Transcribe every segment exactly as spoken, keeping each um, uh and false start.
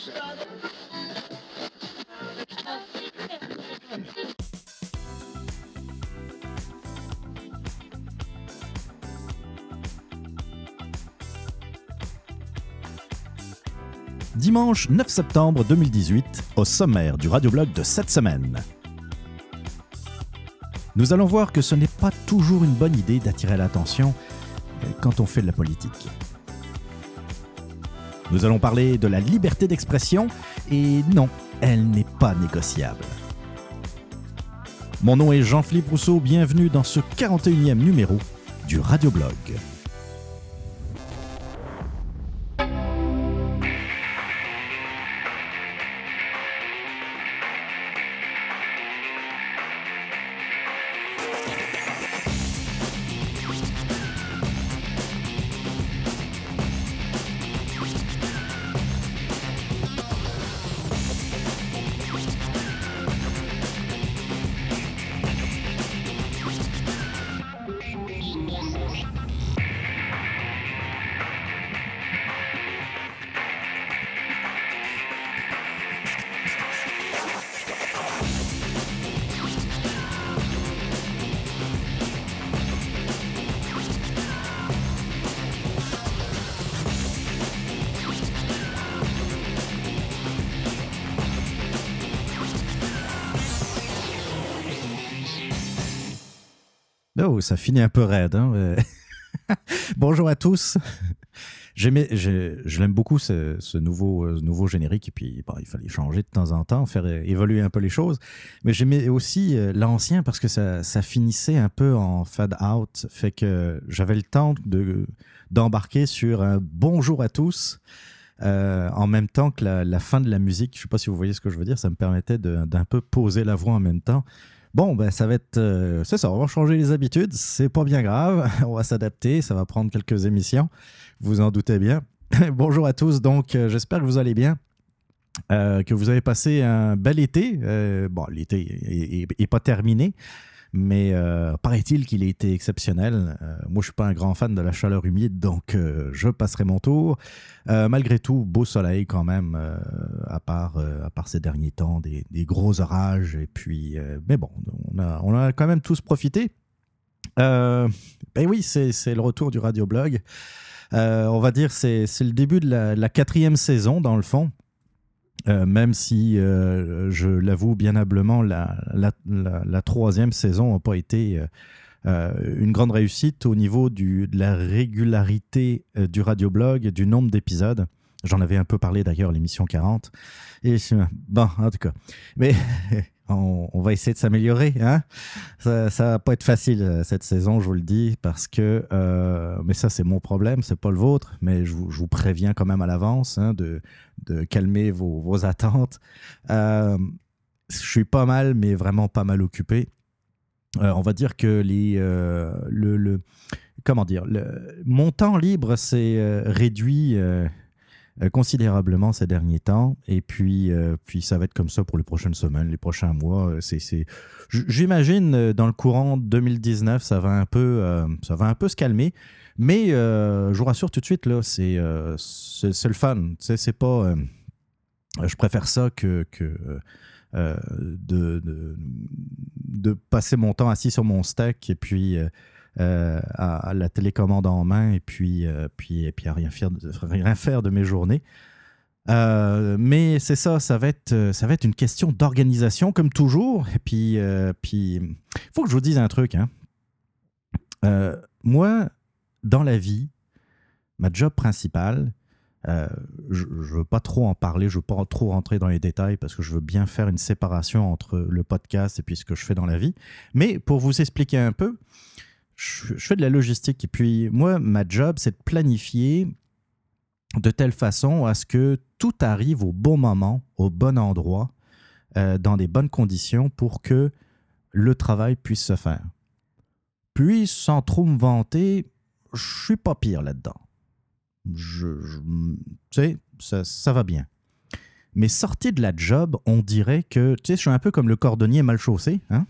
Dimanche neuf septembre deux mille dix-huit, au sommaire du radioblog de cette semaine. Nous allons voir que ce n'est pas toujours une bonne idée d'attirer l'attention quand on fait de la politique. Nous allons parler de la liberté d'expression et non, elle n'est pas négociable. Mon nom est Jean-Philippe Rousseau, bienvenue dans ce quarante et unième numéro du radioblog. Oh, ça finit un peu raide. Hein? Bonjour à tous. J'aimais, je, je l'aime beaucoup ce, ce, nouveau, ce nouveau générique. Et puis, bon, il fallait changer de temps en temps, faire évoluer un peu les choses. Mais j'aimais aussi l'ancien parce que ça, ça finissait un peu en fade-out. Fait que j'avais le temps de, d'embarquer sur un bonjour à tous. Euh, en même temps que la, la fin de la musique. Je ne sais pas si vous voyez ce que je veux dire. Ça me permettait de, d'un peu poser la voix en même temps. Bon, ben ça va être... Euh, c'est ça, on va changer les habitudes, c'est pas bien grave, on va s'adapter, ça va prendre quelques émissions, vous en doutez bien. Bonjour à tous, donc euh, j'espère que vous allez bien, euh, que vous avez passé un bel été. Euh, bon, l'été n'est pas terminé, mais euh, paraît-il qu'il a été exceptionnel. Euh, moi, je ne suis pas un grand fan de la chaleur humide, donc euh, je passerai mon tour. Euh, malgré tout, beau soleil quand même, euh, à, part, euh, à part ces derniers temps, des, des gros orages. Et puis, euh, mais bon, on a, on a quand même tous profité. Euh, ben oui, c'est, c'est le retour du radioblog. Euh, on va dire que c'est, c'est le début de la, la quatrième saison, dans le fond. Euh, même si, euh, je l'avoue bien humblement, la, la, la, la troisième saison n'a pas été euh, une grande réussite au niveau du, de la régularité euh, du radioblog, du nombre d'épisodes. J'en avais un peu parlé d'ailleurs à l'émission quarante. Et bon, en tout cas, mais on, on va essayer de s'améliorer. Hein? Ça ne va pas être facile cette saison, je vous le dis, parce que, euh, mais ça c'est mon problème, c'est pas le vôtre, mais je vous, je vous préviens quand même à l'avance hein, de, de calmer vos, vos attentes. Euh, je suis pas mal, mais vraiment pas mal occupé. Euh, on va dire que les, euh, le, le, comment dire, le, mon temps libre s'est euh, réduit euh, euh, considérablement ces derniers temps. Et puis, euh, puis, ça va être comme ça pour les prochaines semaines, les prochains mois. C'est, c'est... J'imagine, euh, dans le courant deux mille dix-neuf, ça va un peu, euh, ça va un peu se calmer. Mais euh, je vous rassure tout de suite, là, c'est, euh, c'est, c'est le fun. Tu sais, c'est pas... Euh, je préfère ça que... que euh, de, de, de passer mon temps assis sur mon steak et puis... Euh, Euh, à, à la télécommande en main et puis, euh, puis, et puis à rien faire, de, rien faire de mes journées. Euh, mais c'est ça, ça va être, ça va être une question d'organisation comme toujours. Et puis, euh, puis, faut que je vous dise un truc. Hein. Euh, moi, dans la vie, ma job principale, euh, je ne veux pas trop en parler, je ne veux pas trop rentrer dans les détails parce que je veux bien faire une séparation entre le podcast et puis ce que je fais dans la vie. Mais pour vous expliquer un peu, Je, je fais de la logistique et puis moi, ma job, c'est de planifier de telle façon à ce que tout arrive au bon moment, au bon endroit, euh, dans des bonnes conditions pour que le travail puisse se faire. Puis, sans trop me vanter, je suis pas pire là-dedans. Je, je, tu sais, ça, ça va bien. Mais sorti de la job, on dirait que, tu sais, je suis un peu comme le cordonnier mal chaussé. Hein?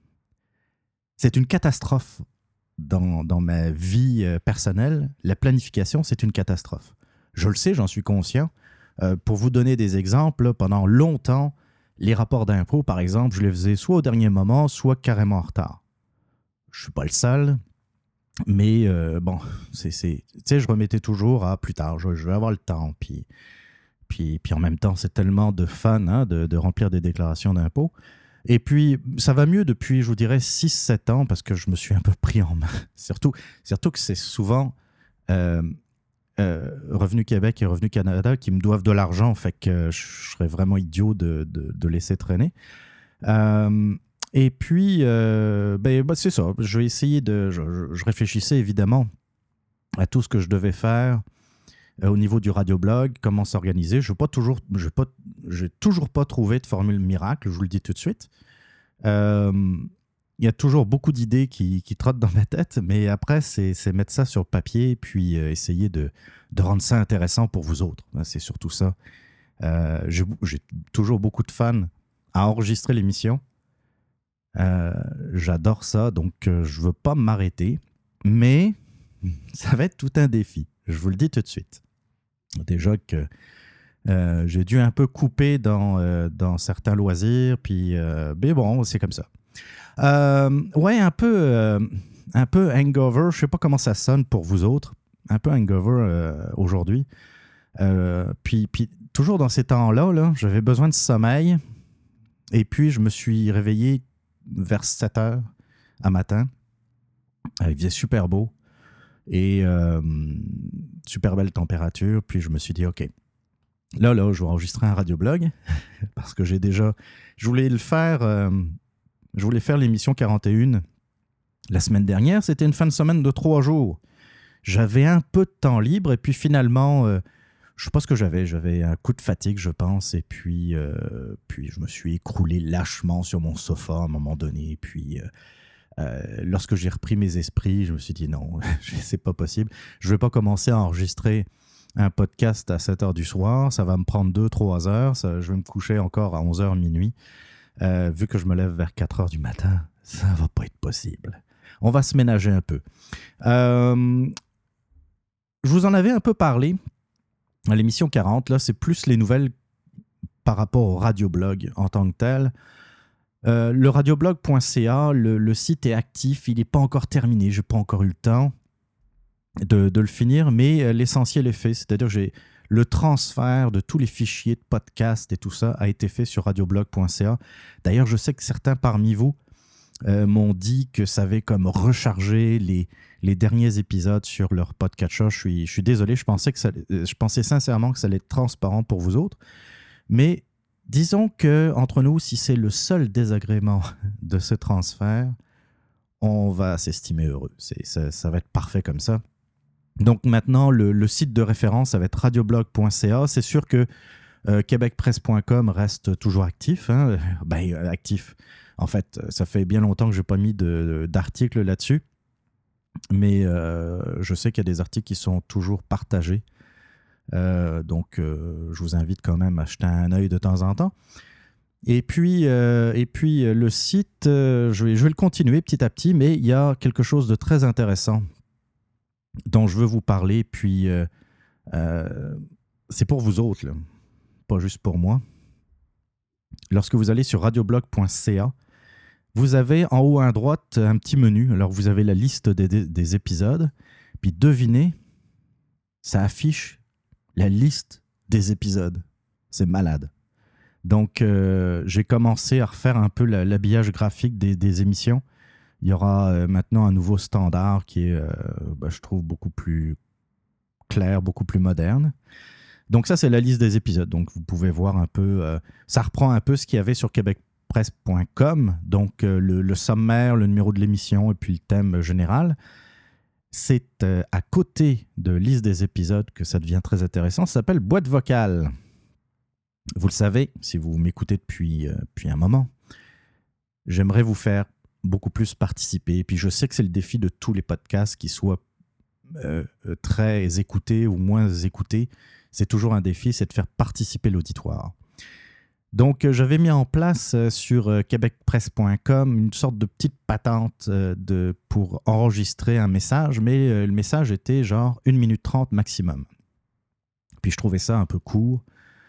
C'est une catastrophe. Dans, dans ma vie euh, personnelle, la planification, c'est une catastrophe. Je le sais, j'en suis conscient. Euh, pour vous donner des exemples, là, pendant longtemps, les rapports d'impôt, par exemple, je les faisais soit au dernier moment, soit carrément en retard. Je ne suis pas le seul, mais euh, bon, c'est, c'est, tu sais, je remettais toujours à plus tard, je, je vais avoir le temps. Puis, puis, puis en même temps, c'est tellement de fun hein, de, de remplir des déclarations d'impôt. Et puis, ça va mieux depuis, je vous dirais, six sept ans, parce que je me suis un peu pris en main. Surtout, surtout que c'est souvent euh, euh, Revenu Québec et Revenu Canada qui me doivent de l'argent, fait que je serais vraiment idiot de, de, de laisser traîner. Euh, et puis, euh, ben, ben, c'est ça, je vais essayer de... Je, je, je réfléchissais évidemment à tout ce que je devais faire euh, au niveau du radioblog, comment s'organiser. Je n'ai toujours, je pas, j'ai toujours pas trouvé de formule miracle, je vous le dis tout de suite. Euh, Il y a toujours beaucoup d'idées qui, qui trottent dans ma tête, mais après, c'est, c'est mettre ça sur papier puis euh, essayer de, de rendre ça intéressant pour vous autres. C'est surtout ça. Euh, j'ai, j'ai toujours beaucoup de fans à enregistrer l'émission. Euh, j'adore ça, donc euh, je ne veux pas m'arrêter, mais ça va être tout un défi. Je vous le dis tout de suite. Déjà que euh, j'ai dû un peu couper dans, euh, dans certains loisirs, puis euh, mais bon, c'est comme ça. Euh, ouais, un peu, euh, un peu hangover. Je sais pas comment ça sonne pour vous autres. Un peu hangover euh, aujourd'hui. Euh, puis, puis toujours dans ces temps-là, là, j'avais besoin de sommeil. Et puis je me suis réveillé vers sept heures à matin. Il faisait super beau et euh, super belle température. Puis je me suis dit, OK, là, là, je vais enregistrer un radioblog parce que j'ai déjà... Je voulais le faire... Euh, Je voulais faire l'émission quarante et un la semaine dernière. C'était une fin de semaine de trois jours. J'avais un peu de temps libre et puis finalement, euh, je ne sais pas ce que j'avais. J'avais un coup de fatigue, je pense. Et puis, euh, puis je me suis écroulé lâchement sur mon sofa à un moment donné. Et puis, euh, euh, lorsque j'ai repris mes esprits, je me suis dit non, c'est pas possible. Je ne vais pas commencer à enregistrer un podcast à sept heures du soir. Ça va me prendre deux trois heures. Ça, je vais me coucher encore à onze heures minuit. Euh, vu que je me lève vers quatre heures du matin, ça ne va pas être possible. On va se ménager un peu. Euh, je vous en avais un peu parlé à l'émission quarante. Là, c'est plus les nouvelles par rapport au radioblog en tant que tel. Euh, le radioblog point c a, le, le site est actif. Il n'est pas encore terminé. Je n'ai pas encore eu le temps de, de le finir, mais l'essentiel est fait. C'est-à-dire que j'ai... Le transfert de tous les fichiers de podcast et tout ça a été fait sur radioblog point c a. D'ailleurs, je sais que certains parmi vous euh, m'ont dit que ça avait comme rechargé les, les derniers épisodes sur leur podcatcher. Je suis, je suis désolé, je pensais, que ça, je pensais sincèrement que ça allait être transparent pour vous autres. Mais disons qu'entre nous, si c'est le seul désagrément de ce transfert, on va s'estimer heureux. C'est, ça, ça va être parfait comme ça. Donc maintenant, le, le site de référence, ça va être radioblog point c a. C'est sûr que euh, québec presse point com reste toujours actif. Hein? Ben, euh, actif. En fait, ça fait bien longtemps que je n'ai pas mis de, d'articles là-dessus. Mais euh, je sais qu'il y a des articles qui sont toujours partagés. Euh, donc, euh, je vous invite quand même à jeter un œil de temps en temps. Et puis, euh, et puis le site, euh, je vais, je vais le continuer petit à petit, mais il y a quelque chose de très intéressant dont je veux vous parler, puis euh, euh, c'est pour vous autres, là, pas juste pour moi. Lorsque vous allez sur radioblog point c a, vous avez en haut à droite un petit menu. Alors, vous avez la liste des, des, des épisodes, puis devinez, ça affiche la liste des épisodes. C'est malade. Donc, euh, j'ai commencé à refaire un peu la, l'habillage graphique des, des émissions. Il y aura euh, maintenant un nouveau standard qui est, euh, ben, je trouve, beaucoup plus clair, beaucoup plus moderne. Donc ça, c'est la liste des épisodes. Donc vous pouvez voir un peu, euh, ça reprend un peu ce qu'il y avait sur québec presse point com. Donc euh, le, le sommaire, le numéro de l'émission et puis le thème général. C'est euh, à côté de liste des épisodes que ça devient très intéressant. Ça s'appelle boîte vocale. Vous le savez, si vous m'écoutez depuis, euh, depuis un moment, j'aimerais vous faire beaucoup plus participer. Et puis je sais que c'est le défi de tous les podcasts, qu'ils soient euh, très écoutés ou moins écoutés. C'est toujours un défi, c'est de faire participer l'auditoire. Donc euh, j'avais mis en place euh, sur euh, québec presse point com une sorte de petite patente euh, de, pour enregistrer un message, mais euh, le message était genre une minute trente maximum. Puis je trouvais ça un peu court.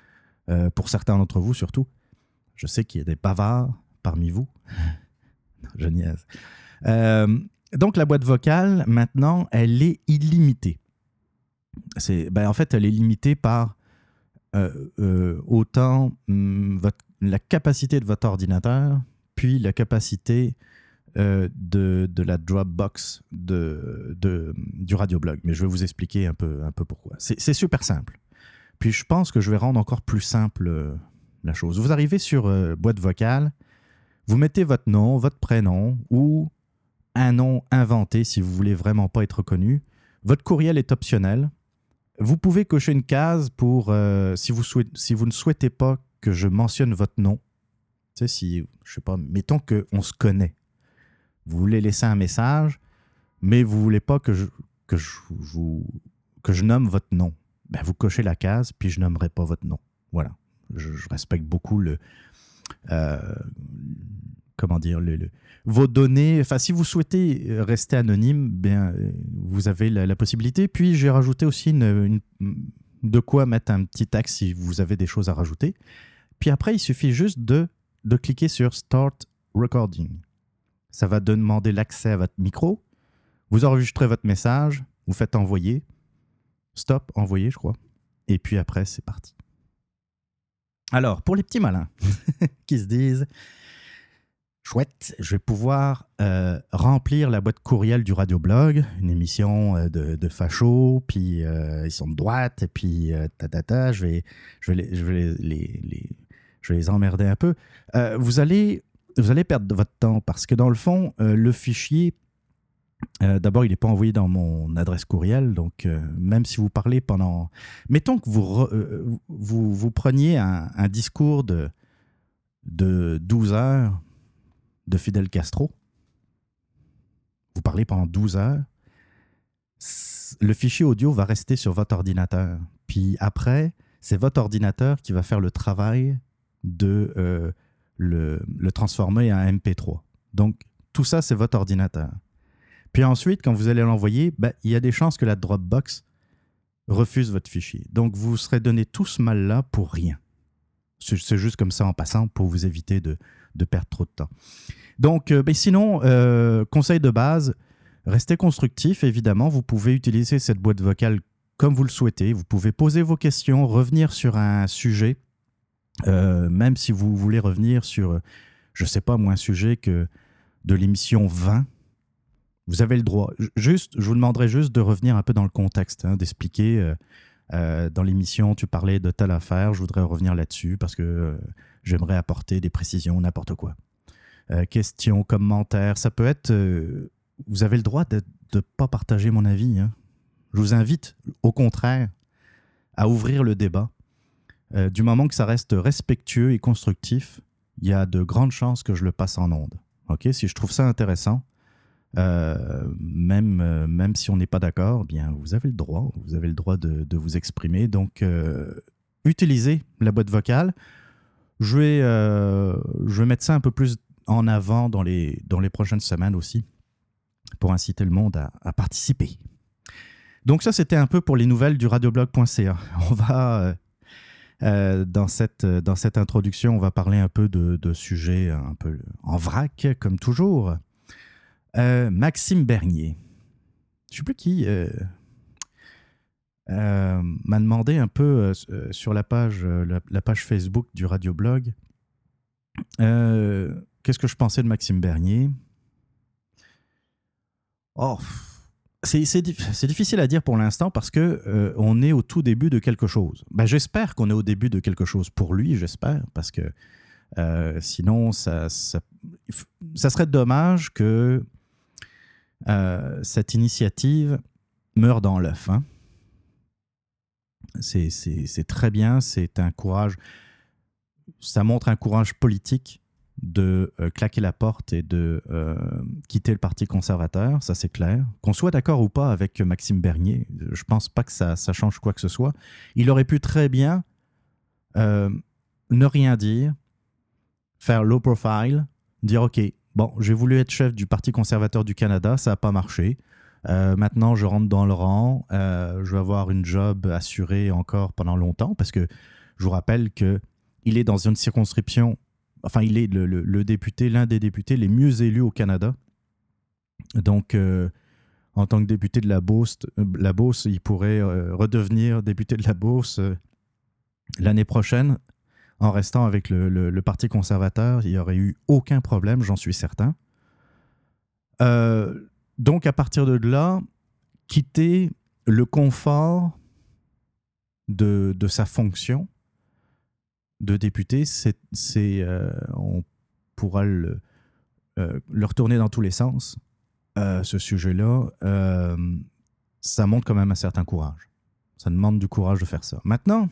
euh, pour certains d'entre vous surtout. Je sais qu'il y a des bavards parmi vous. Je niaise. Euh, donc, la boîte vocale, maintenant, elle est illimitée. C'est, ben, en fait, elle est limitée par euh, euh, autant hum, votre, la capacité de votre ordinateur, puis la capacité euh, de, de la Dropbox de, de, du radioblog. Mais je vais vous expliquer un peu, un peu pourquoi. C'est, c'est super simple. Puis je pense que je vais rendre encore plus simple euh, la chose. Vous arrivez sur euh, boîte vocale, vous mettez votre nom, votre prénom ou un nom inventé si vous voulez vraiment pas être reconnu. Votre courriel est optionnel. Vous pouvez cocher une case pour euh, si, vous souhaitez, si vous ne souhaitez pas que je mentionne votre nom. Tu sais, si, je sais pas, mettons qu'on se connaît. Vous voulez laisser un message, mais vous voulez pas que je, que je, vous, que je nomme votre nom. Ben, vous cochez la case, puis je nommerai pas votre nom. Voilà. Je, je respecte beaucoup le... Euh, comment dire, le, le, vos données. Enfin, si vous souhaitez rester anonyme, bien, vous avez la, la possibilité. Puis, j'ai rajouté aussi une, une, de quoi mettre un petit texte si vous avez des choses à rajouter. Puis après, il suffit juste de, de cliquer sur Start Recording. Ça va demander l'accès à votre micro. Vous enregistrez votre message, vous faites envoyer. Stop, envoyer, je crois. Et puis après, c'est parti. Alors, pour les petits malins qui se disent « Chouette, je vais pouvoir euh, remplir la boîte courriel du radioblog, une émission euh, de, de facho, puis euh, ils sont de droite, et puis euh, ta, ta, ta, je vais, je vais, les, je vais, les, les, les, je vais les emmerder un peu. Euh, vous, allez, vous allez perdre votre temps parce que dans le fond, euh, le fichier, euh, d'abord, il n'est pas envoyé dans mon adresse courriel, donc euh, même si vous parlez pendant... Mettons que vous, re, euh, vous, vous preniez un, un discours de, de douze heures de Fidel Castro. Vous parlez pendant douze heures. Le fichier audio va rester sur votre ordinateur. Puis après, c'est votre ordinateur qui va faire le travail de euh, le, le transformer en M P trois. Donc, tout ça, c'est votre ordinateur. Puis ensuite, quand vous allez l'envoyer, ben, il y a des chances que la Dropbox refuse votre fichier. Donc, vous serez donné tout ce mal-là pour rien. C'est, c'est juste comme ça en passant pour vous éviter de, de perdre trop de temps. Donc, euh, ben sinon, euh, conseil de base, restez constructif, évidemment. Vous pouvez utiliser cette boîte vocale comme vous le souhaitez. Vous pouvez poser vos questions, revenir sur un sujet, euh, même si vous voulez revenir sur, je ne sais pas moi, un sujet que de l'émission vingt. Vous avez le droit. Juste, je vous demanderai juste de revenir un peu dans le contexte, hein, d'expliquer... Euh, Euh, dans l'émission, tu parlais de telle affaire, je voudrais revenir là-dessus parce que euh, j'aimerais apporter des précisions, n'importe quoi. Euh, questions, commentaires, ça peut être... Euh, vous avez le droit de ne pas partager mon avis. Hein. Je vous invite, au contraire, à ouvrir le débat. Euh, du moment que ça reste respectueux et constructif, il y a de grandes chances que je le passe en ondes. Okay? Si je trouve ça intéressant, Euh, même, euh, même si on n'est pas d'accord, eh bien, vous avez le droit, vous avez le droit de, de vous exprimer. Donc, euh, utilisez la boîte vocale. Je vais, euh, je vais mettre ça un peu plus en avant dans les, dans les prochaines semaines aussi, pour inciter le monde à, à participer. Donc ça, c'était un peu pour les nouvelles du radioblog point c a. On va, euh, euh, dans, cette, dans cette introduction, on va parler un peu de, de sujets un peu en vrac, comme toujours. Euh, Maxime Bernier, je ne sais plus qui, euh, euh, m'a demandé un peu euh, sur la page, euh, la, la page Facebook du Radioblog, euh, qu'est-ce que je pensais de Maxime Bernier. Oh, c'est, c'est, c'est difficile à dire pour l'instant parce qu'on euh, est au tout début de quelque chose. Ben, j'espère qu'on est au début de quelque chose pour lui, j'espère, parce que euh, sinon, ça, ça, ça serait dommage que Euh, cette initiative meurt dans l'œuf. Hein. C'est, c'est, c'est très bien, c'est un courage, ça montre un courage politique de euh, claquer la porte et de euh, quitter le Parti conservateur, ça c'est clair. Qu'on soit d'accord ou pas avec Maxime Bernier, je pense pas que ça, ça change quoi que ce soit. Il aurait pu très bien euh, ne rien dire, faire low profile, dire ok, bon, j'ai voulu être chef du Parti conservateur du Canada, ça n'a pas marché. Euh, maintenant, je rentre dans le rang. Euh, je vais avoir une job assurée encore pendant longtemps parce que Je vous rappelle qu'il est dans une circonscription, enfin, il est le, le, le député, l'un des députés les mieux élus au Canada. Donc, euh, en tant que député de la Beauce, la Beauce il pourrait euh, redevenir député de la Beauce euh, l'année prochaine en restant avec le, le, le Parti conservateur. Il n'y aurait eu aucun problème, j'en suis certain. Euh, donc, à partir de là, quitter le confort de, de sa fonction de député, c'est, c'est, euh, on pourra le, euh, le retourner dans tous les sens. Euh, ce sujet-là, euh, ça montre quand même un certain courage. Ça demande du courage de faire ça. Maintenant,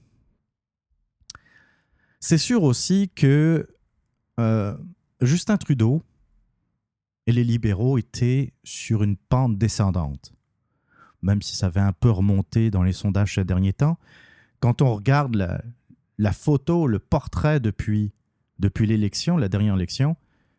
c'est sûr aussi que euh, Justin Trudeau et les libéraux étaient sur une pente descendante, même si ça avait un peu remonté dans les sondages ces derniers temps. Quand on regarde la, la photo, le portrait depuis, depuis l'élection, la dernière élection,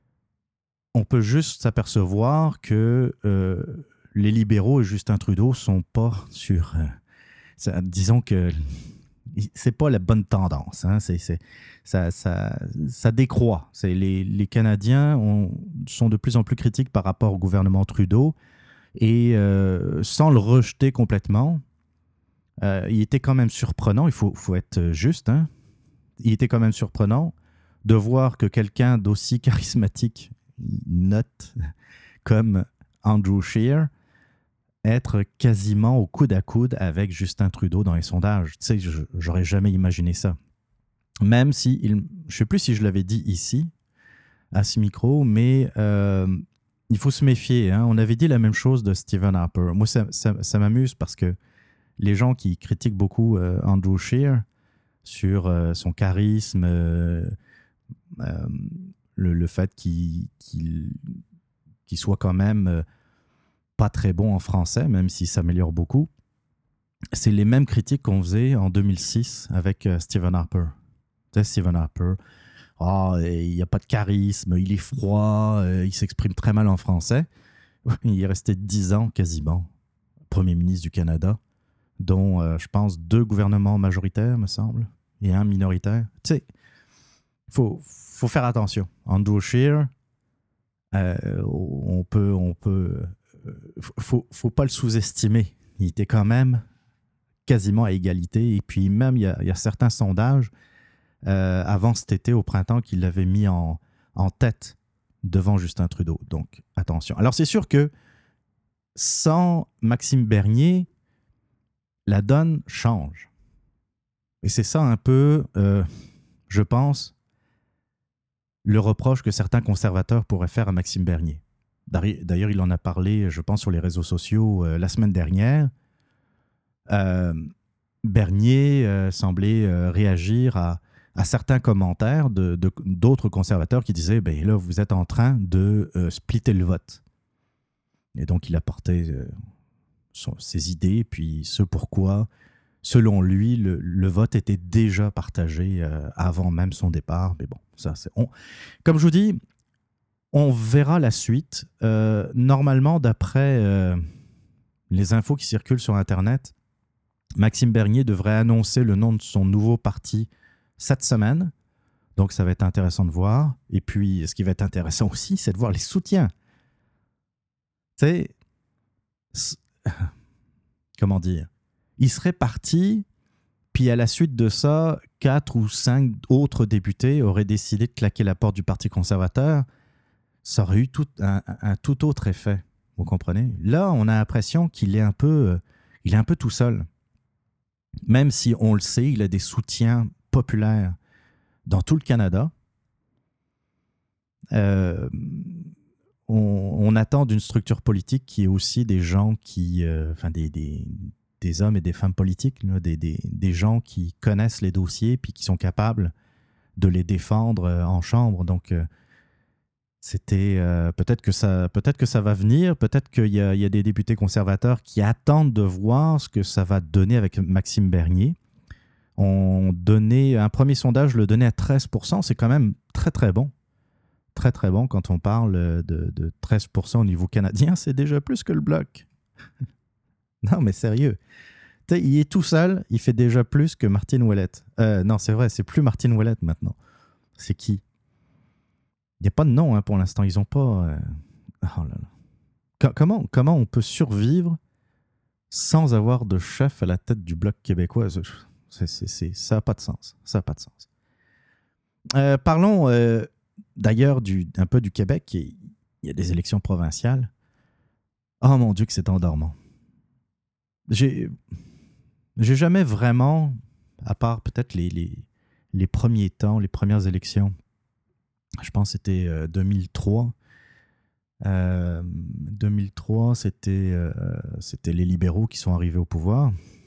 on peut juste s'apercevoir que euh, les libéraux et Justin Trudeau ne sont pas sur... Euh, ça, disons que c'est pas la bonne tendance. Hein. C'est, c'est, ça, ça, ça décroît. C'est les, les Canadiens ont, sont de plus en plus critiques par rapport au gouvernement Trudeau. Et euh, sans le rejeter complètement, euh, il était quand même surprenant, il faut, faut être juste, hein, il était quand même surprenant de voir que quelqu'un d'aussi charismatique, note, comme Andrew Scheer, être quasiment au coude à coude avec Justin Trudeau dans les sondages. Tu sais, je, j'aurais jamais imaginé ça. Même si, il, je ne sais plus si je l'avais dit ici, à ce micro, mais euh, il faut se méfier. Hein. On avait dit la même chose de Stephen Harper. Moi, ça, ça, ça m'amuse parce que les gens qui critiquent beaucoup euh, Andrew Scheer sur euh, son charisme, euh, euh, le, le fait qu'il, qu'il, qu'il soit quand même euh, pas très bon en français, même s'il s'améliore beaucoup, c'est les mêmes critiques qu'on faisait en deux mille six avec euh, Stephen Harper. Tu sais, Stephen Harper, oh, il n'y a pas de charisme, il est froid, euh, il s'exprime très mal en français. Il est resté dix ans quasiment Premier ministre du Canada, dont, euh, je pense, deux gouvernements majoritaires, me semble, et un minoritaire. Tu sais, il faut, faut faire attention. Andrew Scheer, euh, on peut... On peut faut, faut pas le sous-estimer. Il était quand même quasiment à égalité. Et puis même, il y a, il y a certains sondages euh, avant cet été, au printemps, qui l'avaient mis en, en tête devant Justin Trudeau. Donc, attention. Alors, c'est sûr que sans Maxime Bernier, la donne change. Et c'est ça un peu, euh, je pense, le reproche que certains conservateurs pourraient faire à Maxime Bernier. D'ailleurs, il en a parlé, je pense, sur les réseaux sociaux euh, la semaine dernière. Euh, Bernier euh, semblait euh, réagir à, à certains commentaires de, de, d'autres conservateurs qui disaient ben là, vous êtes en train de euh, splitter le vote. Et donc, il apportait euh, son, ses idées, puis ce pourquoi, selon lui, le, le vote était déjà partagé euh, avant même son départ. Mais bon, ça, c'est. On, comme je vous dis, on verra la suite. Euh, normalement, d'après euh, les infos qui circulent sur Internet, Maxime Bernier devrait annoncer le nom de son nouveau parti cette semaine. Donc, ça va être intéressant de voir. Et puis, ce qui va être intéressant aussi, c'est de voir les soutiens. Tu sais, comment dire, il serait parti, puis à la suite de ça, quatre ou cinq autres députés auraient décidé de claquer la porte du Parti conservateur. Ça aurait eu tout, un, un tout autre effet, vous comprenez? Là, on a l'impression qu'il est un peu, il est un peu tout seul. Même si, on le sait, il a des soutiens populaires dans tout le Canada. Euh, on, on attend d'une structure politique qui est aussi des gens qui... Euh, enfin, des, des, des hommes et des femmes politiques, là, des, des, des gens qui connaissent les dossiers puis qui sont capables de les défendre euh, en chambre. Donc, euh, c'était... Euh, peut-être que ça, peut-être que ça va venir. Peut-être qu'il y a, il y a des députés conservateurs qui attendent de voir ce que ça va donner avec Maxime Bernier. On donnait, un premier sondage le donnait à treize pour cent. C'est quand même très, très bon. Très, très bon quand on parle de, de treize pour cent au niveau canadien. C'est déjà plus que le Bloc. Non, mais sérieux. Tu Tu sais, il est tout seul, il fait déjà plus que Martine Ouellette. Euh, non, c'est vrai, c'est plus Martine Ouellette maintenant. C'est qui? Il n'y a pas de nom hein, pour l'instant. Ils ont pas. euh, Oh là là. Co- comment, comment on peut survivre sans avoir de chef à la tête du Bloc québécois? C'est, c'est, c'est- ça n'a pas de sens. Ça n'a pas de sens. Euh, parlons euh, d'ailleurs du, un peu du Québec. Il y a des élections provinciales. Oh mon Dieu, que c'est endormant. J'ai, j'ai jamais vraiment, à part peut-être les, les, les premiers temps, les premières élections, je pense que c'était euh, deux mille trois. Euh, deux mille trois, c'était, euh, c'était les libéraux qui sont arrivés au pouvoir.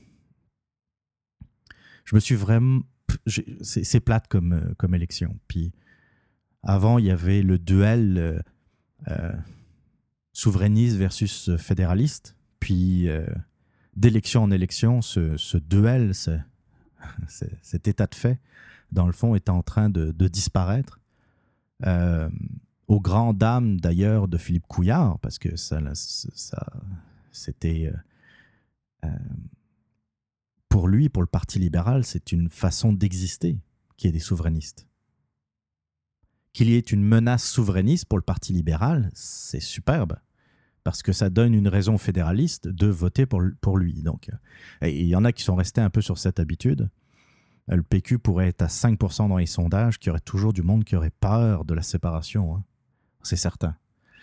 Je me suis vraiment. j'ai- C'est, c'est plate comme, euh, comme élection. Puis avant, il y avait le duel euh, euh, souverainiste versus fédéraliste. Puis euh, d'élection en élection, ce, ce duel, ce- ce- cet état de fait, dans le fond, est en train de, de disparaître. Euh, aux grandes dames d'ailleurs de Philippe Couillard, parce que ça, ça c'était euh, pour lui, pour le Parti libéral, c'est une façon d'exister qui est des souverainistes. Qu'il y ait une menace souverainiste pour le Parti libéral, c'est superbe, parce que ça donne une raison fédéraliste de voter pour, pour lui. Donc, et il y en a qui sont restés un peu sur cette habitude. Le P Q pourrait être à cinq pour cent dans les sondages, qu'il y aurait toujours du monde qui aurait peur de la séparation. Hein. C'est certain.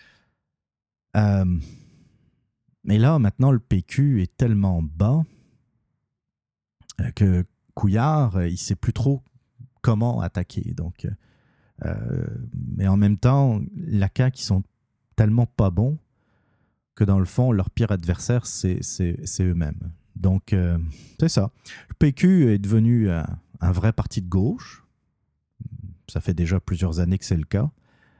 Euh, mais là, maintenant, le P Q est tellement bas euh, que Couillard, euh, il ne sait plus trop comment attaquer. Donc, euh, mais en même temps, la C A Q, ils sont tellement pas bons que dans le fond, leur pire adversaire, c'est, c'est, c'est eux-mêmes. Donc, euh, c'est ça. Le P Q est devenu un, un vrai parti de gauche. Ça fait déjà plusieurs années que c'est le cas.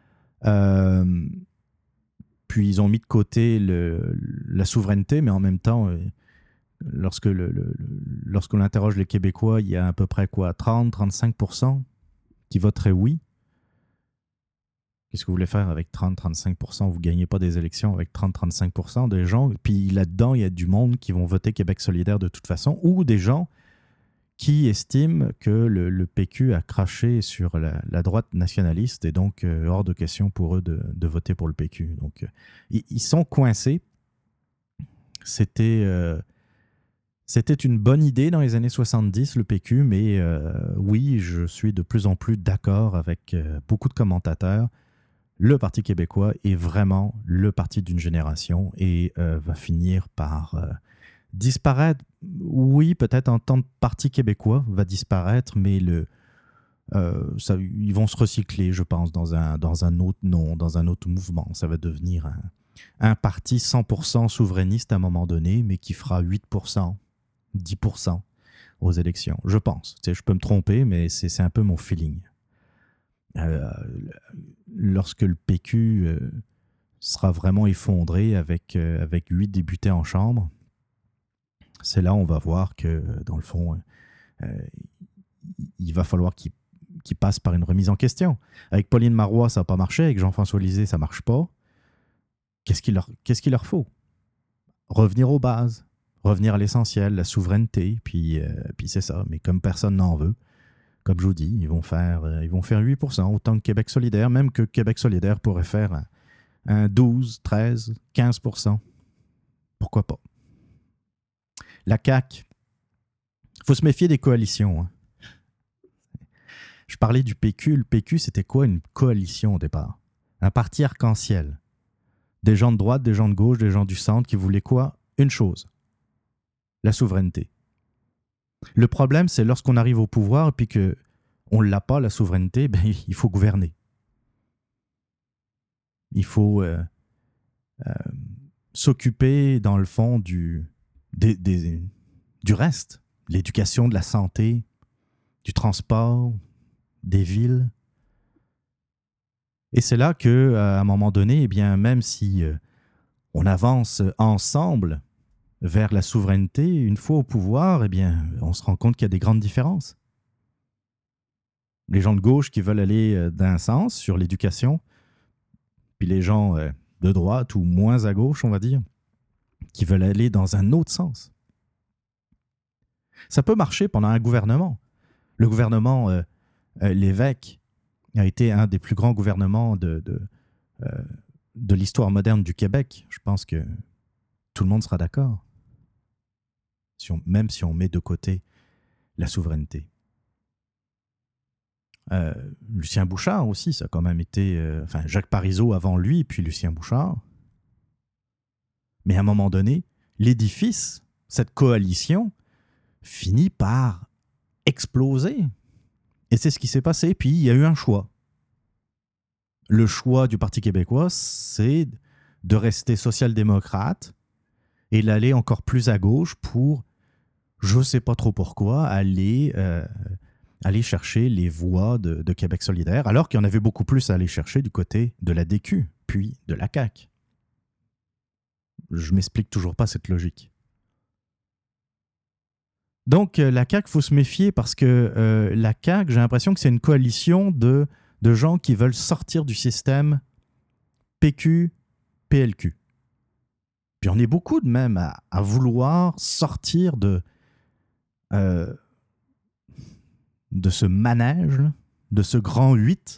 Euh, puis, ils ont mis de côté le, la souveraineté, mais en même temps, euh, lorsque le, le, lorsqu'on interroge les Québécois, il y a à peu près quoi, trente à trente-cinq pour cent qui voteraient oui. Qu'est-ce que vous voulez faire avec trente à trente-cinq pour cent? Vous ne gagnez pas des élections avec trente à trente-cinq pour cent des gens. Puis là-dedans, il y a du monde qui vont voter Québec solidaire de toute façon, ou des gens qui estiment que le, le P Q a craché sur la, la droite nationaliste et donc euh, hors de question pour eux de, de voter pour le P Q. Donc, euh, ils, ils sont coincés. C'était, euh, c'était une bonne idée dans les années soixante-dix, le P Q, mais euh, oui, je suis de plus en plus d'accord avec euh, beaucoup de commentateurs. Le Parti québécois est vraiment le parti d'une génération et euh, va finir par euh, disparaître. Oui, peut-être en tant que Parti québécois va disparaître, mais le, euh, ça, ils vont se recycler, je pense, dans un, dans un autre nom, dans un autre mouvement. Ça va devenir un, un parti cent pour cent souverainiste à un moment donné, mais qui fera huit pour cent, dix pour cent aux élections, je pense. Tu sais, je peux me tromper, mais c'est, c'est un peu mon feeling. Euh, lorsque le P Q euh, sera vraiment effondré avec, euh, avec huit députés en chambre, c'est là où on va voir que, dans le fond, euh, il va falloir qu'il, qu'il passe par une remise en question. Avec Pauline Marois, ça n'a pas marché. Avec Jean-François Lisée, ça ne marche pas. Qu'est-ce qu'il leur, qu'est-ce qu'il leur faut? Revenir aux bases, revenir à l'essentiel, la souveraineté, puis, euh, puis c'est ça. Mais comme personne n'en veut, comme je vous dis, ils vont faire, euh, ils vont faire huit pour cent, autant que Québec solidaire, même que Québec solidaire pourrait faire un, un douze, treize, quinze pour cent. Pourquoi pas? La C A Q, il faut se méfier des coalitions. Hein. Je parlais du P Q. Le P Q, c'était quoi une coalition au départ? Un parti arc-en-ciel. Des gens de droite, des gens de gauche, des gens du centre qui voulaient quoi? Une chose. La souveraineté. Le problème, c'est lorsqu'on arrive au pouvoir et puis qu'on ne l'a pas, la souveraineté, ben, il faut gouverner. Il faut euh, euh, s'occuper, dans le fond, du, des, des, du reste. L'éducation, de la santé, du transport, des villes. Et c'est là qu'à un moment donné, eh bien, même si euh, on avance ensemble vers la souveraineté, une fois au pouvoir, eh bien, on se rend compte qu'il y a des grandes différences. Les gens de gauche qui veulent aller euh, d'un sens sur l'éducation, puis les gens euh, de droite ou moins à gauche, on va dire, qui veulent aller dans un autre sens. Ça peut marcher pendant un gouvernement. Le gouvernement, euh, euh, l'évêque, a été un des plus grands gouvernements de, de, euh, de l'histoire moderne du Québec. Je pense que tout le monde sera d'accord, si on, même si on met de côté la souveraineté. Euh, Lucien Bouchard aussi, ça a quand même été... Euh, enfin, Jacques Parizeau avant lui, puis Lucien Bouchard. Mais à un moment donné, l'édifice, cette coalition, finit par exploser. Et c'est ce qui s'est passé. Puis il y a eu un choix. Le choix du Parti québécois, c'est de rester social-démocrate et d'aller encore plus à gauche pour, je ne sais pas trop pourquoi, aller, euh, aller chercher les voix de, de Québec solidaire, alors qu'il y en avait beaucoup plus à aller chercher du côté de la D Q, puis de la C A Q. Je ne m'explique toujours pas cette logique. Donc, euh, la C A Q, il faut se méfier parce que euh, la C A Q, j'ai l'impression que c'est une coalition de, de gens qui veulent sortir du système P Q, P L Q. Puis on est beaucoup de même à, à vouloir sortir de, euh, de ce manège, de ce grand huit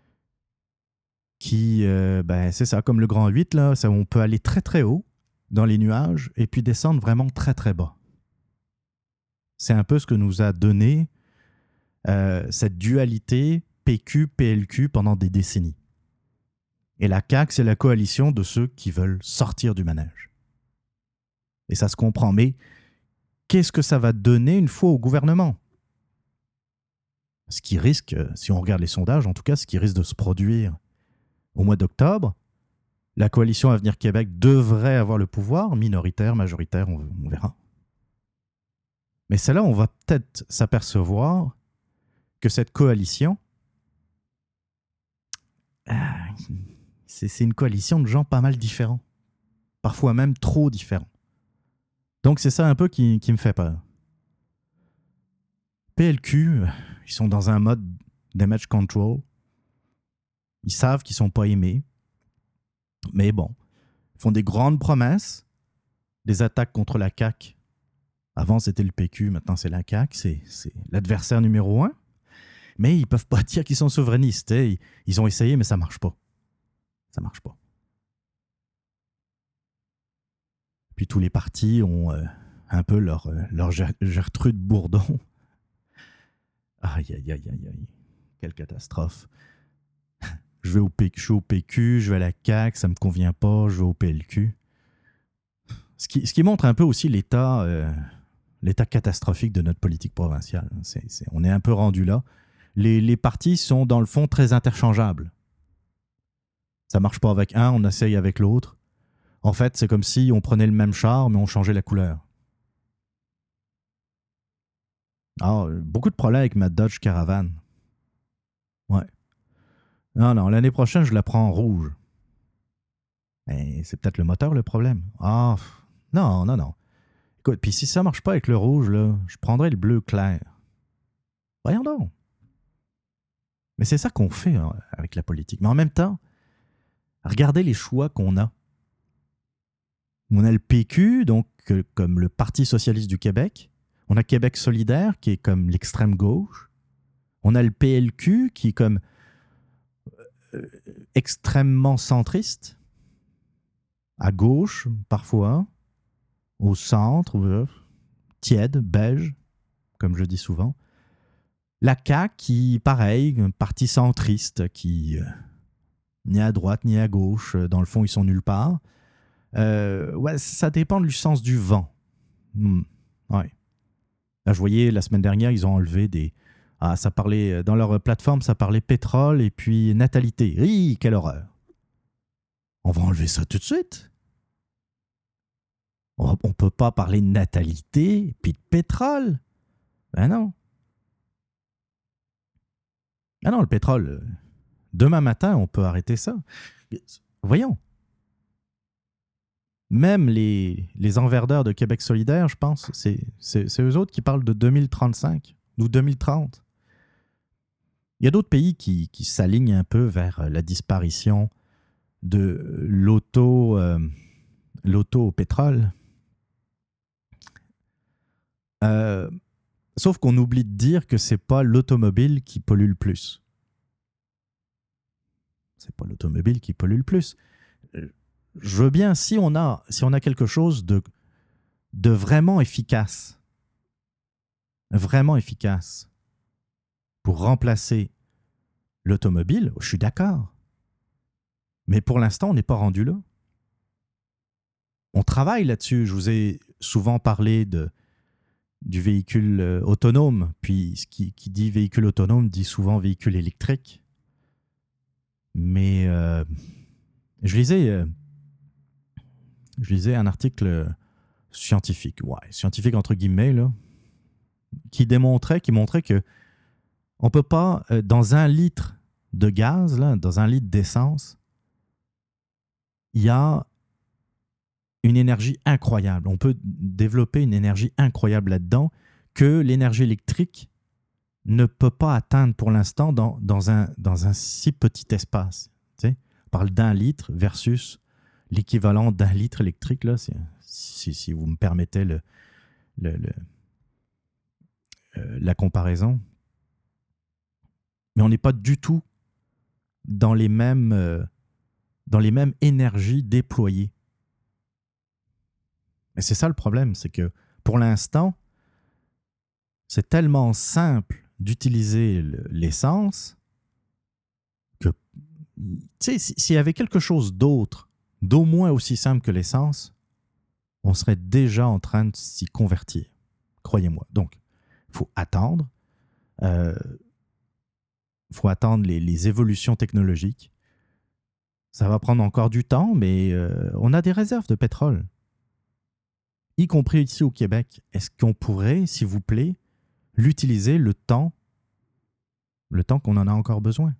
qui, euh, ben, c'est ça, comme le grand huit, là, ça, on peut aller très très haut dans les nuages et puis descendre vraiment très très bas. C'est un peu ce que nous a donné euh, cette dualité P Q P L Q pendant des décennies. Et la C A Q, c'est la coalition de ceux qui veulent sortir du manège. Et ça se comprend. Mais qu'est-ce que ça va donner une fois au gouvernement? Ce qui risque, si on regarde les sondages, en tout cas, ce qui risque de se produire au mois d'octobre, la coalition Avenir Québec devrait avoir le pouvoir, minoritaire, majoritaire, on, on verra. Mais c'est là où on va peut-être s'apercevoir que cette coalition, ah, c'est, c'est une coalition de gens pas mal différents. Parfois même trop différents. Donc c'est ça un peu qui, qui me fait peur. P L Q, ils sont dans un mode damage control. Ils savent qu'ils ne sont pas aimés. Mais bon, ils font des grandes promesses. Des attaques contre la C A Q. Avant, c'était le P Q, maintenant c'est la C A Q. C'est, c'est l'adversaire numéro un. Mais ils ne peuvent pas dire qu'ils sont souverainistes. Hein. Ils ont essayé, mais ça ne marche pas. Ça ne marche pas. Puis tous les partis ont euh, un peu leur, euh, leur Gertrude Bourdon. Aïe, aïe, aïe, aïe, aïe. Quelle catastrophe. Je vais au P Q, je suis au P Q, je vais à la C A Q, ça ne me convient pas, je vais au P L Q. Ce qui, ce qui montre un peu aussi l'état, euh, l'état catastrophique de notre politique provinciale. C'est, c'est, on est un peu rendu là. Les, les partis sont dans le fond très interchangeables. Ça ne marche pas avec un, on essaye avec l'autre. En fait, c'est comme si on prenait le même char, mais on changeait la couleur. Ah, beaucoup de problèmes avec ma Dodge Caravan. Ouais. Non, non, l'année prochaine, je la prends en rouge. Mais c'est peut-être le moteur le problème. Ah, pff, non, non, non. Écoute, puis si ça marche pas avec le rouge, là, je prendrai le bleu clair. Voyons donc. Mais c'est ça qu'on fait hein, avec la politique. Mais en même temps, regardez les choix qu'on a. On a le P Q, donc euh, comme le Parti socialiste du Québec. On a Québec solidaire, qui est comme l'extrême gauche. On a le P L Q, qui est comme euh, extrêmement centriste. À gauche, parfois. Au centre, euh, tiède, beige, comme je dis souvent. La C A Q, qui, pareil, un parti centriste, qui euh, ni à droite ni à gauche, dans le fond, ils sont nulle part. Euh, ouais, ça dépend du sens du vent. Hmm, ouais. Là, je voyais, la semaine dernière, ils ont enlevé des... Ah, ça parlait, dans leur plateforme, ça parlait pétrole et puis natalité. Oui, quelle horreur. On va enlever ça tout de suite. On ne peut pas parler de natalité puis de pétrole. Ben non. Ah non, le pétrole, demain matin, on peut arrêter ça. Voyons. Même les, les enverdeurs de Québec solidaire, je pense, c'est, c'est, c'est eux autres qui parlent de deux mille trente-cinq ou deux mille trente. Il y a d'autres pays qui, qui s'alignent un peu vers la disparition de l'auto, euh, l'auto au pétrole. Euh, sauf qu'on oublie de dire que c'est pas l'automobile qui pollue le plus. C'est pas l'automobile qui pollue le plus. Euh, Je veux bien, si on a, si on a quelque chose de, de vraiment efficace, vraiment efficace pour remplacer l'automobile, je suis d'accord. Mais pour l'instant, on n'est pas rendu là. On travaille là-dessus. Je vous ai souvent parlé de, du véhicule euh, autonome. Puis, ce qui, qui dit véhicule autonome dit souvent véhicule électrique. Mais euh, je lisais, euh, je lisais un article scientifique, ouais, scientifique entre guillemets, là, qui démontrait, qui montrait que on peut pas, euh, dans un litre de gaz, là, dans un litre d'essence, il y a une énergie incroyable. On peut développer une énergie incroyable là-dedans que l'énergie électrique ne peut pas atteindre pour l'instant dans, dans, un, dans un si petit espace. Tu sais? On parle d'un litre versus l'équivalent d'un litre électrique, là, c'est, si, si vous me permettez le, le, le, euh, la comparaison. Mais on n'est pas du tout dans les mêmes, euh, dans les mêmes énergies déployées. Et c'est ça le problème, c'est que pour l'instant, c'est tellement simple d'utiliser le, l'essence que, tu sais, s'il y avait quelque chose d'autre, d'au moins aussi simple que l'essence, on serait déjà en train de s'y convertir. Croyez-moi. Donc, il faut attendre. Il euh, faut attendre les, les évolutions technologiques. Ça va prendre encore du temps, mais euh, on a des réserves de pétrole, y compris ici au Québec. Est-ce qu'on pourrait, s'il vous plaît, l'utiliser le temps, le temps qu'on en a encore besoin?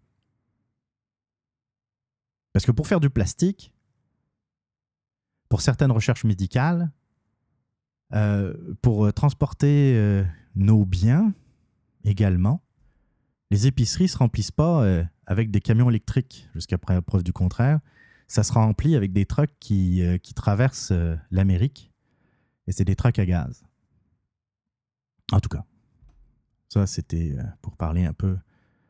Parce que pour faire du plastique, pour certaines recherches médicales, euh, pour transporter euh, nos biens également, les épiceries ne se remplissent pas euh, avec des camions électriques, jusqu'à preuve du contraire. Ça se remplit avec des trucks qui, euh, qui traversent euh, l'Amérique, et c'est des trucks à gaz. En tout cas, ça, c'était euh, pour parler un peu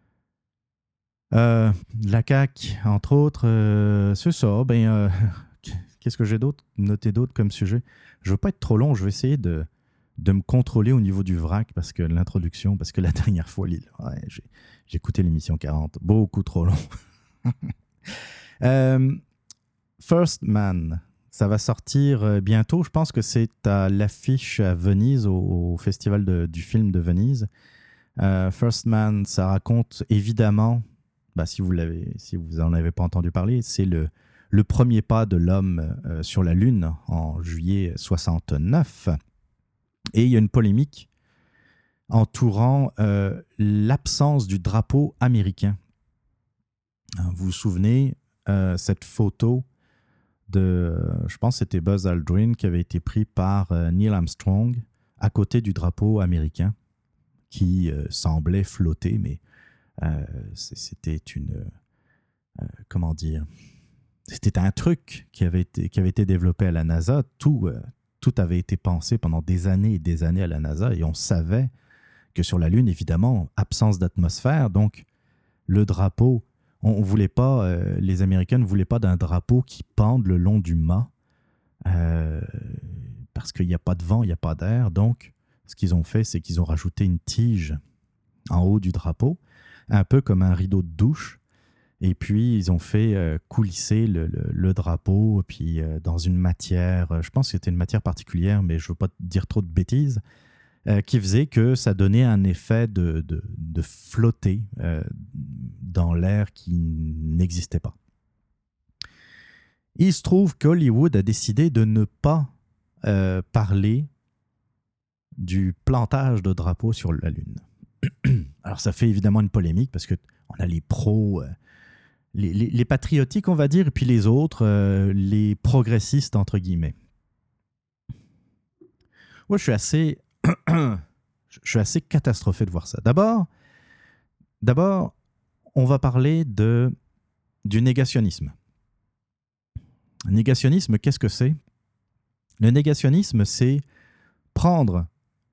euh, de la C A Q, entre autres. Euh, c'est ça. Ben, euh, qu'est-ce que j'ai d'autre, noté d'autre comme sujet? Je ne veux pas être trop long. Je vais essayer de, de me contrôler au niveau du vrac, parce que l'introduction, parce que la dernière fois, ouais, j'ai, j'ai écouté l'émission quarante. Beaucoup trop long. euh, First Man. Ça va sortir bientôt. Je pense que c'est à l'affiche à Venise, au, au festival de, du film de Venise. Euh, First Man, ça raconte évidemment, bah, si vous l'avez, si vous en avez pas entendu parler, c'est le, le premier pas de l'homme euh, sur la Lune en juillet soixante-neuf. Et il y a une polémique entourant euh, l'absence du drapeau américain. Vous vous souvenez, euh, cette photo de, je pense que c'était Buzz Aldrin qui avait été pris par euh, Neil Armstrong à côté du drapeau américain qui euh, semblait flotter, mais euh, c'était une... Euh, comment dire? C'était un truc qui avait été, qui avait été développé à la NASA. Tout, euh, tout avait été pensé pendant des années et des années à la NASA, et on savait que sur la Lune, évidemment, absence d'atmosphère, donc le drapeau, on ne voulait pas, euh, les Américains ne voulaient pas d'un drapeau qui pende le long du mât, euh, parce qu'il n'y a pas de vent, il n'y a pas d'air. Donc, ce qu'ils ont fait, c'est qu'ils ont rajouté une tige en haut du drapeau, un peu comme un rideau de douche. Et puis, ils ont fait euh, coulisser le, le, le drapeau, puis euh, dans une matière, euh, je pense que c'était une matière particulière, mais je ne veux pas dire trop de bêtises, euh, qui faisait que ça donnait un effet de, de, de flotter euh, dans l'air qui n'existait pas. Il se trouve qu'Hollywood a décidé de ne pas euh, parler du plantage de drapeaux sur la Lune. Alors, ça fait évidemment une polémique parce qu'on a les pros, euh, les, les, les patriotiques, on va dire, et puis les autres, euh, les progressistes, entre guillemets. Moi, je suis assez, je suis assez catastrophé de voir ça. D'abord, d'abord on va parler de, du négationnisme. Le négationnisme, qu'est-ce que c'est? Le négationnisme, c'est prendre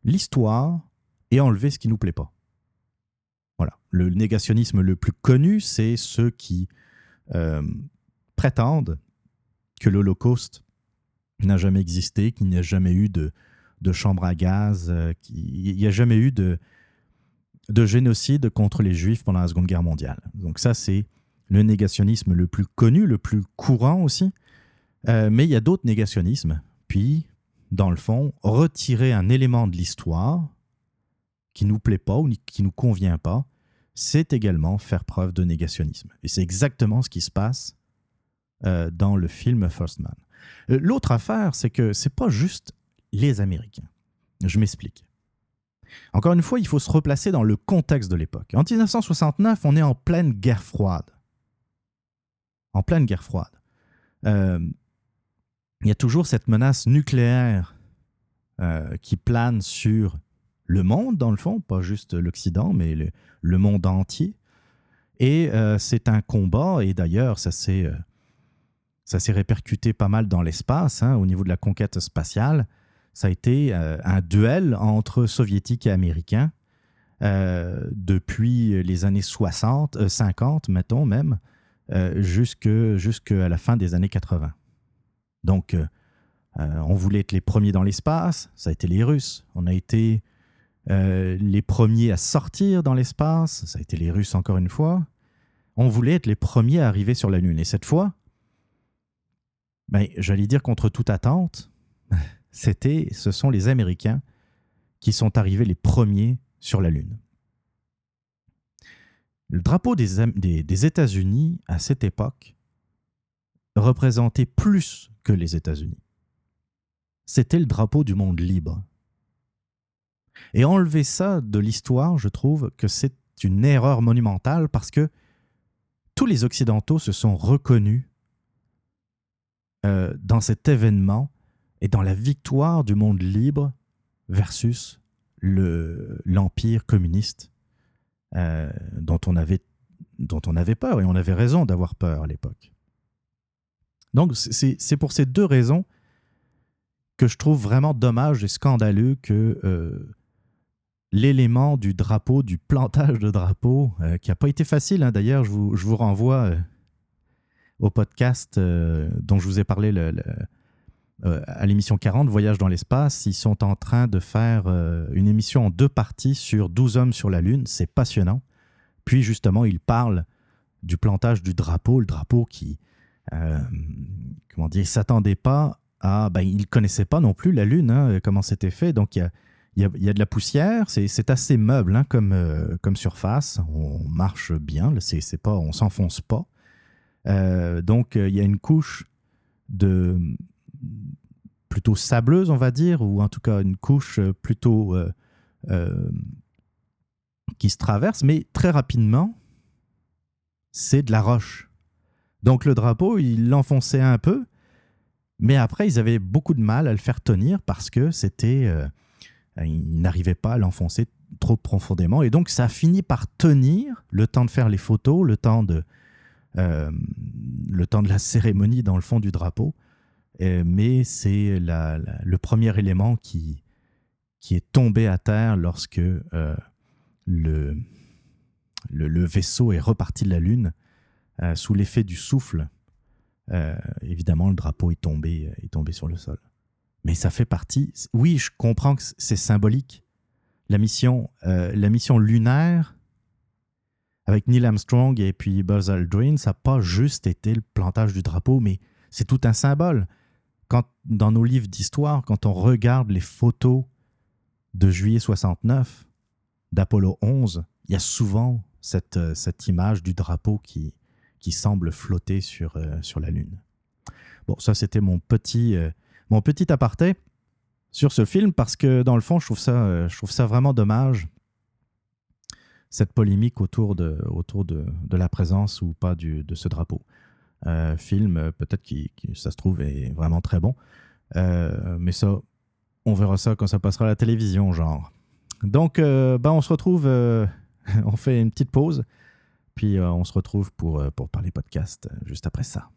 l'histoire et enlever ce qui ne nous plaît pas. Voilà. Le négationnisme le plus connu, c'est ceux qui euh, prétendent que l'Holocauste n'a jamais existé, qu'il n'y a jamais eu de, de chambre à gaz, euh, qu'il n'y a jamais eu de, de génocide contre les Juifs pendant la Seconde Guerre mondiale. Donc ça, c'est le négationnisme le plus connu, le plus courant aussi. Euh, mais il y a d'autres négationnismes. Puis, dans le fond, retirer un élément de l'histoire qui ne nous plaît pas ou qui ne nous convient pas, c'est également faire preuve de négationnisme. Et c'est exactement ce qui se passe euh, dans le film First Man. Euh, l'autre affaire, c'est que ce n'est pas juste les Américains. Je m'explique. Encore une fois, il faut se replacer dans le contexte de l'époque. En dix-neuf cent soixante-neuf, on est en pleine guerre froide. En pleine guerre froide. Euh, il y a toujours cette menace nucléaire euh, qui plane sur le monde, dans le fond, pas juste l'Occident, mais le, le monde entier. Et euh, c'est un combat, et d'ailleurs, ça s'est, euh, ça s'est répercuté pas mal dans l'espace, hein, au niveau de la conquête spatiale. Ça a été euh, un duel entre soviétiques et américains euh, depuis les années soixante, euh, cinquante, mettons même, euh, jusque, jusqu'à la fin des années quatre-vingts. Donc, euh, euh, on voulait être les premiers dans l'espace, ça a été les Russes. On a été euh, les premiers à sortir dans l'espace, ça a été les Russes encore une fois. On voulait être les premiers à arriver sur la Lune. Et cette fois, ben, j'allais dire contre toute attente, c'était, ce sont les Américains qui sont arrivés les premiers sur la Lune. Le drapeau des, des, des États-Unis, à cette époque, représentait plus que les États-Unis. C'était le drapeau du monde libre. Et enlever ça de l'histoire, je trouve que c'est une erreur monumentale parce que tous les Occidentaux se sont reconnus euh, dans cet événement et dans la victoire du monde libre versus le, l'empire communiste euh, dont, on avait, dont on avait peur, et on avait raison d'avoir peur à l'époque. Donc c'est, c'est pour ces deux raisons que je trouve vraiment dommage et scandaleux que euh, l'élément du drapeau, du plantage de drapeau, euh, qui n'a pas été facile, hein, d'ailleurs, je vous, je vous renvoie euh, au podcast euh, dont je vous ai parlé le, le, euh, à l'émission quarante, Voyage dans l'espace. Ils sont en train de faire euh, une émission en deux parties sur douze hommes sur la Lune. C'est passionnant. Puis justement, ils parlent du plantage du drapeau, le drapeau qui, euh, comment dire, ne s'attendait pas à... Ben, ils ne connaissaient pas non plus la Lune, hein, comment c'était fait. Donc, il y a Il y, a, il y a de la poussière, c'est, c'est assez meuble, hein, comme, euh, comme surface. On marche bien, c'est, c'est pas, on ne s'enfonce pas. Euh, donc, euh, il y a une couche de, plutôt sableuse, on va dire, ou en tout cas une couche plutôt euh, euh, qui se traverse, mais très rapidement, c'est de la roche. Donc, le drapeau, il l'enfonçait un peu, mais après, ils avaient beaucoup de mal à le faire tenir parce que c'était... Euh, il n'arrivait pas à l'enfoncer trop profondément. Et donc, ça a fini par tenir le temps de faire les photos, le temps de, euh, le, temps de la cérémonie dans le fond du drapeau. Et, mais c'est la, la, le premier élément qui, qui est tombé à terre lorsque euh, le, le, le vaisseau est reparti de la Lune euh, sous l'effet du souffle. Euh, évidemment, le drapeau est tombé, est tombé sur le sol. Mais ça fait partie... Oui, je comprends que c'est symbolique. La mission, euh, la mission lunaire, avec Neil Armstrong et puis Buzz Aldrin, ça n'a pas juste été le plantage du drapeau, mais c'est tout un symbole. Quand, dans nos livres d'histoire, quand on regarde les photos de juillet soixante-neuf, d'Apollo onze, il y a souvent cette, cette image du drapeau qui, qui semble flotter sur, euh, sur la Lune. Bon, ça, c'était mon petit... Euh, Mon petit aparté sur ce film, parce que dans le fond, je trouve ça, je trouve ça vraiment dommage, cette polémique autour de, autour de, de la présence ou pas du, de ce drapeau. Euh, film, peut-être qui, qui, ça se trouve, est vraiment très bon. Euh, mais ça, on verra ça quand ça passera à la télévision, genre. Donc, euh, ben, on se retrouve, euh, on fait une petite pause, puis euh, on se retrouve pour, pour parler podcast juste après ça.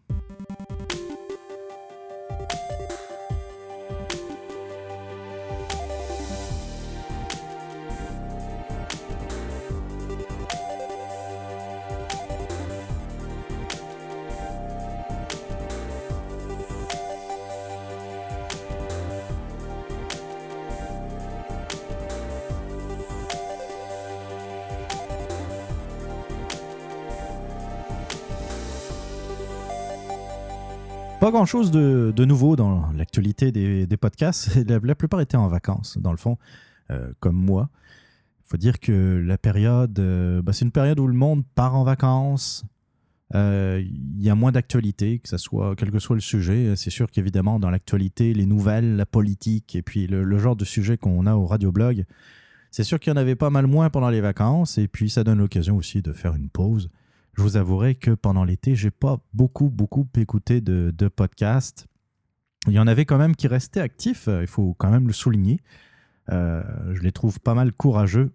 Pas grand-chose de, de nouveau dans l'actualité des, des podcasts. La, la plupart étaient en vacances, dans le fond, euh, comme moi. Il faut dire que la période, euh, bah, c'est une période où le monde part en vacances. Il euh, y a moins d'actualité, que ça soit, quel que soit le sujet. C'est sûr qu'évidemment, dans l'actualité, les nouvelles, la politique et puis le, le genre de sujet qu'on a au radioblog, c'est sûr qu'il y en avait pas mal moins pendant les vacances. Et puis, ça donne l'occasion aussi de faire une pause. Je vous avouerai que pendant l'été, je n'ai pas beaucoup, beaucoup écouté de, de podcasts. Il y en avait quand même qui restaient actifs, il faut quand même le souligner. Euh, je les trouve pas mal courageux.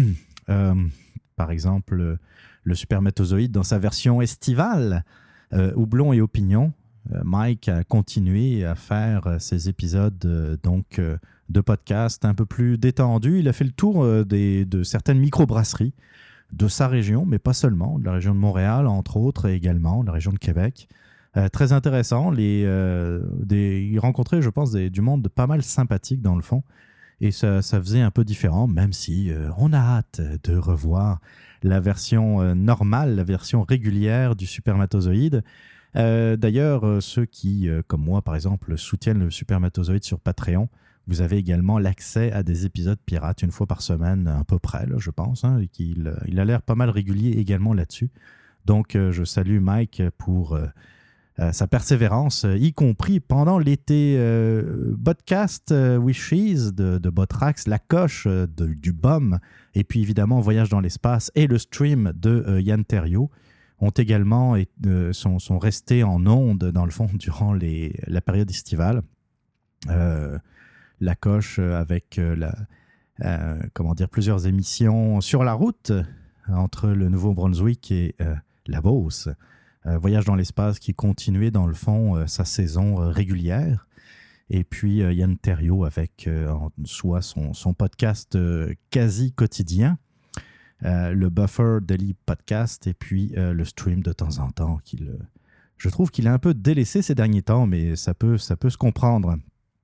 euh, par exemple, le Supermatozoïde dans sa version estivale, euh, Houblon et Opinion. Euh, Mike a continué à faire ses épisodes euh, donc, euh, de podcast un peu plus détendus. Il a fait le tour euh, des, de certaines microbrasseries de sa région, mais pas seulement, de la région de Montréal, entre autres, et également de la région de Québec. Euh, très intéressant. Les, euh, des, il rencontrait, je pense, des, du monde pas mal sympathique dans le fond. Et ça, ça faisait un peu différent, même si euh, on a hâte de revoir la version euh, normale, la version régulière du Supermatozoïde. Euh, d'ailleurs, euh, ceux qui, euh, comme moi, par exemple, soutiennent le Supermatozoïde sur Patreon, vous avez également l'accès à des épisodes pirates une fois par semaine, à peu près, là, je pense. Hein, et qu'il, il a l'air pas mal régulier également là-dessus. Donc, euh, je salue Mike pour... Euh, Euh, sa persévérance, euh, y compris pendant l'été euh, podcast euh, Wishes de, de Botrax, la coche euh, de, du B O M, et puis évidemment Voyage dans l'espace et le stream de euh, Yann Terriot ont également et, euh, sont, sont restés en ondes dans le fond durant les, la période estivale. Euh, la coche avec euh, la, euh, comment dire, plusieurs émissions sur la route entre le Nouveau-Brunswick et euh, la Beauce. Euh, Voyage dans l'espace qui continuait dans le fond euh, sa saison euh, régulière. Et puis euh, Yann Terriot avec euh, en soi son, son podcast euh, quasi quotidien, euh, le Buffer Daily Podcast et puis euh, le stream de temps en temps. Qu'il, euh, je trouve qu'il a un peu délaissé ces derniers temps, mais ça peut, ça peut se comprendre.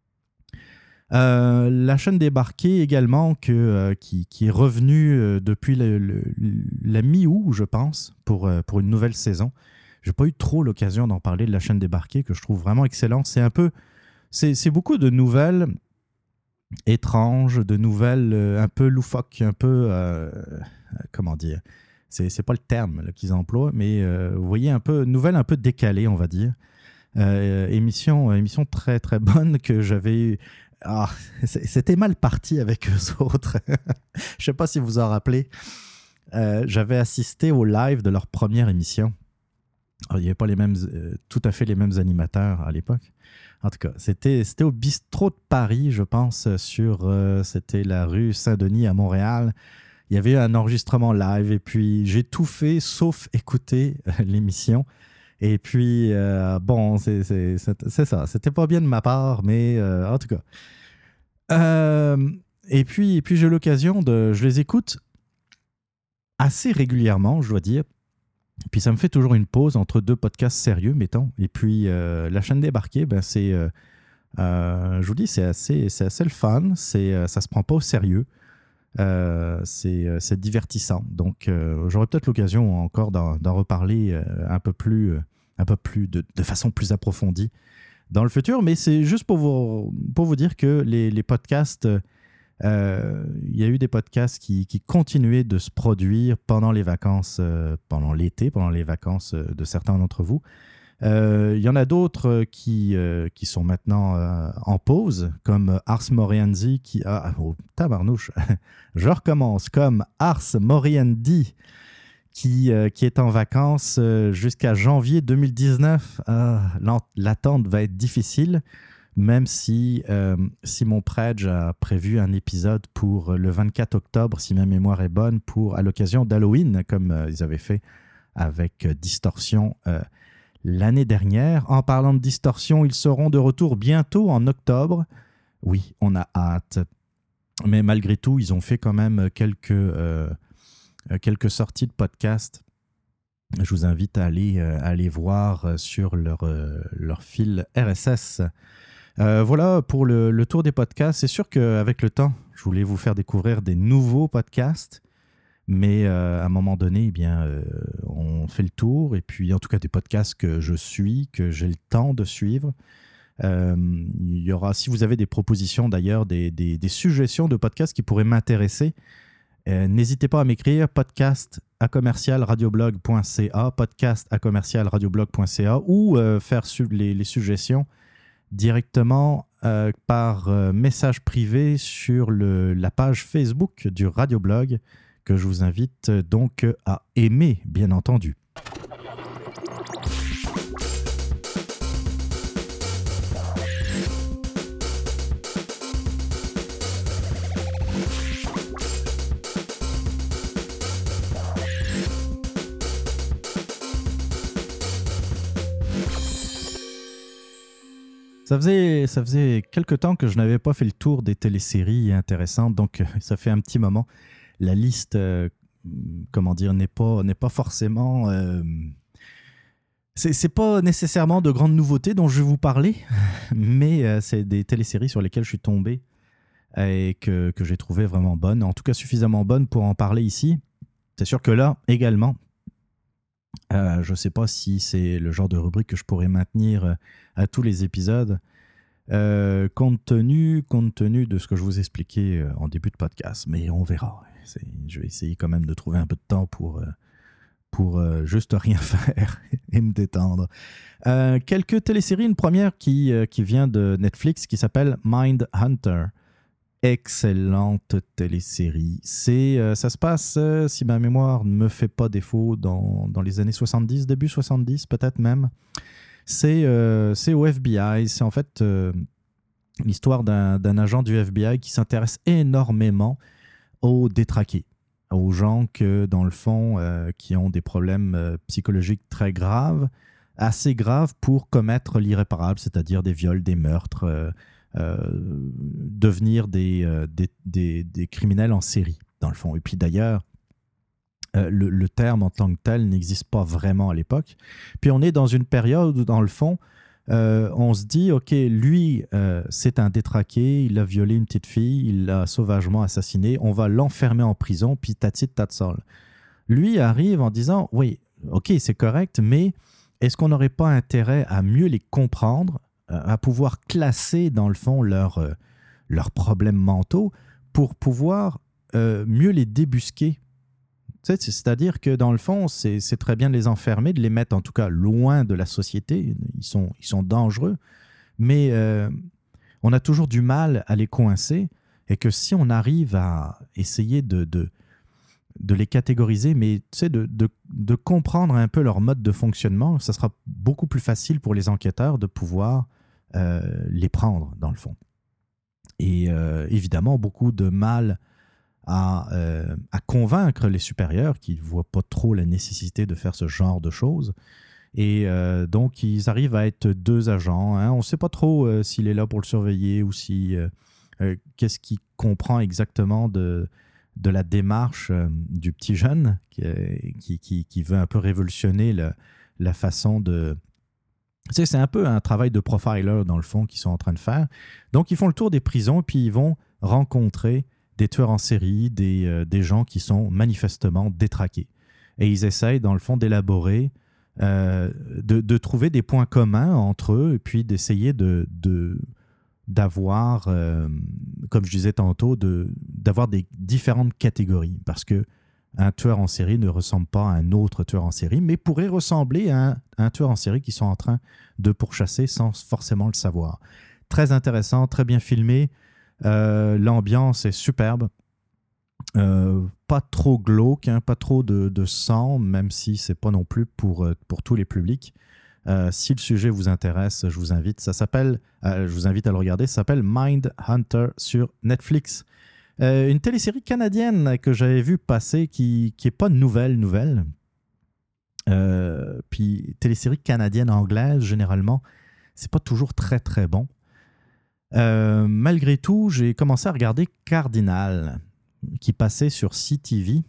Euh, la chaîne Débarquée également que, euh, qui, qui est revenue euh, depuis le, le, la mi-août, je pense, pour, euh, pour une nouvelle saison. Je n'ai pas eu trop l'occasion d'en parler de la chaîne Débarquée, que je trouve vraiment excellente. C'est un peu, c'est, c'est beaucoup de nouvelles étranges, de nouvelles euh, un peu loufoques, un peu, euh, comment dire, c'est, c'est pas le terme là, qu'ils emploient, mais euh, vous voyez, un peu, nouvelles un peu décalées, on va dire. Euh, émission, émission très très bonne que j'avais... Ah, c'était mal parti avec eux autres. Je ne sais pas si vous vous en rappelez. Euh, j'avais assisté au live de leur première émission. Alors, il n'y avait pas les mêmes, euh, tout à fait les mêmes animateurs à l'époque. En tout cas, c'était, c'était au Bistrot de Paris, je pense, sur euh, c'était la rue Saint-Denis à Montréal. Il y avait un enregistrement live et puis j'ai tout fait sauf écouter euh, l'émission. Et puis, euh, bon, c'est, c'est, c'est, c'est ça. C'était pas bien de ma part, mais euh, en tout cas. Euh, et puis, et puis j'ai l'occasion de... Je les écoute assez régulièrement, je dois dire. Et puis ça me fait toujours une pause entre deux podcasts sérieux, mettons. Et puis euh, la chaîne Débarquée, ben, c'est, euh, euh, je vous dis, c'est assez, c'est assez le fun. C'est, euh, ça se prend pas au sérieux. Euh, c'est, euh, c'est divertissant. Donc euh, j'aurai peut-être l'occasion encore d'en, d'en reparler euh, un peu plus, euh, un peu plus de, de façon plus approfondie dans le futur. Mais c'est juste pour vous, pour vous dire que les, les podcasts... Euh, il y a eu des podcasts qui, qui continuaient de se produire pendant les vacances, euh, pendant l'été, pendant les vacances euh, de certains d'entre vous. Euh, il y en a d'autres qui, euh, qui sont maintenant euh, en pause, comme Ars Moriendi, qui... Ah, oh, tabarnouche, je recommence, comme Ars Moriendi, qui, euh, qui est en vacances euh, jusqu'à janvier deux mille dix-neuf. Ah, l'attente va être difficile. Même si euh, Simon Predge a prévu un épisode pour le vingt-quatre octobre, si ma mémoire est bonne, pour, à l'occasion d'Halloween, comme euh, ils avaient fait avec euh, Distorsion euh, l'année dernière. En parlant de Distorsion, ils seront de retour bientôt en octobre. Oui, on a hâte. Mais malgré tout, ils ont fait quand même quelques, euh, quelques sorties de podcasts. Je vous invite à aller, euh, à aller voir sur leur, euh, leur fil R S S. Euh, voilà pour le, le tour des podcasts. C'est sûr qu'avec le temps, je voulais vous faire découvrir des nouveaux podcasts, mais euh, à un moment donné, eh bien, euh, on fait le tour. Et puis, en tout cas, des podcasts que je suis, que j'ai le temps de suivre. Euh, il y aura, si vous avez des propositions d'ailleurs, des, des, des suggestions de podcasts qui pourraient m'intéresser, euh, n'hésitez pas à m'écrire podcast à commercial radioblog point c a, podcast à commercial radioblog point c a ou euh, faire su- les, les suggestions directement euh, par euh, message privé sur le, la page Facebook du Radioblog que je vous invite euh, donc à aimer, bien entendu. Ça faisait, ça faisait quelque temps que je n'avais pas fait le tour des téléséries intéressantes, donc ça fait un petit moment. La liste, euh, comment dire, n'est pas, n'est pas forcément... Euh, c'est, c'est pas nécessairement de grandes nouveautés dont je vais vous parler, mais euh, c'est des téléséries sur lesquelles je suis tombé et que, que j'ai trouvé vraiment bonnes, en tout cas suffisamment bonnes pour en parler ici. C'est sûr que là, également, Euh, je ne sais pas si c'est le genre de rubrique que je pourrais maintenir euh, à tous les épisodes, euh, compte tenu, compte tenu de ce que je vous expliquais euh, en début de podcast. Mais on verra. C'est, je vais essayer quand même de trouver un peu de temps pour, euh, pour euh, juste rien faire et me détendre. Euh, quelques téléséries. Une première qui, euh, qui vient de Netflix qui s'appelle Mindhunter. Excellente télésérie. C'est, euh, ça se passe, euh, si ma mémoire ne me fait pas défaut, dans, dans les années soixante-dix, début soixante-dix peut-être même. C'est, euh, c'est au F B I. C'est en fait euh, l'histoire d'un, d'un agent du F B I qui s'intéresse énormément aux détraqués, aux gens que, dans le fond, euh, qui ont des problèmes euh, psychologiques très graves, assez graves pour commettre l'irréparable, c'est-à-dire des viols, des meurtres, euh, Euh, devenir des, euh, des, des, des criminels en série, dans le fond. Et puis d'ailleurs, euh, le, le terme en tant que tel n'existe pas vraiment à l'époque. Puis on est dans une période où, dans le fond, euh, on se dit, OK, lui, euh, c'est un détraqué, il a violé une petite fille, il l'a sauvagement assassiné, on va l'enfermer en prison, puis tatit tatsol. Lui arrive en disant, oui, OK, c'est correct, mais est-ce qu'on n'aurait pas intérêt à mieux les comprendre, à pouvoir classer, dans le fond, leurs euh, leurs problèmes mentaux pour pouvoir euh, mieux les débusquer. Tu sais, c'est-à-dire que, dans le fond, c'est, c'est très bien de les enfermer, de les mettre, en tout cas, loin de la société. Ils sont, ils sont dangereux. Mais euh, on a toujours du mal à les coincer et que si on arrive à essayer de, de, de les catégoriser, mais tu sais, de, de, de comprendre un peu leur mode de fonctionnement, ça sera beaucoup plus facile pour les enquêteurs de pouvoir Euh, les prendre, dans le fond. Et euh, évidemment, beaucoup de mal à, euh, à convaincre les supérieurs qui ne voient pas trop la nécessité de faire ce genre de choses. Et euh, donc, ils arrivent à être deux agents. Hein. On ne sait pas trop euh, s'il est là pour le surveiller ou si, euh, euh, qu'est-ce qu'il comprend exactement de, de la démarche euh, du petit jeune qui, qui, qui, qui veut un peu révolutionner le, la façon de... Tu sais, c'est un peu un travail de profiler, dans le fond, qu'ils sont en train de faire. Donc, ils font le tour des prisons et puis ils vont rencontrer des tueurs en série, des, euh, des gens qui sont manifestement détraqués. Et ils essayent, dans le fond, d'élaborer, euh, de, de trouver des points communs entre eux et puis d'essayer de, de, d'avoir, euh, comme je disais tantôt, de, d'avoir des différentes catégories. Parce que un tueur en série ne ressemble pas à un autre tueur en série, mais pourrait ressembler à un, à un tueur en série qu'ils sont en train de pourchasser sans forcément le savoir. Très intéressant, très bien filmé. Euh, l'ambiance est superbe. Euh, pas trop glauque, hein, pas trop de, de sang, même si c'est pas non plus pour, pour tous les publics. Euh, si le sujet vous intéresse, je vous invite. Ça s'appelle, euh, je vous invite à le regarder. Ça s'appelle Mindhunter sur Netflix. Euh, une télésérie canadienne que j'avais vue passer qui qui est pas nouvelle, nouvelle. Euh, puis télésérie canadienne anglaise, généralement, c'est pas toujours très, très bon. Euh, malgré tout, j'ai commencé à regarder Cardinal, qui passait sur C T V.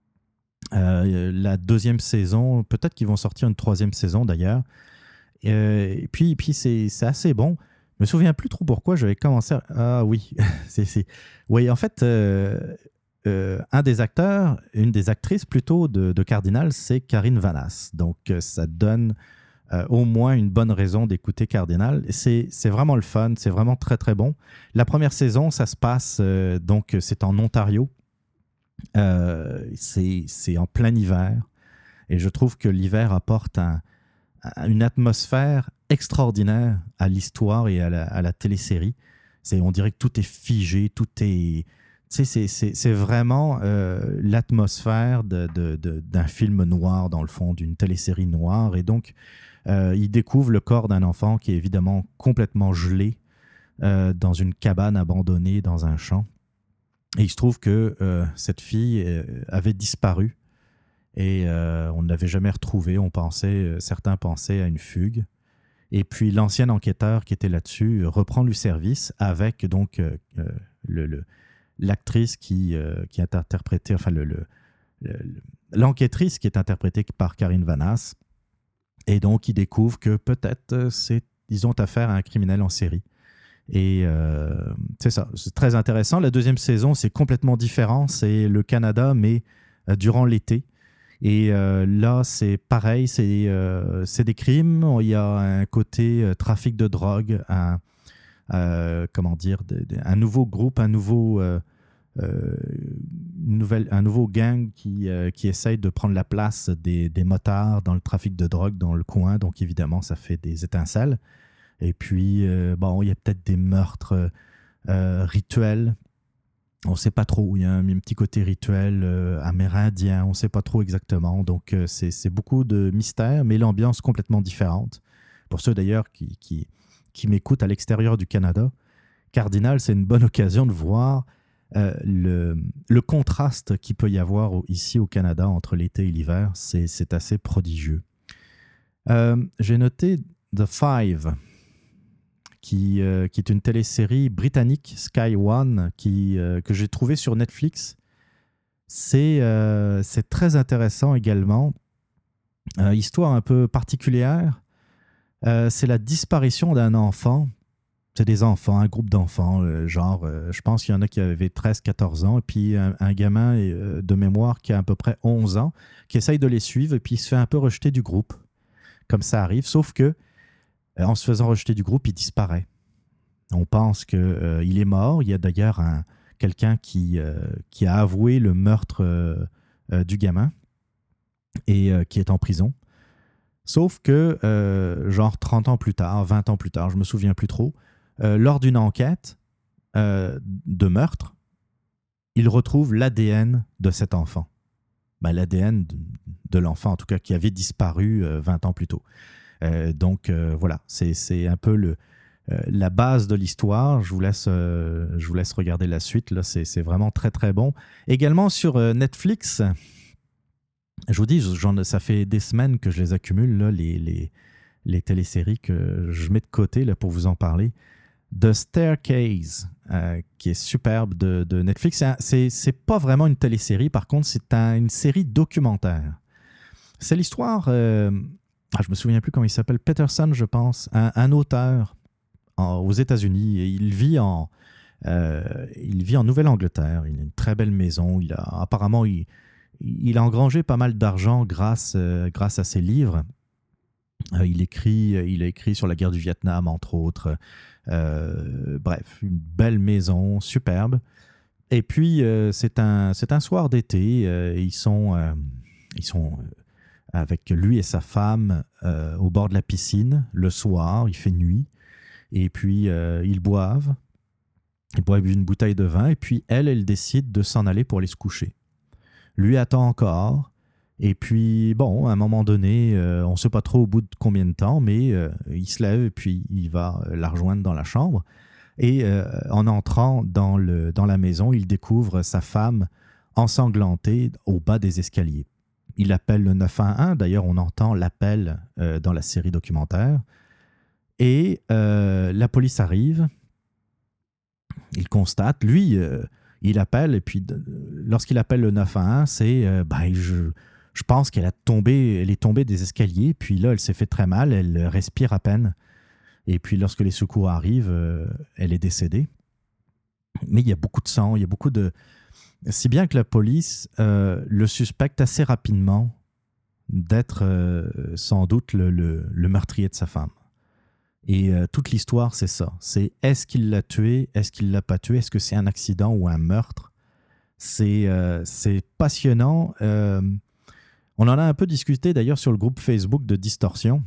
Euh, la deuxième saison, peut-être qu'ils vont sortir une troisième saison d'ailleurs. Euh, et puis, puis c'est, c'est assez bon. Je me souviens plus trop pourquoi j'avais commencé à... Ah oui, c'est, c'est... Oui, en fait, euh, euh, un des acteurs, une des actrices plutôt de, de Cardinal, c'est Karine Vanasse. Donc, euh, ça donne euh, au moins une bonne raison d'écouter Cardinal. C'est, c'est vraiment le fun, c'est vraiment très, très bon. La première saison, ça se passe, euh, donc, c'est en Ontario. Euh, c'est, c'est en plein hiver. Et je trouve que l'hiver apporte un, une atmosphère extraordinaire à l'histoire et à la, à la télésérie. C'est, on dirait que tout est figé, tout est... Tu sais, c'est, c'est, c'est vraiment euh, l'atmosphère de, de, de, d'un film noir, dans le fond, d'une télésérie noire. Et donc, euh, il découvre le corps d'un enfant qui est évidemment complètement gelé euh, dans une cabane abandonnée dans un champ. Et il se trouve que euh, cette fille euh, avait disparu et euh, on ne l'avait jamais retrouvée. On pensait, euh, certains pensaient à une fugue. Et puis l'ancien enquêteur qui était là-dessus reprend le service avec donc euh, euh, le, le, l'actrice qui, euh, qui est interprétée, enfin le, le, le, l'enquêtrice qui est interprétée par Karine Vanasse. Et donc ils découvrent que peut-être c'est, ils ont affaire à un criminel en série. Et euh, c'est ça, c'est très intéressant. La deuxième saison, c'est complètement différent. C'est le Canada, mais euh, durant l'été. Et euh, là, c'est pareil, c'est, euh, c'est des crimes. Il y a un côté euh, trafic de drogue, un, euh, comment dire, de, de, un nouveau groupe, un nouveau, euh, euh, nouvelle, un nouveau gang qui, euh, qui essaye de prendre la place des, des motards dans le trafic de drogue dans le coin. Donc, évidemment, ça fait des étincelles. Et puis, euh, bon, il y a peut-être des meurtres euh, rituels. On ne sait pas trop. Il y a un, un petit côté rituel euh, amérindien. On ne sait pas trop exactement. Donc, euh, c'est, c'est beaucoup de mystère, mais l'ambiance complètement différente. Pour ceux d'ailleurs qui, qui, qui m'écoutent à l'extérieur du Canada, Cardinal, c'est une bonne occasion de voir euh, le, le contraste qu'il peut y avoir au, ici au Canada entre l'été et l'hiver. C'est, c'est assez prodigieux. Euh, j'ai noté The Five, Qui, euh, qui est une télésérie britannique, Sky One, qui, euh, que j'ai trouvée sur Netflix. C'est, euh, c'est très intéressant également. Euh, histoire un peu particulière. Euh, c'est la disparition d'un enfant. C'est des enfants, un groupe d'enfants, euh, genre, euh, je pense qu'il y en a qui avaient treize quatorze ans, et puis un, un gamin euh, de mémoire qui a à peu près onze ans, qui essaye de les suivre, et puis il se fait un peu rejeter du groupe. Comme ça arrive, sauf que en se faisant rejeter du groupe, il disparaît. On pense qu'il euh, est mort. Il y a d'ailleurs un, quelqu'un qui, euh, qui a avoué le meurtre euh, euh, du gamin et euh, qui est en prison. Sauf que, euh, genre trente ans plus tard, vingt ans plus tard, je ne me souviens plus trop, euh, lors d'une enquête euh, de meurtre, il retrouve l'A D N de cet enfant. Ben, l'A D N de, de l'enfant, en tout cas, qui avait disparu euh, vingt ans plus tôt. Euh, donc euh, voilà, c'est, c'est un peu le, euh, la base de l'histoire. Je vous laisse, euh, je vous laisse regarder la suite. Là, c'est, c'est vraiment très très bon. Également sur euh, Netflix, je vous dis, j'en, ça fait des semaines que je les accumule, là, les, les, les téléséries que je mets de côté là, pour vous en parler. The Staircase, euh, qui est superbe de, de Netflix. C'est, un, c'est, c'est pas vraiment une télésérie, par contre, c'est un, une série documentaire. C'est l'histoire... Euh, Ah, je me souviens plus comment il s'appelle, Peterson, je pense, un, un auteur en, aux États-Unis. Il vit en, euh, il vit en Nouvelle-Angleterre. Il a une très belle maison. Il a, apparemment, il, il a engrangé pas mal d'argent grâce, euh, grâce à ses livres. Euh, il, écrit, il a écrit sur la guerre du Vietnam, entre autres. Euh, bref, une belle maison, superbe. Et puis, euh, c'est, un, c'est un soir d'été. Euh, ils sont... Euh, ils sont avec lui et sa femme euh, au bord de la piscine, le soir, il fait nuit, et puis euh, ils boivent, ils boivent une bouteille de vin, et puis elle, elle décide de s'en aller pour aller se coucher. Lui attend encore, et puis bon, à un moment donné, euh, on ne sait pas trop au bout de combien de temps, mais euh, il se lève, et puis il va la rejoindre dans la chambre, et euh, en entrant dans, le, dans la maison, il découvre sa femme ensanglantée au bas des escaliers. Il appelle le neuf un un. D'ailleurs, on entend l'appel euh, dans la série documentaire. Et euh, la police arrive. Il constate. Lui, euh, il appelle. Et puis, de, lorsqu'il appelle le neuf un un, c'est euh, ben, je, je pense qu'elle a tombé, elle est tombée des escaliers. Puis là, elle s'est fait très mal. Elle respire à peine. Et puis, lorsque les secours arrivent, euh, elle est décédée. Mais il y a beaucoup de sang. Il y a beaucoup de... Si bien que la police euh, le suspecte assez rapidement d'être euh, sans doute le, le, le meurtrier de sa femme. Et euh, toute l'histoire, c'est ça. C'est est-ce qu'il l'a tué, est-ce qu'il l'a pas tué, est-ce que c'est un accident ou un meurtre? C'est, euh, c'est passionnant. Euh, on en a un peu discuté d'ailleurs sur le groupe Facebook de Distorsion.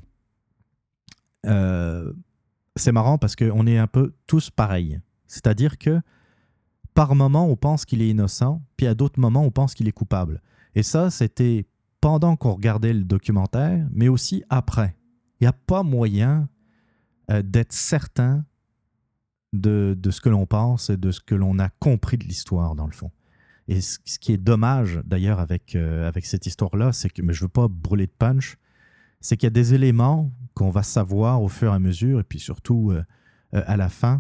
Euh, c'est marrant parce qu'on est un peu tous pareils. C'est-à-dire que par moments, on pense qu'il est innocent, puis à d'autres moments, on pense qu'il est coupable. Et ça, c'était pendant qu'on regardait le documentaire, mais aussi après. Il n'y a pas moyen euh, d'être certain de, de ce que l'on pense et de ce que l'on a compris de l'histoire, dans le fond. Et ce, ce qui est dommage, d'ailleurs, avec, euh, avec cette histoire-là, c'est que, mais je ne veux pas brûler de punch, c'est qu'il y a des éléments qu'on va savoir au fur et à mesure, et puis surtout euh, euh, à la fin,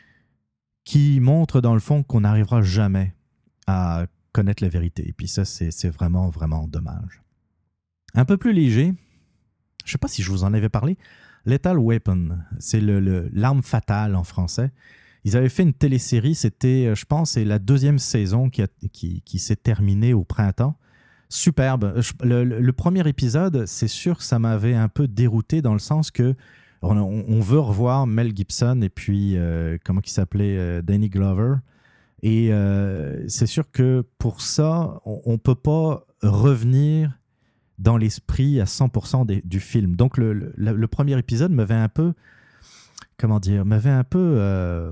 qui montrent, dans le fond, qu'on n'arrivera jamais à connaître la vérité. Et puis ça, c'est, c'est vraiment, vraiment dommage. Un peu plus léger, je ne sais pas si je vous en avais parlé, Lethal Weapon, c'est le, le, l'arme fatale en français. Ils avaient fait une télésérie, c'était, je pense, c'est la deuxième saison qui, a, qui, qui s'est terminée au printemps. Superbe. Le, le, le premier épisode, c'est sûr que ça m'avait un peu dérouté dans le sens que on, on veut revoir Mel Gibson et puis, euh, comment il s'appelait, euh, Danny Glover. Et euh, c'est sûr que pour ça, on ne peut pas revenir dans l'esprit à cent pour cent des, du film. Donc, le, le, le premier épisode m'avait un peu, comment dire, m'avait un peu... Euh,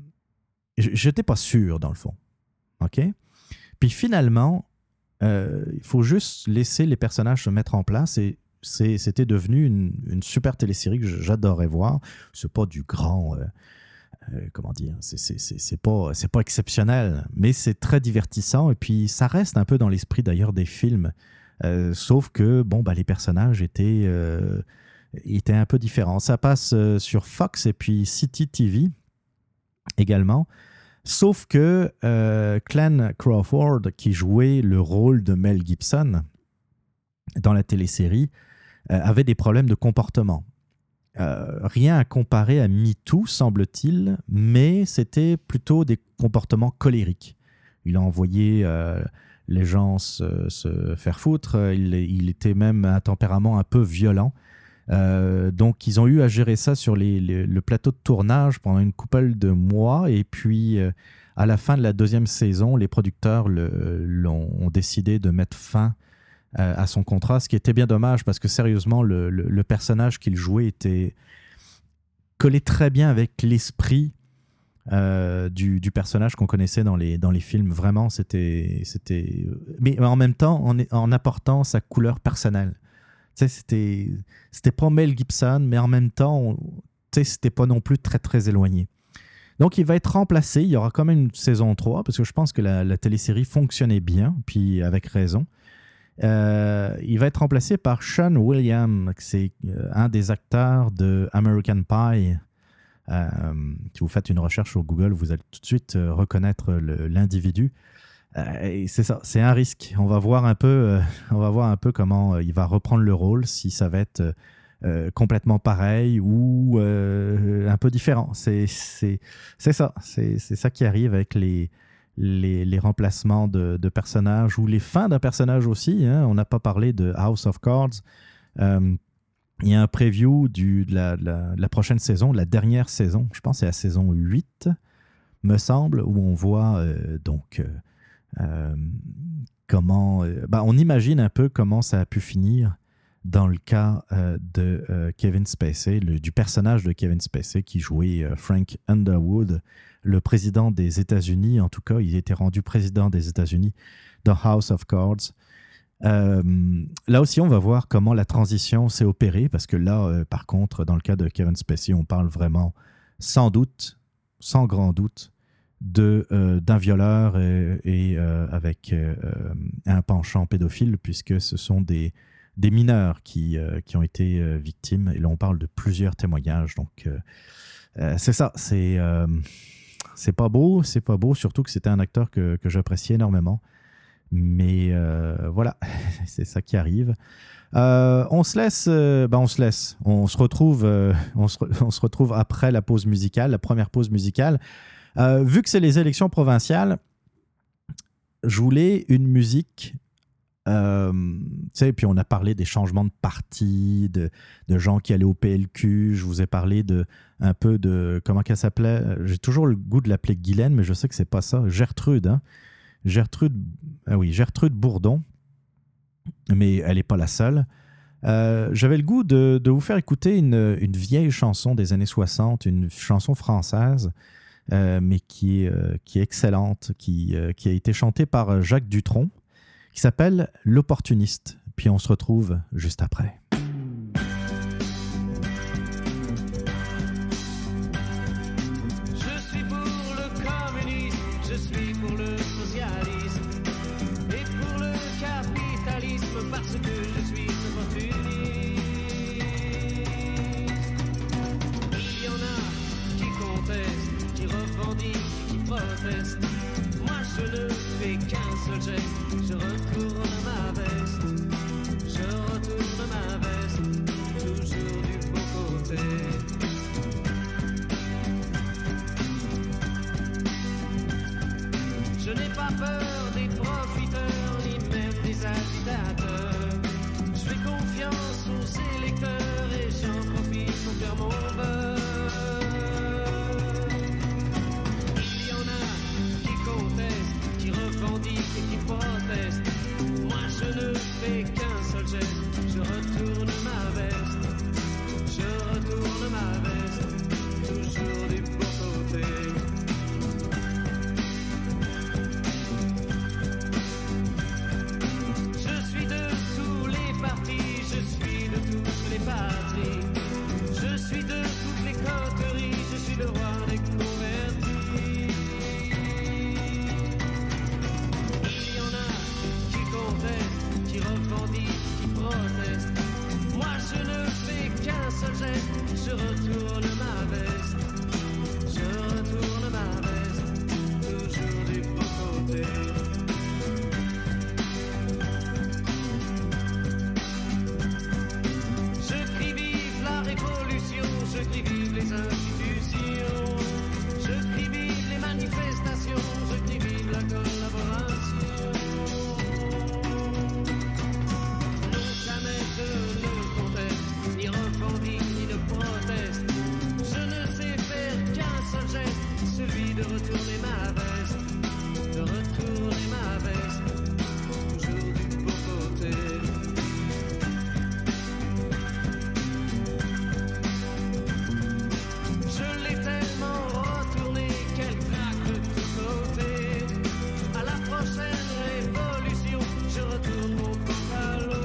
j'étais pas sûr, dans le fond. OK? Puis finalement, euh, il faut juste laisser les personnages se mettre en place et c'est, c'était devenu une, une super télésérie que j'adorais voir. C'est pas du grand... Euh, euh, comment dire, c'est, c'est, c'est, c'est, pas, c'est pas exceptionnel, mais c'est très divertissant et puis ça reste un peu dans l'esprit d'ailleurs des films. Euh, sauf que bon, bah, les personnages étaient, euh, étaient un peu différents. Ça passe euh, sur Fox et puis City T V également. Sauf que euh, Glenn Crawford, qui jouait le rôle de Mel Gibson dans la télésérie, euh, avait des problèmes de comportement. Euh, rien à comparer à MeToo, semble-t-il, mais c'était plutôt des comportements colériques. Il a envoyé euh, les gens se, se faire foutre, il, il était même un tempérament un peu violent. Euh, donc, ils ont eu à gérer ça sur les, les, le plateau de tournage pendant une couple de mois. Et puis, euh, à la fin de la deuxième saison, les producteurs le, l'ont, ont décidé de mettre fin euh, à son contrat, ce qui était bien dommage parce que, sérieusement, le, le, le personnage qu'il jouait était collé très bien avec l'esprit euh, du, du personnage qu'on connaissait dans les, dans les films. Vraiment, c'était... c'était... Mais en même temps, en, en apportant sa couleur personnelle. Tu sais, c'était, c'était pas Mel Gibson, mais en même temps, tu sais, c'était pas non plus très, très éloigné. Donc, il va être remplacé. Il y aura quand même une saison trois, parce que je pense que la, la télésérie fonctionnait bien, puis avec raison. Euh, il va être remplacé par Sean William, c'est un des acteurs de American Pie. Euh, si vous faites une recherche sur Google, vous allez tout de suite reconnaître le, l'individu. Euh, et c'est ça, c'est un risque. On va voir un peu, euh, on va voir un peu comment euh, il va reprendre le rôle, si ça va être euh, complètement pareil ou euh, un peu différent. C'est, c'est, c'est ça, c'est, c'est ça qui arrive avec les, les, les remplacements de, de personnages ou les fins d'un personnage aussi. Hein. On n'a pas parlé de House of Cards. Euh, il y a un preview du, de, la, de, la, de la prochaine saison, de la dernière saison, je pense que c'est la saison huit, me semble, où on voit euh, donc... Euh, Euh, comment, euh, bah on imagine un peu comment ça a pu finir dans le cas euh, de euh, Kevin Spacey, le, du personnage de Kevin Spacey qui jouait euh, Frank Underwood, le président des États-Unis. En tout cas, il était rendu président des États-Unis dans House of Cards. Euh, là aussi, on va voir comment la transition s'est opérée, parce que là, euh, par contre, dans le cas de Kevin Spacey, on parle vraiment, sans doute, sans grand doute, De, euh, d'un violeur et, et euh, avec euh, un penchant pédophile, puisque ce sont des, des mineurs qui, euh, qui ont été euh, victimes. Et là, on parle de plusieurs témoignages. Donc, euh, euh, c'est ça. C'est, euh, c'est pas beau. C'est pas beau, surtout que c'était un acteur que, que j'appréciais énormément. Mais euh, voilà, c'est ça qui arrive. Euh, on se laisse, euh, ben on se laisse. On se retrouve, euh, on se, re- on se retrouve après la pause musicale, la première pause musicale. Euh, vu que c'est les élections provinciales, je voulais une musique. Euh, tu sais, puis on a parlé des changements de parti, de, de gens qui allaient au P L Q. Je vous ai parlé de un peu de comment qu'elle s'appelait. J'ai toujours le goût de l'appeler Guylaine, mais je sais que c'est pas ça. Gertrude, hein? Gertrude, ah oui, Gertrude Bourdon. Mais elle n'est pas la seule. Euh, j'avais le goût de, de vous faire écouter une, une vieille chanson des années soixante, une chanson française, euh, mais qui est, euh, qui est excellente, qui, euh, qui a été chantée par Jacques Dutronc, qui s'appelle L'Opportuniste. Puis on se retrouve juste après. Je suis pour le communisme, je suis pour le socialisme et pour le capitalisme parce que je suis opportuniste. Il y en a qui contestent, qui revendiquent, qui protestent. Moi je ne fais qu'un seul geste. Je retourne ma veste, je retourne ma veste, toujours du bon côté. Je n'ai pas peur des profiteurs, ni même des agitateurs. Je fais confiance aux électeurs et j'en profite pour faire mon beurre. Il y en a qui contestent, qui revendiquent et qui protestent. Moi je ne fais qu'un seul geste, je retourne ma veste, je retourne ma veste, toujours du bon côté. Je suis de tous les partis, je suis de toutes les patries, je suis de toutes les coteries, je suis le roi des convertis. Qui revendiquent, qui protestent. Moi je ne fais qu'un seul geste, je retourne ma veste, je retourne ma veste, toujours du bon côté. Je crie vive la révolution, je crie vive les institutions, je crie vive les manifestations, je crie vive la collaboration. Je ne conteste, ni revendique, ni ne proteste. Je ne sais faire qu'un seul geste, celui de retourner ma veste, de retourner ma veste, toujours du bon côté. Je l'ai tellement retourné qu'elle craque de tous côtés. À la prochaine révolution, je retourne mon pantalon.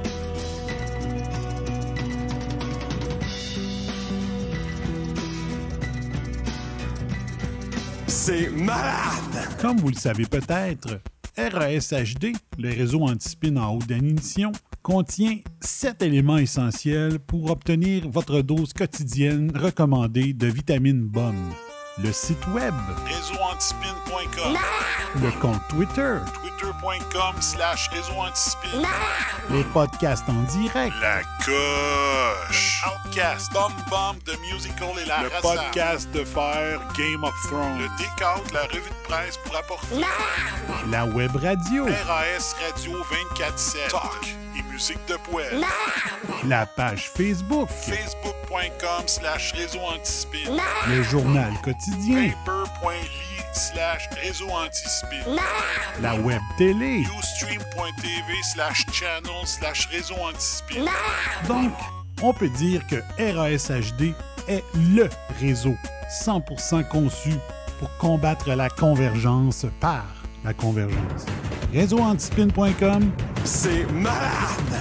C'est malade! Comme vous le savez peut-être, R A S H D, le réseau anti-spin en haute définition, contient sept éléments essentiels pour obtenir votre dose quotidienne recommandée de vitamines bonnes. Le site web, réseau antispin point com, le compte Twitter, twitter.com slash réseau antispin, les podcasts en direct, la coche, le Outcast, Bomb Bomb de Musical et la le Raza, podcast de faire Game of Thrones, le décompte, la revue de presse pour apporter la web radio, R A S Radio vingt-quatre sept, talk et musique de poêle, la page Facebook, facebook.com slash réseau antispin, le journal quotidien, paper.ly slash réseau antispin, la web télé. ustream.tv slash channel slash réseau antispin. Donc, on peut dire que R A S H D est le réseau cent pour cent conçu pour combattre la convergence par la convergence. réseau antispin point com, c'est malade!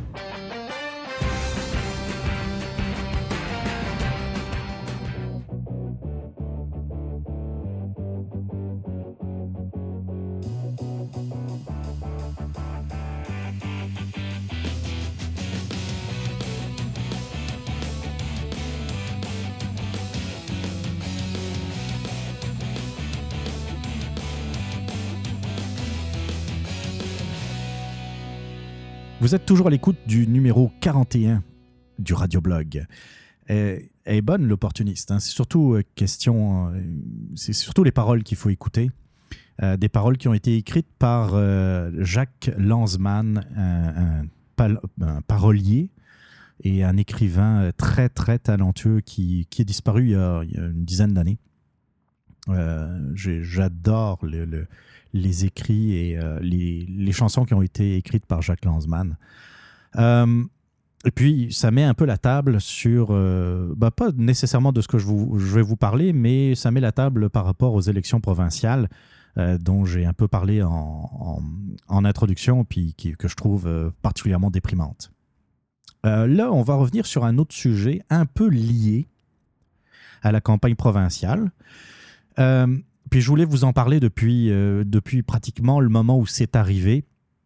Vous êtes toujours à l'écoute du numéro quarante et un du Radioblog. Elle est bonne, l'opportuniste. Hein. C'est surtout euh, question, euh, c'est surtout les paroles qu'il faut écouter. Euh, des paroles qui ont été écrites par euh, Jacques Lanzmann, un, un, pal- un parolier et un écrivain très, très talentueux qui, qui est disparu il y a, il y a une dizaine d'années. Euh, j'ai, j'adore le, le, les écrits et euh, les, les chansons qui ont été écrites par Jacques Lanzmann. Euh, et puis, ça met un peu la table sur, euh, bah, pas nécessairement de ce que je, vous, je vais vous parler, mais ça met la table par rapport aux élections provinciales euh, dont j'ai un peu parlé en, en, en introduction, puis qui, que je trouve euh, particulièrement déprimante. Euh, là, on va revenir sur un autre sujet un peu lié à la campagne provinciale. Euh, puis je voulais vous en parler depuis, euh, depuis pratiquement le moment où c'est arrivé.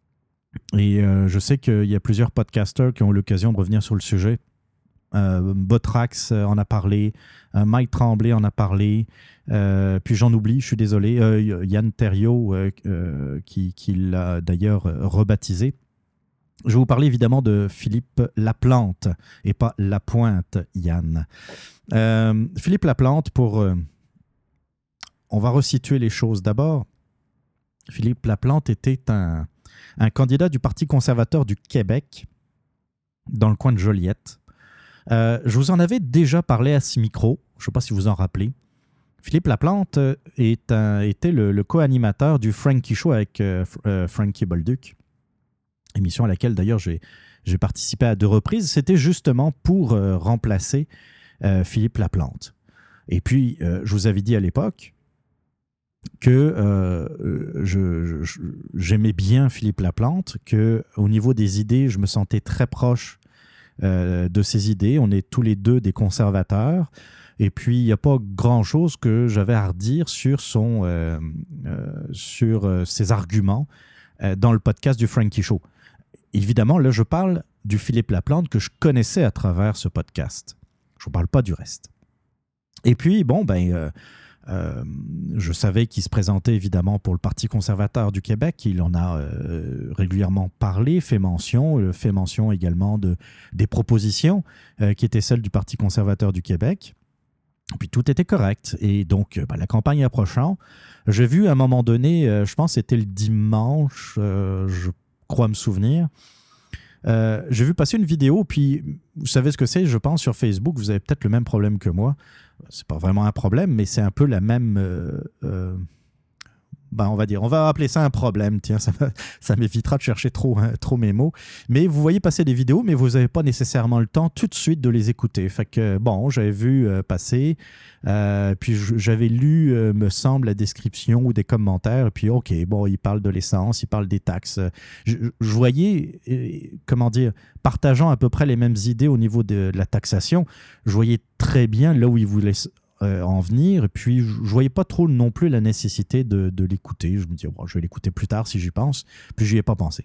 Et euh, je sais qu'il y a plusieurs podcasters qui ont eu l'occasion de revenir sur le sujet. Euh, Botrax en a parlé, euh, Mike Tremblay en a parlé, euh, puis j'en oublie, je suis désolé, euh, Yann Terriot euh, euh, qui, qui l'a d'ailleurs rebaptisé. Je vais vous parler évidemment de Philippe Laplante et pas Lapointe, Yann. Euh, Philippe Laplante, pour... Euh, on va resituer les choses d'abord. Philippe Laplante était un, un candidat du Parti conservateur du Québec dans le coin de Joliette. Euh, je vous en avais déjà parlé à ce micro, je ne sais pas si vous en rappelez. Philippe Laplante est un, était le, le co-animateur du Frankie Show avec euh, euh, Frankie Bolduc, émission à laquelle d'ailleurs j'ai, j'ai participé à deux reprises. C'était justement pour euh, remplacer euh, Philippe Laplante. Et puis, euh, je vous avais dit à l'époque que euh, je, je, j'aimais bien Philippe Laplante, qu'au niveau des idées, je me sentais très proche euh, de ses idées. On est tous les deux des conservateurs. Et puis, il n'y a pas grand-chose que j'avais à redire sur, son, euh, euh, sur euh, ses arguments euh, dans le podcast du Frankie Show. Évidemment, là, je parle du Philippe Laplante que je connaissais à travers ce podcast. Je ne parle pas du reste. Et puis, bon, ben... Euh, Euh, je savais qu'il se présentait évidemment pour le Parti conservateur du Québec. Il en a euh, régulièrement parlé, fait mention, euh, fait mention également de, des propositions euh, qui étaient celles du Parti conservateur du Québec. Puis tout était correct. Et donc, euh, ben, la campagne approchant, j'ai vu à un moment donné, euh, je pense que c'était le dimanche, euh, je crois me souvenir, Euh, j'ai vu passer une vidéo, puis vous savez ce que c'est, je pense, sur Facebook, vous avez peut-être le même problème que moi. C'est pas vraiment un problème, mais c'est un peu la même... Euh, euh, ben on va dire, on va appeler ça un problème, tiens, ça, ça m'évitera de chercher trop, hein, trop mes mots. Mais vous voyez passer des vidéos, mais vous n'avez pas nécessairement le temps tout de suite de les écouter. Fait que, bon, j'avais vu euh, passer, euh, puis j'avais lu, euh, me semble, la description ou des commentaires, et puis, OK, bon, il parle de l'essence, il parle des taxes. Je, je voyais, euh, comment dire, partageant à peu près les mêmes idées au niveau de, de la taxation, je voyais très bien là où il voulait Euh, en venir, et puis je ne voyais pas trop non plus la nécessité de, de l'écouter. Je me disais, bon, je vais l'écouter plus tard si j'y pense, puis je n'y ai pas pensé.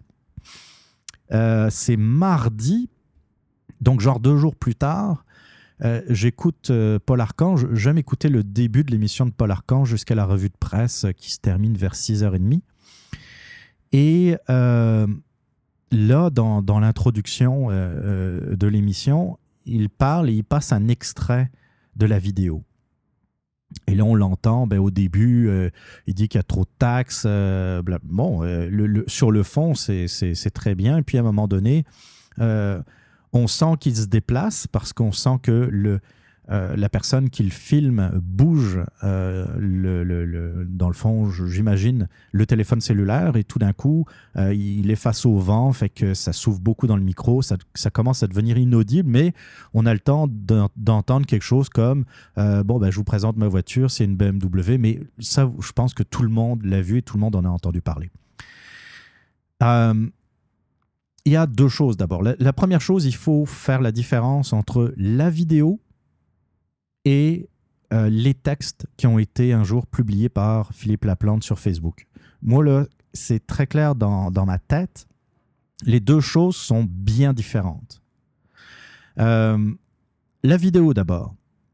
Euh, c'est mardi, donc genre deux jours plus tard, euh, j'écoute euh, Paul Arcand. J'aime écouter le début de l'émission de Paul Arcand jusqu'à la revue de presse euh, qui se termine vers six heures trente. Et euh, là, dans, dans l'introduction euh, de l'émission, il parle et il passe un extrait de la vidéo. Et là, on l'entend, ben, au début, euh, il dit qu'il y a trop de taxes. Euh, bon, euh, le, le, sur le fond, c'est, c'est, c'est très bien. Et puis, à un moment donné, euh, on sent qu'il se déplace parce qu'on sent que le, euh, la personne qui le filme bouge, euh, le, le, le, dans le fond, j'imagine, le téléphone cellulaire. Et tout d'un coup, euh, il est face au vent, fait que ça souffle beaucoup dans le micro. Ça, ça commence à devenir inaudible, mais on a le temps d'entendre quelque chose comme euh, bon, ben, je vous présente ma voiture, c'est une B M W, mais ça, je pense que tout le monde l'a vu et tout le monde en a entendu parler. Euh, il y a deux choses d'abord. La, la première chose, il faut faire la différence entre la vidéo et euh, les textes qui ont été un jour publiés par Philippe Laplante sur Facebook. Moi, là, c'est très clair dans, dans ma tête. Les deux choses sont bien différentes. Euh, la vidéo d'abord.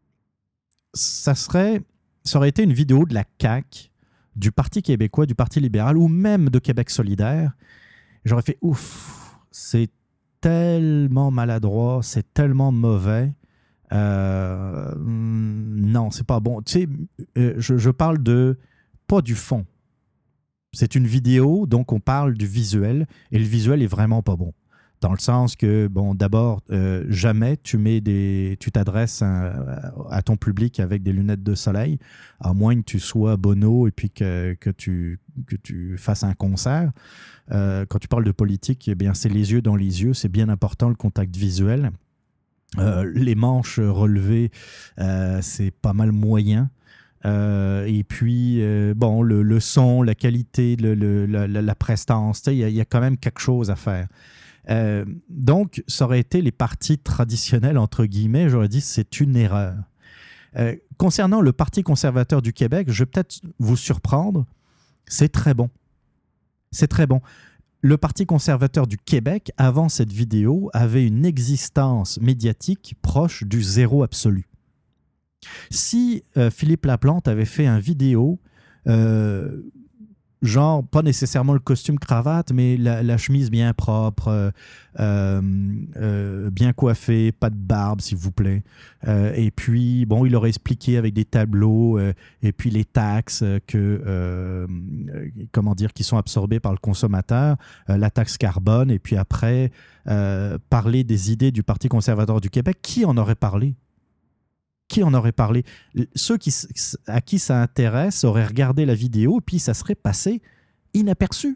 Ça serait, ça aurait été une vidéo de la C A Q, du Parti québécois, du Parti libéral ou même de Québec solidaire. J'aurais fait ouf, c'est tellement maladroit, c'est tellement mauvais. Euh, non, c'est pas bon. Tu sais, euh, je, je parle de pas du fond. c'est une vidéo, donc on parle du visuel, et le visuel est vraiment pas bon. Dans le sens que, bon, d'abord, euh, jamais tu mets des, tu t'adresses à, à ton public avec des lunettes de soleil, à moins que tu sois Bono et puis que, que, tu, que tu fasses un concert. Euh, quand tu parles de politique, eh bien, c'est les yeux dans les yeux, c'est bien important le contact visuel. Euh, les manches relevées, euh, c'est pas mal moyen. Euh, et puis, euh, bon, le, le son, la qualité, le, le, la, la prestance, il y, y a quand même quelque chose à faire. Euh, donc, ça aurait été les partis traditionnels, entre guillemets, j'aurais dit c'est une erreur. Euh, concernant le Parti conservateur du Québec, je vais peut-être vous surprendre, c'est très bon. C'est très bon. Le Parti conservateur du Québec, avant cette vidéo, avait une existence médiatique proche du zéro absolu. Si euh, Philippe Laplante avait fait un vidéo... Euh, genre, pas nécessairement le costume cravate, mais la, la chemise bien propre, euh, euh, bien coiffée, pas de barbe, s'il vous plaît. Euh, et puis, bon, il aurait expliqué avec des tableaux, euh, et puis les taxes que, euh, comment dire, qui sont absorbées par le consommateur, euh, la taxe carbone, et puis après, euh, parler des idées du Parti conservateur du Québec. Qui en aurait parlé? Qui en aurait parlé? Ceux qui, à qui ça intéresse auraient regardé la vidéo et puis ça serait passé inaperçu.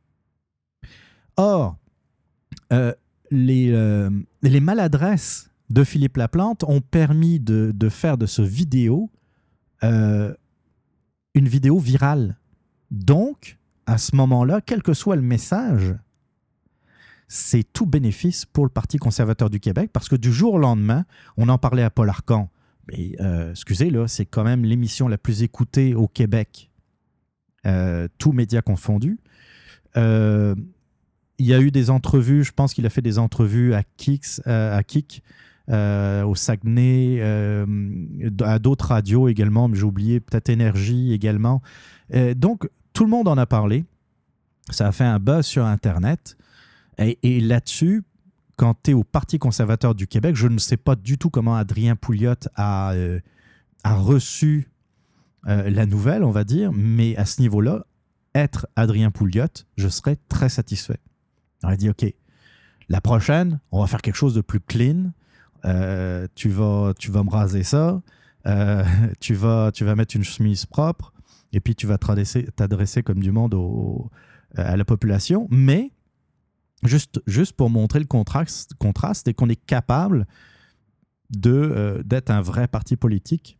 Or, euh, les, euh, les maladresses de Philippe Laplante ont permis de, de faire de ce vidéo euh, une vidéo virale. Donc, à ce moment-là, quel que soit le message, c'est tout bénéfice pour le Parti conservateur du Québec parce que du jour au lendemain, on en parlait à Paul Arcand. Mais euh, excusez, là, c'est quand même l'émission la plus écoutée au Québec, euh, tous médias confondus. Euh, il y a eu des entrevues, je pense qu'il a fait des entrevues à Kix, euh, à Kik, euh, au Saguenay, euh, à d'autres radios également, mais j'ai oublié, peut-être Énergie également. Euh, donc, tout le monde en a parlé. Ça a fait un buzz sur Internet. Et, et là-dessus, quand tu es au Parti conservateur du Québec, je ne sais pas du tout comment Adrien Pouliot a, euh, a reçu euh, la nouvelle, on va dire, mais à ce niveau-là, être Adrien Pouliot, je serais très satisfait. On a dit, OK, la prochaine, on va faire quelque chose de plus clean. Euh, tu, vas, tu vas me raser ça. Euh, tu, vas, tu vas mettre une chemise propre. Et puis, tu vas t'adresser, t'adresser comme du monde au, à la population. Mais... Juste, juste pour montrer le contraste, contraste et qu'on est capable de, euh, d'être un vrai parti politique.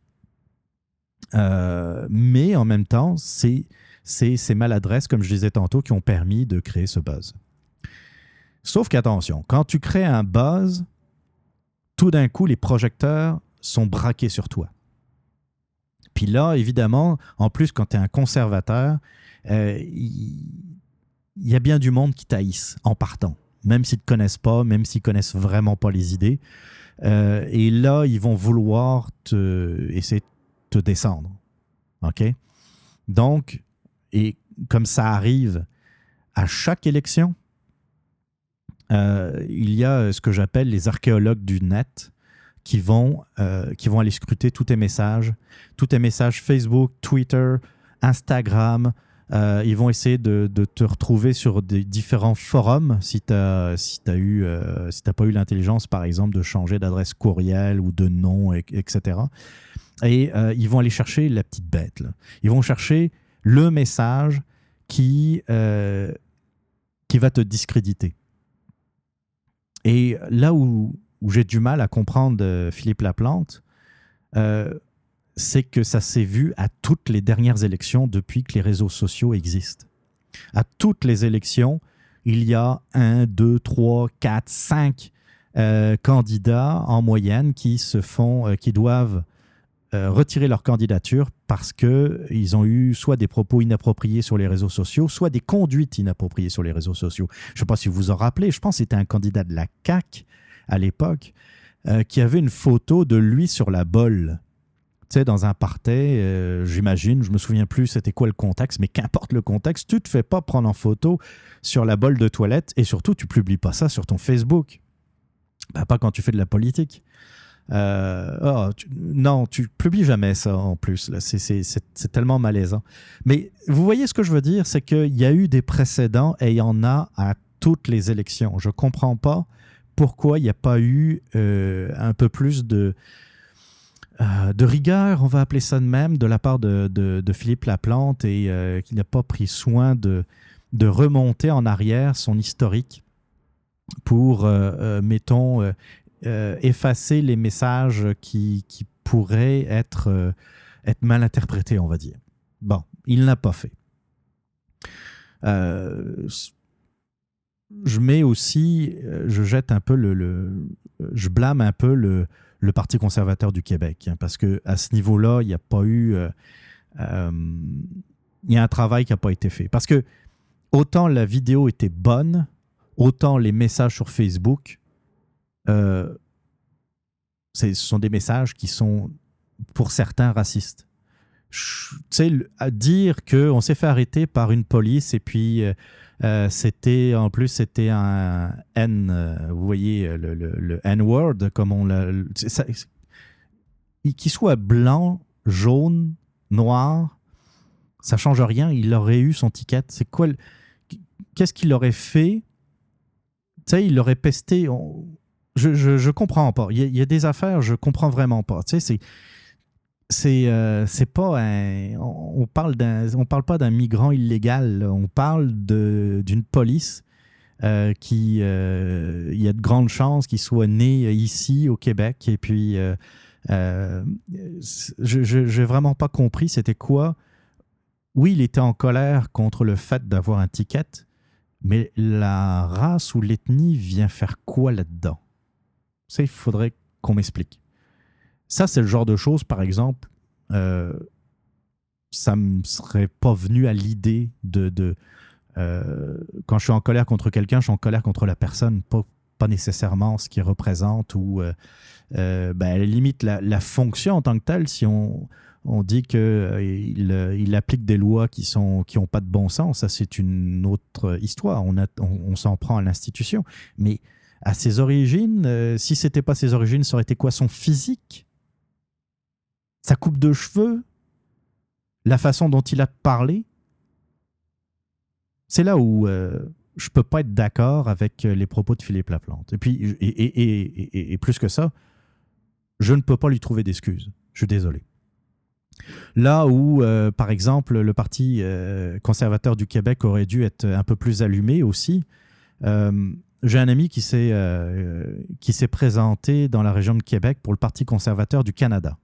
Euh, mais en même temps, c'est, c'est ces maladresses, comme je disais tantôt, qui ont permis de créer ce buzz. Sauf qu'attention, quand tu crées un buzz, tout d'un coup, les projecteurs sont braqués sur toi. Puis là, évidemment, en plus, quand tu es un conservateur, euh, il... il y a bien du monde qui t'haïsse en partant, même s'ils ne te connaissent pas, même s'ils ne connaissent vraiment pas les idées. Euh, et là, ils vont vouloir te, essayer de te descendre. OK? Donc, et comme ça arrive à chaque élection, euh, il y a ce que j'appelle les archéologues du net qui vont, euh, qui vont aller scruter tous tes messages, tous tes messages Facebook, Twitter, Instagram. Euh, ils vont essayer de, de te retrouver sur des différents forums si tu n'as si t'as eu, euh, si t'as pas eu l'intelligence, par exemple, de changer d'adresse courriel ou de nom, et, etc. Et euh, ils vont aller chercher la petite bête, là. Ils vont chercher le message qui, euh, qui va te discréditer. Et là où, où j'ai du mal à comprendre euh, Philippe Laplante, euh, c'est que ça s'est vu à toutes les dernières élections depuis que les réseaux sociaux existent. À toutes les élections, il y a un, deux, trois, quatre, cinq euh, candidats en moyenne qui se font, euh, qui doivent euh, retirer leur candidature parce qu'ils ont eu soit des propos inappropriés sur les réseaux sociaux, soit des conduites inappropriées sur les réseaux sociaux. Je ne sais pas si vous vous en rappelez, je pense que c'était un candidat de la C A Q à l'époque euh, qui avait une photo de lui sur la bolle. Tu sais, dans un party, euh, j'imagine, je me souviens plus c'était quoi le contexte, mais qu'importe le contexte, tu ne te fais pas prendre en photo sur la bolle de toilette et surtout, tu ne publies pas ça sur ton Facebook. Ben, pas quand tu fais de la politique. Euh, oh, tu, non, tu publies jamais ça en plus. Là. C'est, c'est, c'est, c'est tellement malaisant. Mais vous voyez ce que je veux dire, c'est qu'il y a eu des précédents et il y en a à toutes les élections. Je ne comprends pas pourquoi il n'y a pas eu euh, un peu plus de, euh, de rigueur, on va appeler ça de même, de la part de, de, de Philippe Laplante et euh, qu'il n'a pas pris soin de, de remonter en arrière son historique pour, euh, euh, mettons, euh, euh, effacer les messages qui, qui pourraient être, euh, être mal interprétés, on va dire. Bon, il ne l'a pas fait. Euh, je mets aussi, je jette un peu le, le je blâme un peu le, le Parti conservateur du Québec, hein, parce qu'à ce niveau-là, il n'y a pas eu, euh, euh, il y a un travail qui n'a pas été fait. Parce que autant la vidéo était bonne, autant les messages sur Facebook, euh, ce sont des messages qui sont, pour certains, racistes. Tu sais, à dire qu'on s'est fait arrêter par une police et puis euh, c'était, en plus, c'était un N, euh, vous voyez, le, le, le N-word, comme on l'a... Ça, qu'il soit blanc, jaune, noir, ça ne change rien, il aurait eu son ticket. C'est quoi le... Qu'est-ce qu'il aurait fait? Tu sais, il aurait pesté. On... Je, je, je comprends pas. Il y, a, il y a des affaires, je comprends vraiment pas. Tu sais, c'est. C'est, euh, c'est pas un. On parle d'un. On parle pas d'un migrant illégal. Là. On parle de, d'une police euh, qui. Euh, il y a de grandes chances qu'il soit né ici, au Québec. Et puis. Euh, euh, je, je, j'ai vraiment pas compris c'était quoi. Oui, il était en colère contre le fait d'avoir un ticket. Mais la race ou l'ethnie vient faire quoi là-dedans? Ça, il faudrait qu'on m'explique. Ça, c'est le genre de choses, par exemple, euh, ça ne me serait pas venu à l'idée de... de euh, quand je suis en colère contre quelqu'un, je suis en colère contre la personne, pas, pas nécessairement ce qu'il représente ou, euh, euh, ben, à la limite, la, la fonction en tant que telle, si on... On dit qu'il euh, il applique des lois qui sont qui n'ont pas de bon sens. Ça, c'est une autre histoire. On, a, on, on s'en prend à l'institution. Mais à ses origines, euh, si ce n'était pas ses origines, ça aurait été quoi? Son physique? Sa coupe de cheveux? La façon dont il a parlé? C'est là où euh, je ne peux pas être d'accord avec les propos de Philippe Laplante. Et puis, et, et, et, et, et plus que ça, je ne peux pas lui trouver d'excuses. Je suis désolé. Là où, euh, par exemple, le Parti euh, conservateur du Québec aurait dû être un peu plus allumé aussi, euh, j'ai un ami qui s'est, euh, qui s'est présenté dans la région de Québec pour le Parti conservateur du Canada.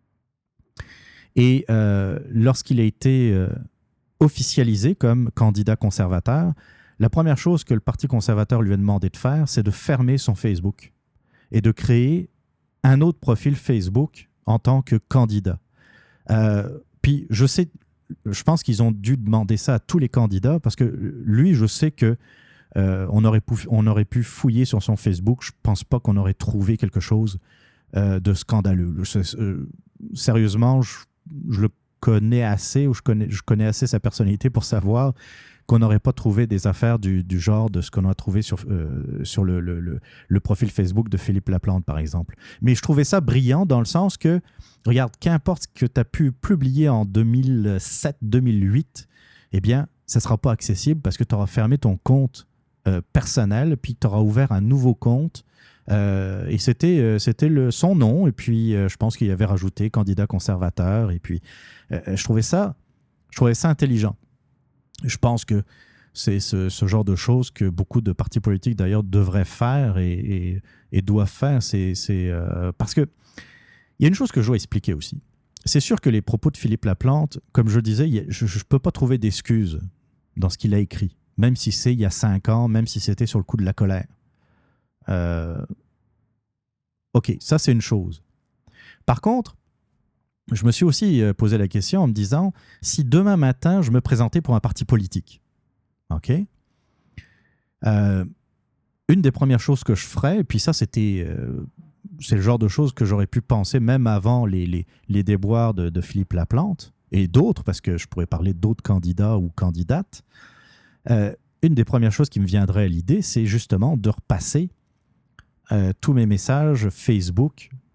Et euh, lorsqu'il a été euh, officialisé comme candidat conservateur, la première chose que le Parti conservateur lui a demandé de faire, c'est de fermer son Facebook et de créer un autre profil Facebook en tant que candidat. Euh, puis je sais, je pense qu'ils ont dû demander ça à tous les candidats parce que lui, je sais que euh, on aurait pu, on aurait pu fouiller sur son Facebook. Je pense pas qu'on aurait trouvé quelque chose euh, de scandaleux. Je, euh, sérieusement, je, je le connais assez ou je connais, je connais assez sa personnalité pour savoir qu'on n'aurait pas trouvé des affaires du, du genre de ce qu'on a trouvé sur, euh, sur le, le, le, le profil Facebook de Philippe Laplante, par exemple. Mais je trouvais ça brillant dans le sens que, regarde, qu'importe ce que tu as pu publier en deux mille sept deux mille huit, eh bien, ça ne sera pas accessible parce que tu auras fermé ton compte euh, personnel, puis tu auras ouvert un nouveau compte. Euh, et c'était, euh, c'était le, son nom, et puis euh, je pense qu'il y avait rajouté candidat conservateur, et puis euh, je trouvais ça, je trouvais ça intelligent. Je pense que c'est ce, ce genre de choses que beaucoup de partis politiques, d'ailleurs, devraient faire et, et, et doivent faire. C'est, c'est, euh, parce que il y a une chose que je dois expliquer aussi. C'est sûr que les propos de Philippe Laplante, comme je disais, a, je ne peux pas trouver d'excuses dans ce qu'il a écrit, même si c'est il y a cinq ans, même si c'était sur le coup de la colère. Euh, OK, ça, c'est une chose. Par contre, je me suis aussi posé la question en me disant, si demain matin, je me présentais pour un parti politique, OK? Euh, une des premières choses que je ferais, et puis ça, c'était, euh, c'est le genre de choses que j'aurais pu penser même avant les, les, les déboires de, de Philippe Laplante et d'autres, parce que je pourrais parler d'autres candidats ou candidates. Euh, une des premières choses qui me viendrait à l'idée, c'est justement de repasser euh, tous mes messages Facebook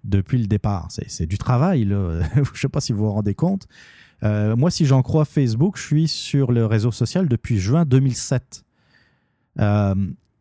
depuis le départ. C'est, c'est du travail, là. Je ne sais pas si vous vous rendez compte. Euh, moi, si j'en crois Facebook, je suis sur le réseau social depuis juin deux mille sept. Euh,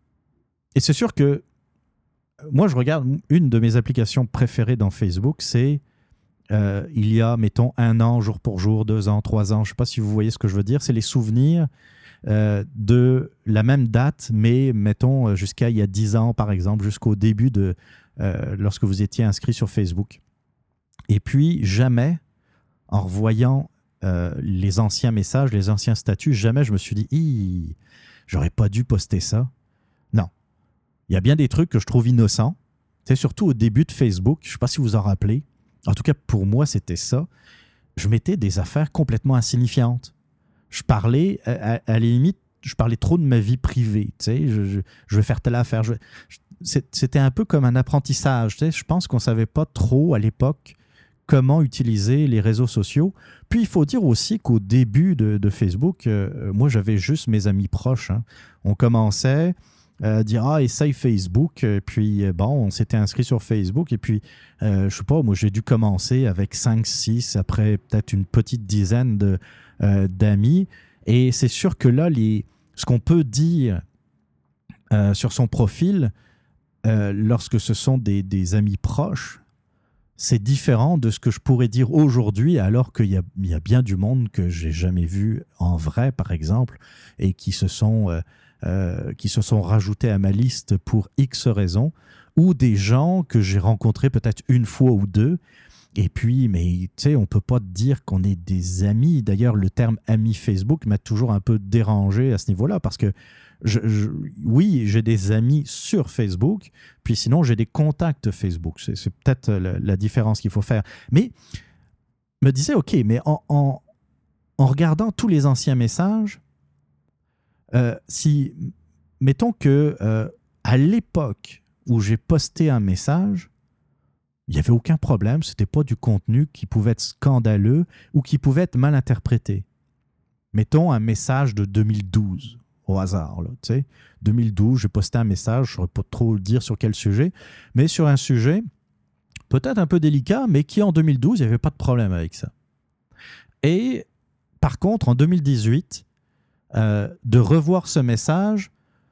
et c'est sûr que moi, je regarde une de mes applications préférées dans Facebook, c'est euh, il y a, mettons, un an, jour pour jour, deux ans, trois ans, je ne sais pas si vous voyez ce que je veux dire, c'est les souvenirs euh, de la même date, mais mettons jusqu'à il y a dix ans, par exemple, jusqu'au début de euh, lorsque vous étiez inscrit sur Facebook. Et puis, jamais, en revoyant euh, les anciens messages, les anciens statuts, jamais je me suis dit, Hi, j'aurais pas dû poster ça. Non. Il y a bien des trucs que je trouve innocents. C'est surtout au début de Facebook, je ne sais pas si vous en rappelez. En tout cas, pour moi, c'était ça. Je mettais des affaires complètement insignifiantes. Je parlais, à, à, à la limite, je parlais trop de ma vie privée. Tu sais, je, je, je vais faire telle affaire. Je, je, c'était un peu comme un apprentissage. Tu sais, je pense qu'on ne savait pas trop à l'époque comment utiliser les réseaux sociaux. Puis, il faut dire aussi qu'au début de, de Facebook, euh, moi, j'avais juste mes amis proches. Hein. On commençait... Euh, dire « Ah, essaye Facebook », et puis bon, on s'était inscrit sur Facebook, et puis, euh, je sais pas, moi j'ai dû commencer avec cinq six, après peut-être une petite dizaine de, euh, d'amis, et c'est sûr que là, les, ce qu'on peut dire euh, sur son profil, euh, lorsque ce sont des, des amis proches, c'est différent de ce que je pourrais dire aujourd'hui, alors qu'il y a, il y a bien du monde que j'ai jamais vu en vrai, par exemple, et qui se sont... Euh, Euh, qui se sont rajoutés à ma liste pour X raisons, ou des gens que j'ai rencontrés peut-être une fois ou deux, et puis, mais tu sais, on ne peut pas dire qu'on est des amis. D'ailleurs, le terme « ami Facebook » m'a toujours un peu dérangé à ce niveau-là, parce que, je, je, oui, j'ai des amis sur Facebook, puis sinon, j'ai des contacts Facebook. C'est, c'est peut-être la, la différence qu'il faut faire. Mais, me disais, OK, mais en, en, en regardant tous les anciens messages, Euh, si, mettons que euh, à l'époque où j'ai posté un message, il n'y avait aucun problème, ce n'était pas du contenu qui pouvait être scandaleux ou qui pouvait être mal interprété. Mettons un message de deux mille douze, au hasard. Là, tu sais. deux mille douze, j'ai posté un message, je ne saurais pas trop dire sur quel sujet, mais sur un sujet peut-être un peu délicat, mais qui en deux mille douze, il n'y avait pas de problème avec ça. Et par contre, en deux mille dix-huit, Euh, de revoir ce message,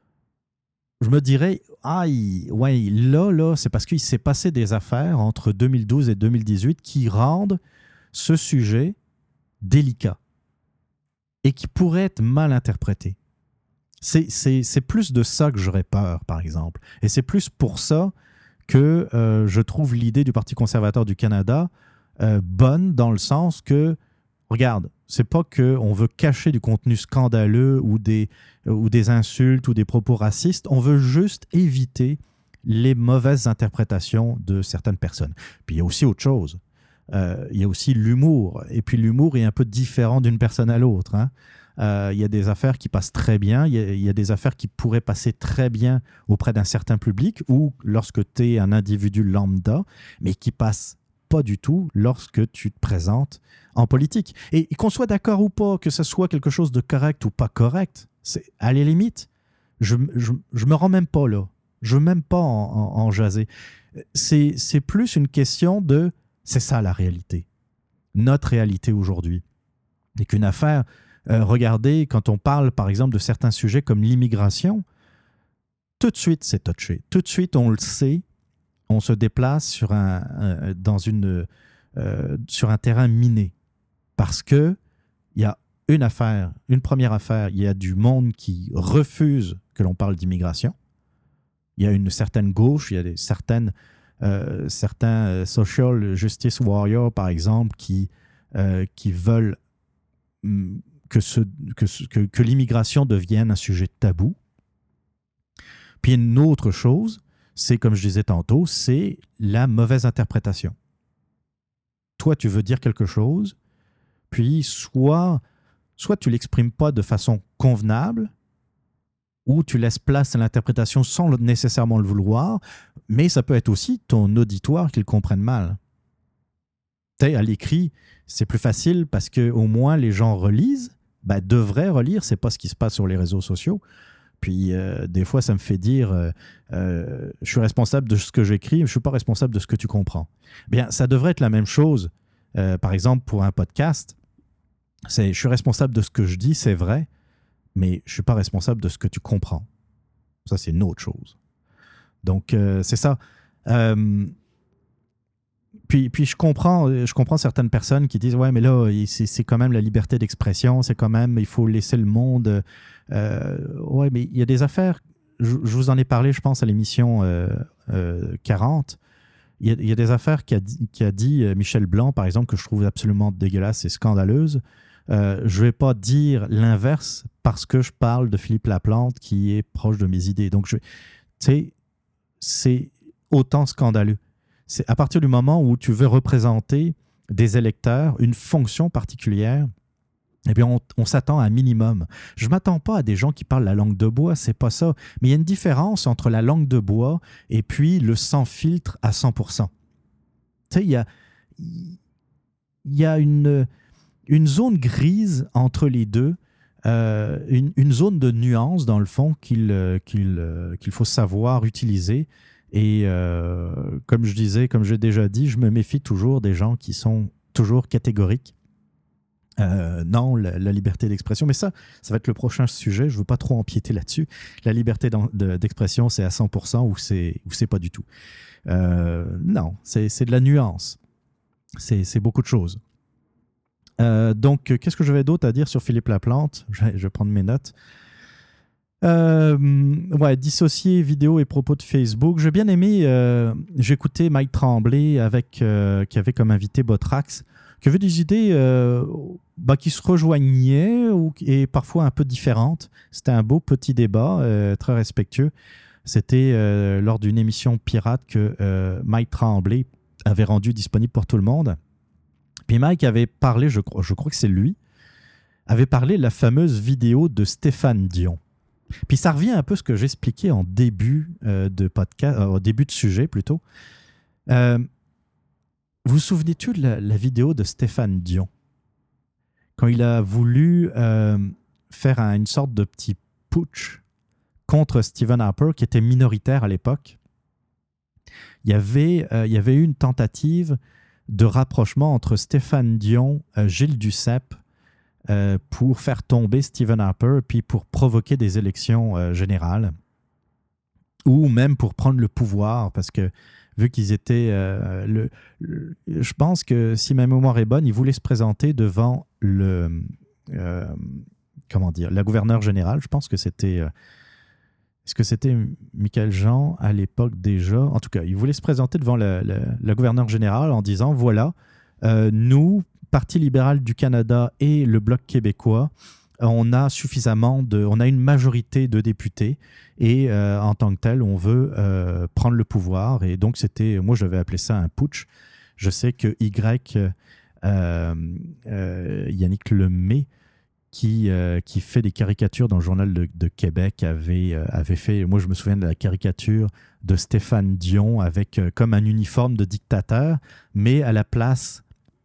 je me dirais, ah, il, ouais, là, là, c'est parce qu'il s'est passé des affaires entre deux mille douze et deux mille dix-huit qui rendent ce sujet délicat et qui pourrait être mal interprété. C'est, c'est, c'est plus de ça que j'aurais peur, par exemple. Et c'est plus pour ça que euh, je trouve l'idée du Parti conservateur du Canada euh, bonne, dans le sens que, regarde, c'est pas qu'on veut cacher du contenu scandaleux ou des, ou des insultes ou des propos racistes. On veut juste éviter les mauvaises interprétations de certaines personnes. Puis il y a aussi autre chose. Euh, il y a aussi l'humour. Et puis l'humour est un peu différent d'une personne à l'autre. Hein. Euh, il y a des affaires qui passent très bien. Il y a, il y a des affaires qui pourraient passer très bien auprès d'un certain public ou lorsque tu es un individu lambda, mais qui passent pas du tout lorsque tu te présentes en politique. Et qu'on soit d'accord ou pas, que ce soit quelque chose de correct ou pas correct, c'est à la limite, je, je, je me rends même pas là. Je veux même pas en, en, en jaser. C'est, c'est plus une question de, c'est ça la réalité. Notre réalité aujourd'hui. Et qu'une affaire, euh, regardez, quand on parle par exemple de certains sujets comme l'immigration, tout de suite c'est touché. Tout de suite on le sait, on se déplace sur un, euh, dans une, euh, sur un terrain miné. Parce qu'il y a une affaire, une première affaire, il y a du monde qui refuse que l'on parle d'immigration. Il y a une certaine gauche, il y a des, certaines, euh, certains social justice warriors, par exemple, qui, euh, qui veulent que, ce, que, que, que l'immigration devienne un sujet tabou. Puis une autre chose, c'est, comme je disais tantôt, c'est la mauvaise interprétation. Toi, tu veux dire quelque chose, puis soit, soit tu ne l'exprimes pas de façon convenable, ou tu laisses place à l'interprétation sans nécessairement le vouloir, mais ça peut être aussi ton auditoire qui le comprenne mal. Tu sais, à l'écrit, c'est plus facile parce qu'au moins les gens relisent, ben, devraient relire, c'est pas ce qui se passe sur les réseaux sociaux, Puis euh, des fois, ça me fait dire euh, euh, je suis responsable de ce que j'écris, mais je ne suis pas responsable de ce que tu comprends. Bien, ça devrait être la même chose. Euh, par exemple, pour un podcast, c'est je suis responsable de ce que je dis, c'est vrai, mais je ne suis pas responsable de ce que tu comprends. Ça, c'est une autre chose. Donc, euh, c'est ça. Euh, puis, puis je comprends, je comprends certaines personnes qui disent « Ouais, mais là, c'est, c'est quand même la liberté d'expression, c'est quand même, il faut laisser le monde. Euh, » Ouais, mais il y a des affaires, je, je vous en ai parlé, je pense, à l'émission euh, euh, quarante. Il y, a, il y a des affaires qu'a dit, qu'a dit Michel Blanc, par exemple, que je trouve absolument dégueulasses et scandaleuses. Euh, je ne vais pas dire l'inverse parce que je parle de Philippe Laplante qui est proche de mes idées. Donc, tu sais, c'est autant scandaleux. C'est à partir du moment où tu veux représenter des électeurs, une fonction particulière, eh bien, on, on s'attend à un minimum. Je ne m'attends pas à des gens qui parlent la langue de bois, c'est pas ça. Mais il y a une différence entre la langue de bois et puis le sans filtre à cent pour cent. Tu sais, il y a, il y a une, une zone grise entre les deux, euh, une, une zone de nuance, dans le fond, qu'il, qu'il, qu'il faut savoir utiliser. Et euh, comme je disais, comme j'ai déjà dit, je me méfie toujours des gens qui sont toujours catégoriques. Euh, non, la, la liberté d'expression, mais ça, ça va être le prochain sujet, je ne veux pas trop empiéter là-dessus. La liberté de, d'expression, c'est à cent pour cent ou c'est, ou c'est pas du tout. Euh, non, c'est, c'est de la nuance. C'est, c'est beaucoup de choses. Euh, donc, qu'est-ce que j'avais d'autre à dire sur Philippe Laplante? Je vais, je vais prendre mes notes. Euh, ouais, dissocier vidéo et propos de Facebook. J'ai bien aimé, euh, j'ai écouté Mike Tremblay avec, euh, qui avait comme invité Botrax, qui avait des idées euh, bah, qui se rejoignaient ou, et parfois un peu différentes. C'était un beau petit débat, euh, très respectueux. C'était euh, lors d'une émission pirate que euh, Mike Tremblay avait rendu disponible pour tout le monde. Puis Mike avait parlé, je crois, je crois que c'est lui, avait parlé de la fameuse vidéo de Stéphane Dion. Puis ça revient un peu à ce que j'expliquais en début euh, de podcast, euh, au début de sujet plutôt. Euh, vous vous souvenez-tu de la, la vidéo de Stéphane Dion? Quand il a voulu euh, faire un, une sorte de petit putsch contre Stephen Harper, qui était minoritaire à l'époque. Il y avait, euh, il y avait eu une tentative de rapprochement entre Stéphane Dion, euh, Gilles Duceppe, Euh, pour faire tomber Stephen Harper, puis pour provoquer des élections euh, générales, ou même pour prendre le pouvoir, parce que vu qu'ils étaient... Euh, le, le, je pense que, si ma mémoire est bonne, ils voulaient se présenter devant le... Euh, comment dire? La gouverneure générale. Je pense que c'était... Euh, est-ce que c'était Michaël Jean à l'époque déjà? En tout cas, ils voulaient se présenter devant la, la, la gouverneure générale en disant, voilà, euh, nous... Parti libéral du Canada et le Bloc québécois, on a suffisamment de, on a une majorité de députés et euh, en tant que tel, on veut euh, prendre le pouvoir. Et donc, c'était, moi, j'avais appelé ça un putsch. Je sais que Y, euh, euh, Yannick Lemay, qui, euh, qui fait des caricatures dans le Journal de, de Québec, avait, euh, avait fait, moi, je me souviens de la caricature de Stéphane Dion avec euh, comme un uniforme de dictateur, mais à la place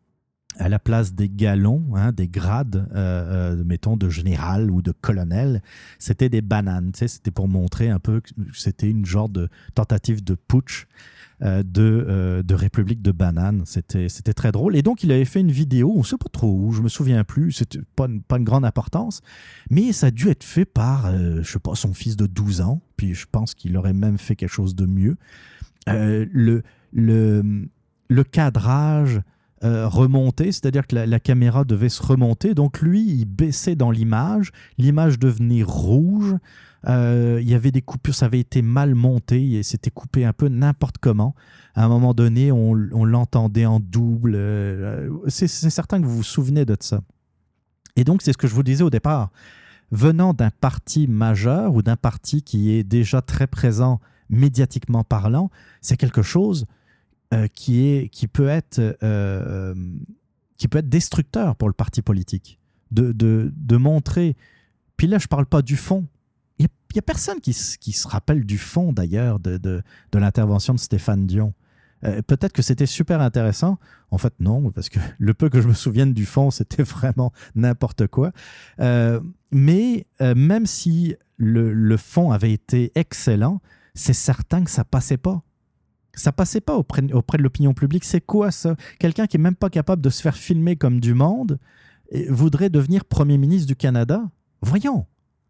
à la place des galons, hein, des grades, euh, euh, mettons, de général ou de colonel, c'était des bananes. Tu sais, c'était pour montrer un peu que c'était une genre de tentative de putsch euh, de, euh, de République de bananes. C'était, c'était très drôle. Et donc, il avait fait une vidéo, on ne sait pas trop où, je ne me souviens plus, c'était pas une, pas une grande importance, mais ça a dû être fait par, euh, je ne sais pas, son fils de douze ans, puis je pense qu'il aurait même fait quelque chose de mieux. Euh, le, le, le cadrage... Euh, remonter, c'est-à-dire que la, la caméra devait se remonter. Donc lui, il baissait dans l'image, l'image devenait rouge, euh, il y avait des coupures, ça avait été mal monté, et c'était coupé un peu n'importe comment. À un moment donné, on, on l'entendait en double. Euh, c'est, c'est certain que vous vous souvenez de ça. Et donc, c'est ce que je vous disais au départ. Venant d'un parti majeur ou d'un parti qui est déjà très présent médiatiquement parlant, c'est quelque chose Euh, qui, est, qui, peut être, euh, qui peut être destructeur pour le parti politique. De, de, de montrer... Puis là, je ne parle pas du fond. Il n'y a, a personne qui, qui se rappelle du fond, d'ailleurs, de, de, de l'intervention de Stéphane Dion. Euh, peut-être que c'était super intéressant. En fait, non, parce que le peu que je me souvienne du fond, c'était vraiment n'importe quoi. Euh, mais euh, même si le, le fond avait été excellent, c'est certain que ça passait pas. Ça passait pas auprès, auprès de l'opinion publique. C'est quoi ça? Quelqu'un qui est même pas capable de se faire filmer comme du monde et voudrait devenir Premier ministre du Canada? Voyons!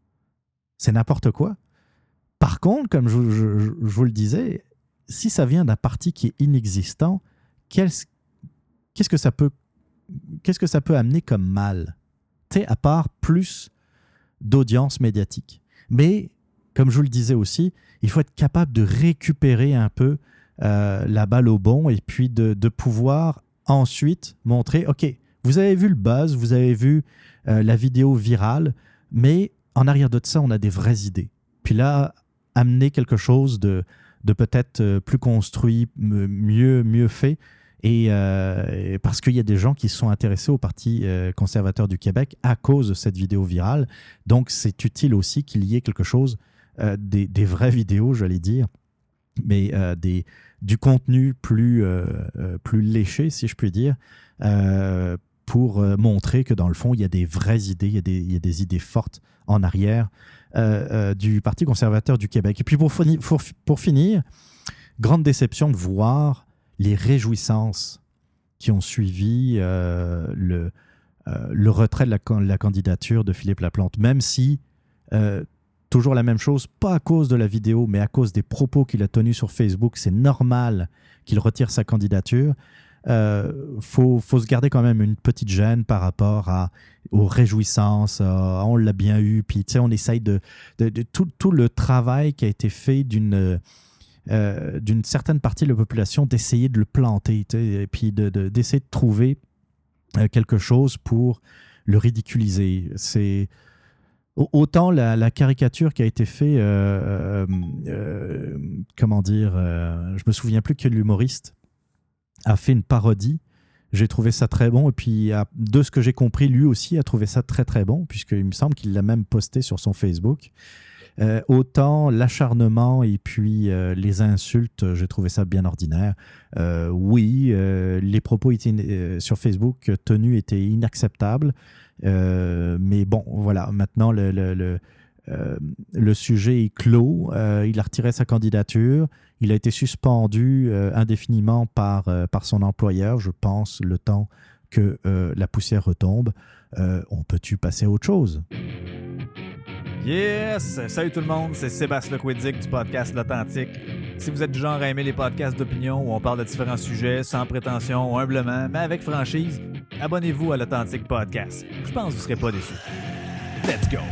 C'est n'importe quoi. Par contre, comme je, je, je vous le disais, si ça vient d'un parti qui est inexistant, qu'est-ce, qu'est-ce que ça peut, qu'est-ce que ça peut amener comme mal? Tu sais, à part plus d'audience médiatique. Mais, comme je vous le disais aussi, il faut être capable de récupérer un peu euh, la balle au bond et puis de, de pouvoir ensuite montrer, OK, vous avez vu le buzz, vous avez vu euh, la vidéo virale, mais en arrière de ça, on a des vraies idées. Puis là, amener quelque chose de, de peut-être plus construit, mieux, mieux fait, et, euh, et parce qu'il y a des gens qui se sont intéressés au Parti euh, conservateur du Québec à cause de cette vidéo virale. Donc, c'est utile aussi qu'il y ait quelque chose, euh, des, des vraies vidéos, j'allais dire, mais euh, des, du contenu plus, euh, euh, plus léché, si je puis dire, euh, pour euh, montrer que dans le fond, il y a des vraies idées, il y a des, il y a des idées fortes en arrière euh, euh, du Parti conservateur du Québec. Et puis pour, pour, pour finir, grande déception de voir les réjouissances qui ont suivi euh, le, euh, le retrait de la, la candidature de Philippe Laplante, même si, euh, toujours la même chose, pas à cause de la vidéo, mais à cause des propos qu'il a tenus sur Facebook, c'est normal qu'il retire sa candidature. Il euh, faut, faut se garder quand même une petite gêne par rapport à, aux réjouissances. Euh, on l'a bien eu, puis on essaye de, de, de tout, tout le travail qui a été fait d'une, euh, d'une certaine partie de la population d'essayer de le planter, et puis de, de, d'essayer de trouver euh, quelque chose pour le ridiculiser. C'est autant la, la caricature qui a été faite, euh, euh, comment dire, euh, je me souviens plus quel humoriste a fait une parodie. J'ai trouvé ça très bon. Et puis, de ce que j'ai compris, lui aussi a trouvé ça très, très bon, puisqu'il me semble qu'il l'a même posté sur son Facebook. Euh, autant l'acharnement et puis euh, les insultes, j'ai trouvé ça bien ordinaire. Euh, oui, euh, les propos étaient, euh, sur Facebook tenus étaient inacceptables. Euh, mais bon, voilà, maintenant, le, le, le, euh, le sujet est clos. Euh, il a retiré sa candidature. Il a été suspendu euh, indéfiniment par, euh, par son employeur, je pense, le temps que euh, la poussière retombe. Euh, on peut-tu passer à autre chose? Yes! Salut tout le monde, c'est Sébastien Lequiddick du podcast L'Authentique. Si vous êtes du genre à aimer les podcasts d'opinion où on parle de différents sujets sans prétention, humblement, mais avec franchise, abonnez-vous à L'Authentique Podcast. Je pense que vous ne serez pas déçus. Let's go!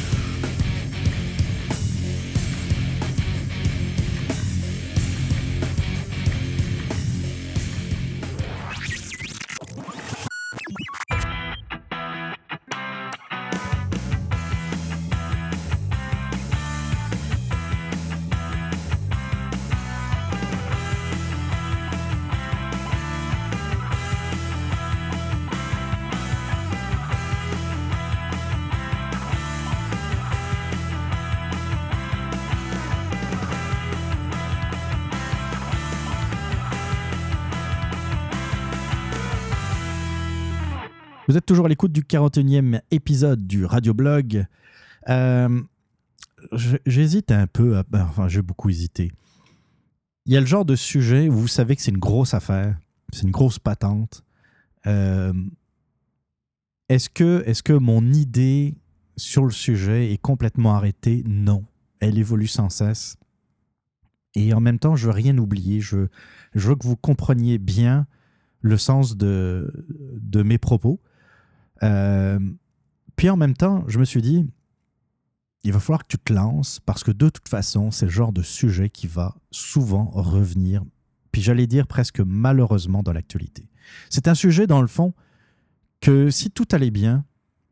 Vous êtes toujours à l'écoute du quarante et unième épisode du Radioblog. Euh, j'hésite un peu, à, enfin j'ai beaucoup hésité. Il y a le genre de sujet où vous savez que c'est une grosse affaire, c'est une grosse patente. Euh, est-ce que, est-ce que mon idée sur le sujet est complètement arrêtée? Non, elle évolue sans cesse. Et en même temps, je ne veux rien oublier. Je, je veux que vous compreniez bien le sens de, de mes propos. Euh, puis en même temps, je me suis dit, il va falloir que tu te lances parce que de toute façon, c'est le genre de sujet qui va souvent revenir, puis j'allais dire presque malheureusement dans l'actualité. C'est un sujet, dans le fond, que si tout allait bien,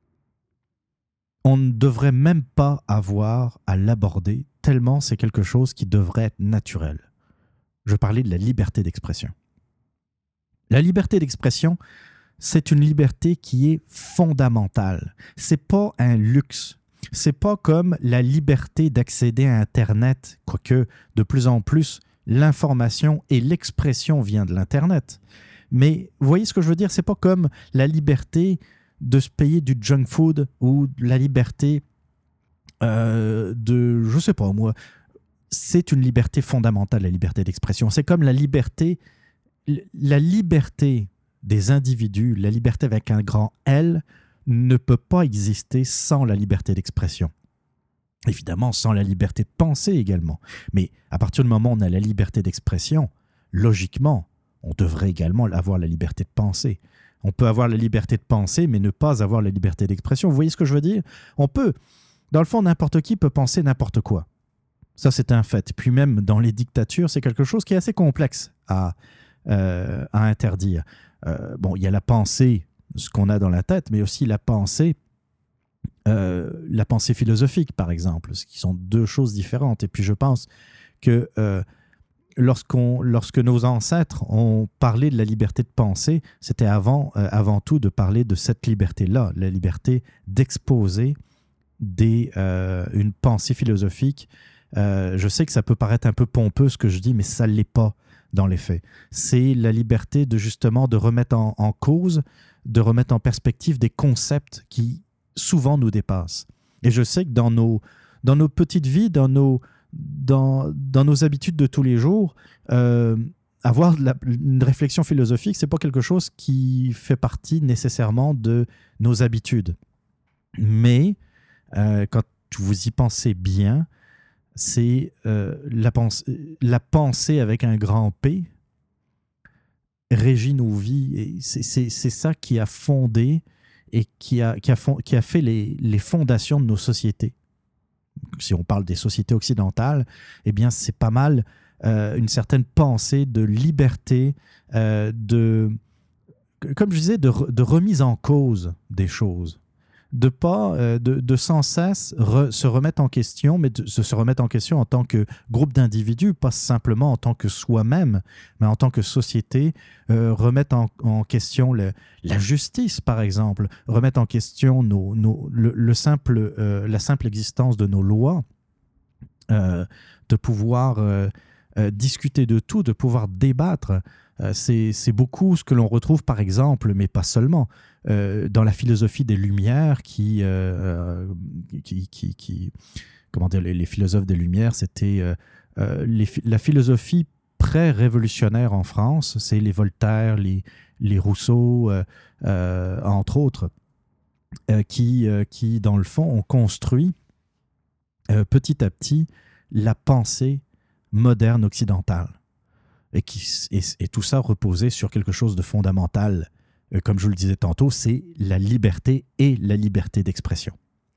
on ne devrait même pas avoir à l'aborder, tellement c'est quelque chose qui devrait être naturel. Je parlais de la liberté d'expression. La liberté d'expression, c'est une liberté qui est fondamentale. C'est pas un luxe. C'est pas comme la liberté d'accéder à Internet, quoique de plus en plus, l'information et l'expression vient de l'Internet. Mais vous voyez ce que je veux dire? C'est pas comme la liberté de se payer du junk food ou la liberté euh, de, je sais pas moi, c'est une liberté fondamentale, la liberté d'expression. C'est comme la liberté, la liberté des individus, la liberté avec un grand L, ne peut pas exister sans la liberté d'expression. Évidemment, sans la liberté de penser également. Mais à partir du moment où on a la liberté d'expression, logiquement, on devrait également avoir la liberté de penser. On peut avoir la liberté de penser, mais ne pas avoir la liberté d'expression. Vous voyez ce que je veux dire? On peut, dans le fond, n'importe qui peut penser n'importe quoi. Ça, c'est un fait. Puis même dans les dictatures, c'est quelque chose qui est assez complexe à, euh, à interdire. Euh, bon, il y a la pensée, ce qu'on a dans la tête, mais aussi la pensée, euh, la pensée philosophique, par exemple, ce qui sont deux choses différentes. Et puis je pense que euh, lorsqu'on, lorsque nos ancêtres ont parlé de la liberté de penser, c'était avant, euh, avant tout de parler de cette liberté-là, la liberté d'exposer des, euh, une pensée philosophique. Euh, je sais que ça peut paraître un peu pompeux ce que je dis, mais ça ne l'est pas dans les faits. C'est la liberté de justement de remettre en, en cause, de remettre en perspective des concepts qui souvent nous dépassent. Et je sais que dans nos, dans nos petites vies, dans nos, dans, dans nos habitudes de tous les jours, euh, avoir la, une réflexion philosophique, ce n'est pas quelque chose qui fait partie nécessairement de nos habitudes. Mais euh, quand vous y pensez bien, c'est euh, la, pensée, la pensée avec un grand P régit nos vies. Et c'est, c'est, c'est ça qui a fondé et qui a, qui a, fond, qui a fait les, les fondations de nos sociétés. Si on parle des sociétés occidentales, eh bien, c'est pas mal euh, une certaine pensée de liberté, euh, de, comme je disais, de, de remise en cause des choses. De pas euh, de, de sans cesse re, se remettre en question, mais de, de se remettre en question en tant que groupe d'individus, pas simplement en tant que soi-même, mais en tant que société, euh, remettre en, en question le, la justice, par exemple, remettre en question nos, nos, le, le simple, euh, la simple existence de nos lois, euh, de pouvoir euh, euh, discuter de tout, de pouvoir débattre. Euh, c'est, c'est beaucoup ce que l'on retrouve, par exemple, mais pas seulement, Euh, dans la philosophie des Lumières, qui, euh, qui, qui, qui comment dire, les, les philosophes des Lumières, c'était euh, euh, les, la philosophie pré-révolutionnaire en France, c'est les Voltaire, les, les Rousseau, euh, euh, entre autres, euh, qui, euh, qui, dans le fond, ont construit euh, petit à petit la pensée moderne occidentale. Et, qui, et, et tout ça reposait sur quelque chose de fondamental. Comme je vous le disais tantôt, c'est la liberté et la liberté d'expression.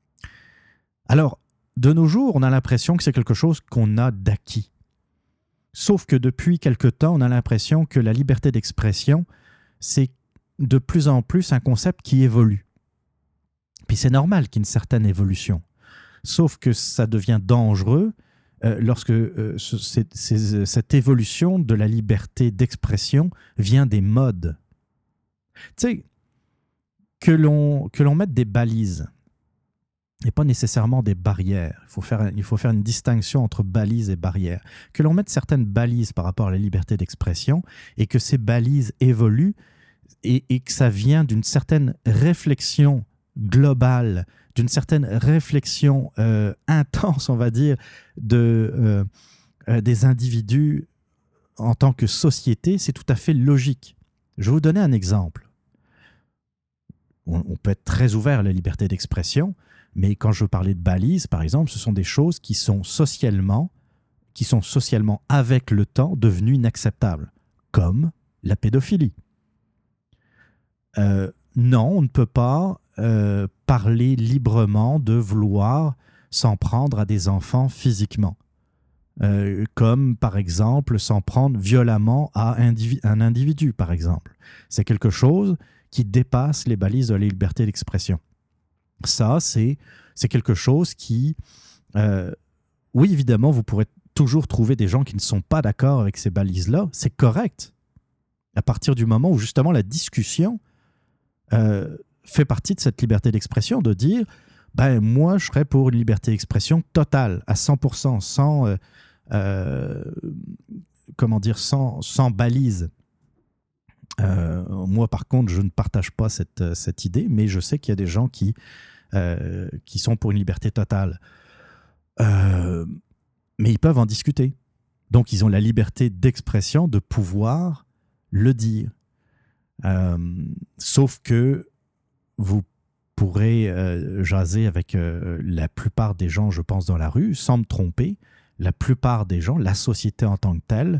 Alors, de nos jours, on a l'impression que c'est quelque chose qu'on a d'acquis. Sauf que depuis quelque temps, on a l'impression que la liberté d'expression, c'est de plus en plus un concept qui évolue. Puis c'est normal qu'il y ait une certaine évolution. Sauf que ça devient dangereux euh, lorsque euh, c'est, c'est, cette évolution de la liberté d'expression vient des modes. Tu sais, que l'on, que l'on mette des balises et pas nécessairement des barrières. Il faut faire, il faut faire une distinction entre balises et barrières. Que l'on mette certaines balises par rapport à la liberté d'expression et que ces balises évoluent et, et que ça vient d'une certaine réflexion globale, d'une certaine réflexion euh, intense, on va dire, de, euh, euh, des individus en tant que société, c'est tout à fait logique. Je vais vous donner un exemple. On, on peut être très ouvert à la liberté d'expression, mais quand je veux parler de balises, par exemple, ce sont des choses qui sont socialement, qui sont socialement avec le temps devenues inacceptables, comme la pédophilie. Euh, non, on ne peut pas euh, parler librement de vouloir s'en prendre à des enfants physiquement. Euh, comme, par exemple, s'en prendre violemment à indivi- un individu, par exemple. C'est quelque chose qui dépasse les balises de la liberté d'expression. Ça, c'est, c'est quelque chose qui... Euh, oui, évidemment, vous pourrez toujours trouver des gens qui ne sont pas d'accord avec ces balises-là. C'est correct. À partir du moment où, justement, la discussion euh, fait partie de cette liberté d'expression, de dire, ben, moi, je serais pour une liberté d'expression totale, à cent pour cent, sans... Euh, Euh, comment dire, sans, sans balise. Euh, moi, par contre, je ne partage pas cette, cette idée, mais je sais qu'il y a des gens qui, euh, qui sont pour une liberté totale. Euh, mais ils peuvent en discuter. Donc, ils ont la liberté d'expression, de pouvoir le dire. Euh, sauf que vous pourrez euh, jaser avec euh, la plupart des gens, je pense, dans la rue, sans me tromper. La plupart des gens, la société en tant que telle,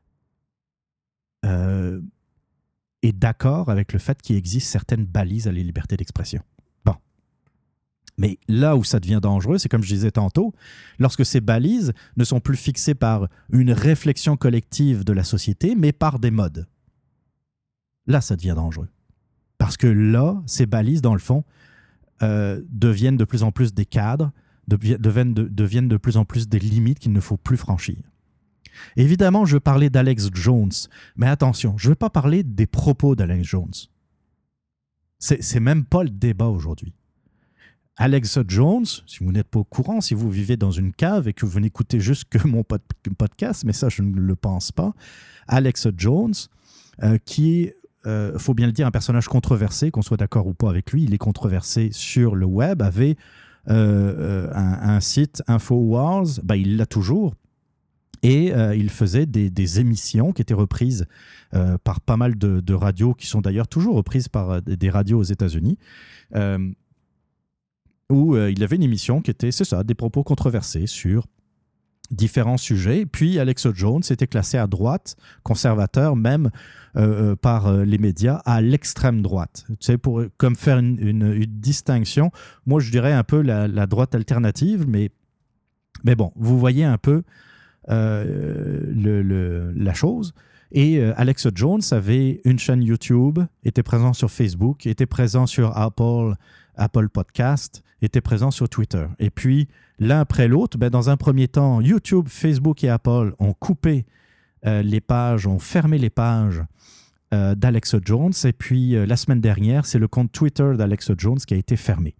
euh, est d'accord avec le fait qu'il existe certaines balises à la liberté d'expression. Bon. Mais là où ça devient dangereux, c'est comme je disais tantôt, lorsque ces balises ne sont plus fixées par une réflexion collective de la société, mais par des modes. Là, ça devient dangereux. Parce que là, ces balises, dans le fond, euh, deviennent de plus en plus des cadres, deviennent de, deviennent de plus en plus des limites qu'il ne faut plus franchir. Évidemment, je veux parler d'Alex Jones, mais attention, je ne veux pas parler des propos d'Alex Jones. C'est, c'est même pas le débat aujourd'hui. Alex Jones, si vous n'êtes pas au courant, si vous vivez dans une cave et que vous n'écoutez juste que mon pod- podcast, mais ça, je ne le pense pas, Alex Jones, euh, qui est, il euh, faut bien le dire, un personnage controversé, qu'on soit d'accord ou pas avec lui, il est controversé sur le web, avait euh, un, un site InfoWars, ben, il l'a toujours, et euh, il faisait des, des émissions qui étaient reprises euh, par pas mal de, de radios, qui sont d'ailleurs toujours reprises par euh, des radios aux États-Unis, euh, où euh, il avait une émission qui était, c'est ça, des propos controversés sur différents sujets. Puis Alex Jones était classé à droite, conservateur, même euh, par euh, les médias, à l'extrême droite. Tu sais, pour comme faire une, une, une distinction. Moi, je dirais un peu la, la droite alternative, mais, mais bon, vous voyez un peu euh, le, le, la chose. Et euh, Alex Jones avait une chaîne YouTube, était présent sur Facebook, était présent sur Apple, Apple Podcast, était présent sur Twitter. Et puis, l'un après l'autre, ben, dans un premier temps, YouTube, Facebook et Apple ont coupé euh, les pages, ont fermé les pages euh, d'Alex Jones. Et puis, euh, la semaine dernière, c'est le compte Twitter d'Alex Jones qui a été fermé.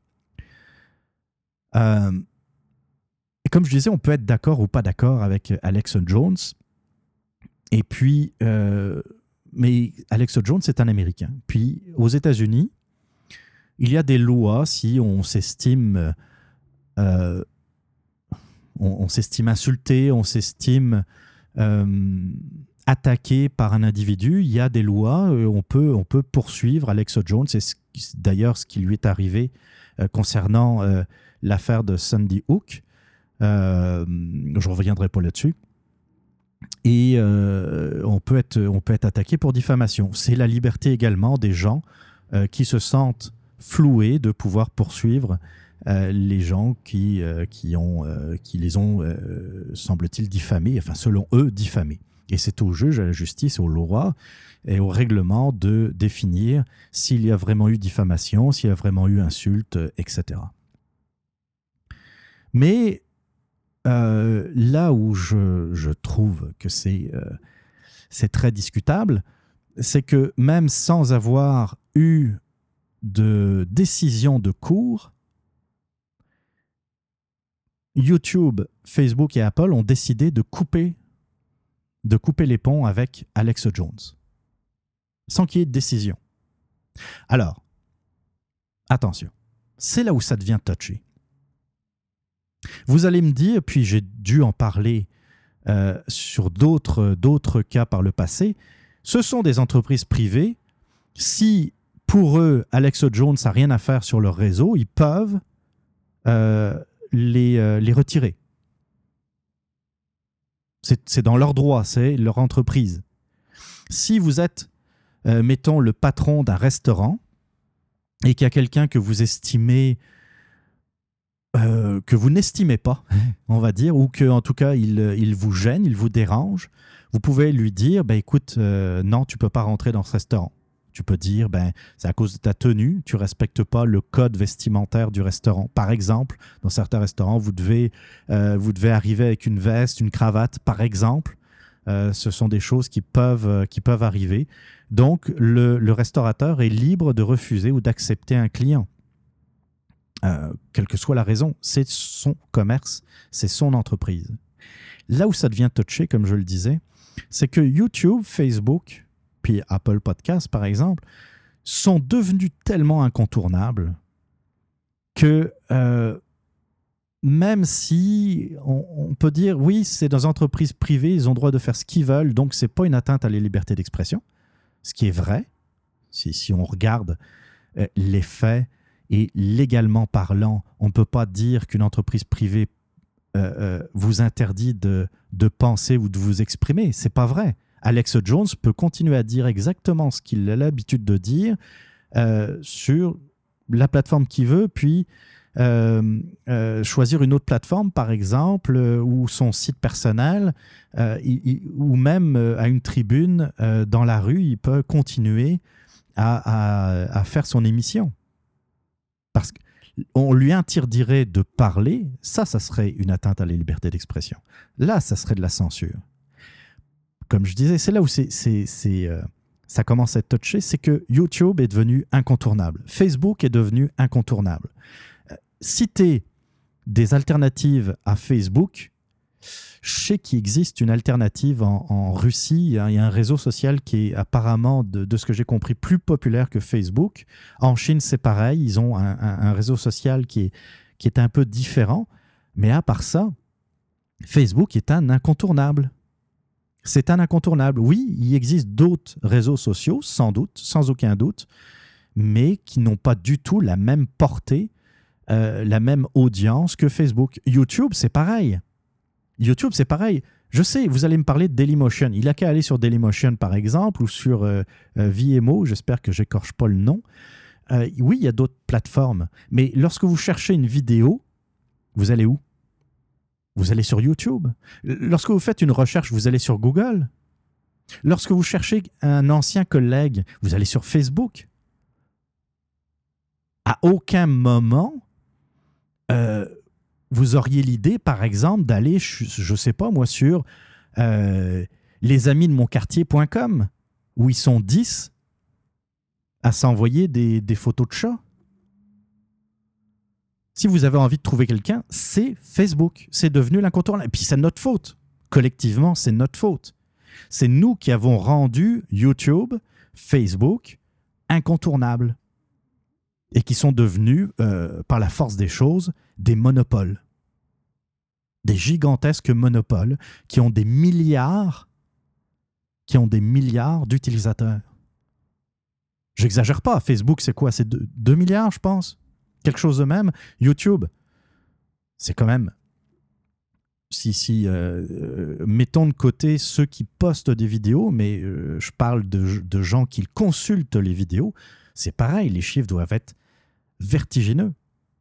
Euh, et comme je disais, on peut être d'accord ou pas d'accord avec Alex Jones. Et puis, euh, mais Alex Jones, c'est un Américain. Puis, aux États-Unis, il y a des lois si on s'estime... Euh, On, on s'estime insulté, on s'estime euh, attaqué par un individu. Il y a des lois, euh, on, peut, on peut poursuivre Alex Jones. C'est ce, d'ailleurs ce qui lui est arrivé euh, concernant euh, l'affaire de Sandy Hook. Euh, je ne reviendrai pas là-dessus. Et euh, on, peut être, on peut être attaqué pour diffamation. C'est la liberté également des gens euh, qui se sentent floués de pouvoir poursuivre Euh, les gens qui, euh, qui, ont, euh, qui les ont, euh, semble-t-il, diffamés, enfin, selon eux, diffamés. Et c'est au juge, à la justice, aux lois et au règlement de définir s'il y a vraiment eu diffamation, s'il y a vraiment eu insulte, et cetera. Mais euh, là où je, je trouve que c'est, euh, c'est très discutable, c'est que même sans avoir eu de décision de cour, YouTube, Facebook et Apple ont décidé de couper, de couper les ponts avec Alex Jones, sans qu'il y ait de décision. Alors, attention, c'est là où ça devient touchy. Vous allez me dire, puis j'ai dû en parler euh, sur d'autres, d'autres cas par le passé, ce sont des entreprises privées. Si pour eux, Alex Jones n'a rien à faire sur leur réseau, ils peuvent... Euh, Les, euh, les retirer. C'est, c'est dans leur droit, c'est leur entreprise. Si vous êtes, euh, mettons, le patron d'un restaurant et qu'il y a quelqu'un que vous estimez, euh, que vous n'estimez pas, on va dire, ou que en tout cas il, il vous gêne, il vous dérange, vous pouvez lui dire, ben écoute, euh, non, tu peux pas rentrer dans ce restaurant. Tu peux dire, ben, c'est à cause de ta tenue, tu ne respectes pas le code vestimentaire du restaurant. Par exemple, dans certains restaurants, vous devez, euh, vous devez arriver avec une veste, une cravate, par exemple. Euh, ce sont des choses qui peuvent, euh, qui peuvent arriver. Donc, le, le restaurateur est libre de refuser ou d'accepter un client. Euh, quelle que soit la raison, c'est son commerce, c'est son entreprise. Là où ça devient touché, comme je le disais, c'est que YouTube, Facebook, puis Apple Podcast, par exemple, sont devenus tellement incontournables que euh, même si on, on peut dire, oui, c'est des entreprises privées, ils ont le droit de faire ce qu'ils veulent, donc ce n'est pas une atteinte à la liberté d'expression, ce qui est vrai, si, si on regarde euh, les faits, et légalement parlant, on ne peut pas dire qu'une entreprise privée euh, euh, vous interdit de, de penser ou de vous exprimer. Ce n'est pas vrai. Alex Jones peut continuer à dire exactement ce qu'il a l'habitude de dire euh, sur la plateforme qu'il veut, puis euh, euh, choisir une autre plateforme, par exemple, euh, ou son site personnel, euh, il, il, ou même euh, à une tribune euh, dans la rue, il peut continuer à, à, à faire son émission. Parce qu'on lui interdirait de parler, ça, ça serait une atteinte à la liberté d'expression. Là, ça serait de la censure. Comme je disais, c'est là où c'est, c'est, c'est, euh, ça commence à être touché, c'est que YouTube est devenu incontournable. Facebook est devenu incontournable. Euh, citer des alternatives à Facebook, je sais qu'il existe une alternative en, en Russie. Hein, il y a un réseau social qui est apparemment, de, de ce que j'ai compris, plus populaire que Facebook. En Chine, c'est pareil. Ils ont un, un, un réseau social qui est, qui est un peu différent. Mais à part ça, Facebook est un incontournable. C'est un incontournable. Oui, il existe d'autres réseaux sociaux, sans doute, sans aucun doute, mais qui n'ont pas du tout la même portée, euh, la même audience que Facebook. YouTube, c'est pareil. YouTube, c'est pareil. Je sais, vous allez me parler de Dailymotion. Il n'a qu'à aller sur Dailymotion, par exemple, ou sur euh, euh, Vimeo. J'espère que je n'écorche pas le nom. Euh, oui, il y a d'autres plateformes. Mais lorsque vous cherchez une vidéo, vous allez où? Vous allez sur YouTube. Lorsque vous faites une recherche, vous allez sur Google. Lorsque vous cherchez un ancien collègue, vous allez sur Facebook. À aucun moment, euh, vous auriez l'idée, par exemple, d'aller, je ne sais pas moi, sur euh, les amis de mon quartier point com, où ils sont dix à s'envoyer des, des photos de chats. Si vous avez envie de trouver quelqu'un, c'est Facebook. C'est devenu l'incontournable. Et puis c'est notre faute. Collectivement, c'est notre faute. C'est nous qui avons rendu YouTube, Facebook, incontournables. Et qui sont devenus, euh, par la force des choses, des monopoles. Des gigantesques monopoles qui ont des milliards, qui ont des milliards d'utilisateurs. J'exagère pas. Facebook, c'est quoi? C'est deux milliards, je pense. Quelque chose de même. YouTube, c'est quand même... Si, si, euh, euh, mettons de côté ceux qui postent des vidéos, mais euh, je parle de, de gens qui consultent les vidéos, c'est pareil, les chiffres doivent être vertigineux.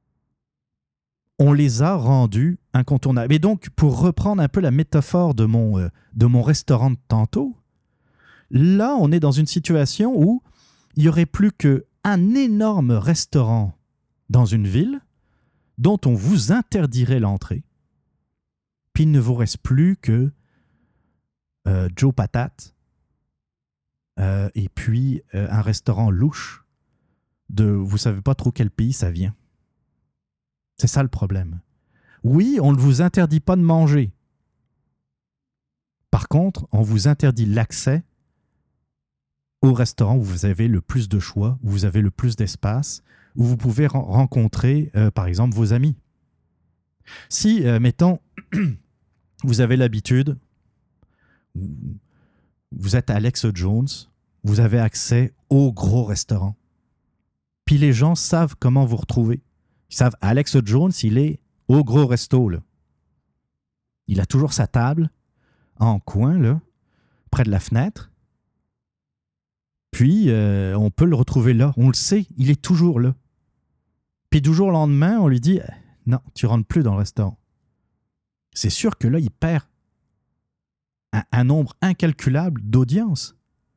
On les a rendus incontournables. Et donc, pour reprendre un peu la métaphore de mon, euh, de mon restaurant de tantôt, là, on est dans une situation où il n'y aurait plus qu'un énorme restaurant dans une ville dont on vous interdirait l'entrée, puis il ne vous reste plus que euh, Joe Patate euh, et puis euh, un restaurant louche de vous ne savez pas trop quel pays ça vient. C'est ça le problème. Oui, on ne vous interdit pas de manger. Par contre, on vous interdit l'accès au restaurant où vous avez le plus de choix, où vous avez le plus d'espace, où vous pouvez re- rencontrer, euh, par exemple, vos amis. Si, euh, mettons, vous avez l'habitude, vous êtes Alex Jones, vous avez accès au gros restaurant. Puis les gens savent comment vous retrouver. Ils savent, Alex Jones, il est au gros resto, là. Il a toujours sa table en coin, là, près de la fenêtre. Puis, euh, on peut le retrouver là. On le sait, il est toujours là. Puis du jour au lendemain, on lui dit « Non, tu ne rentres plus dans le restaurant. » C'est sûr que là, il perd un, un nombre incalculable d'audience.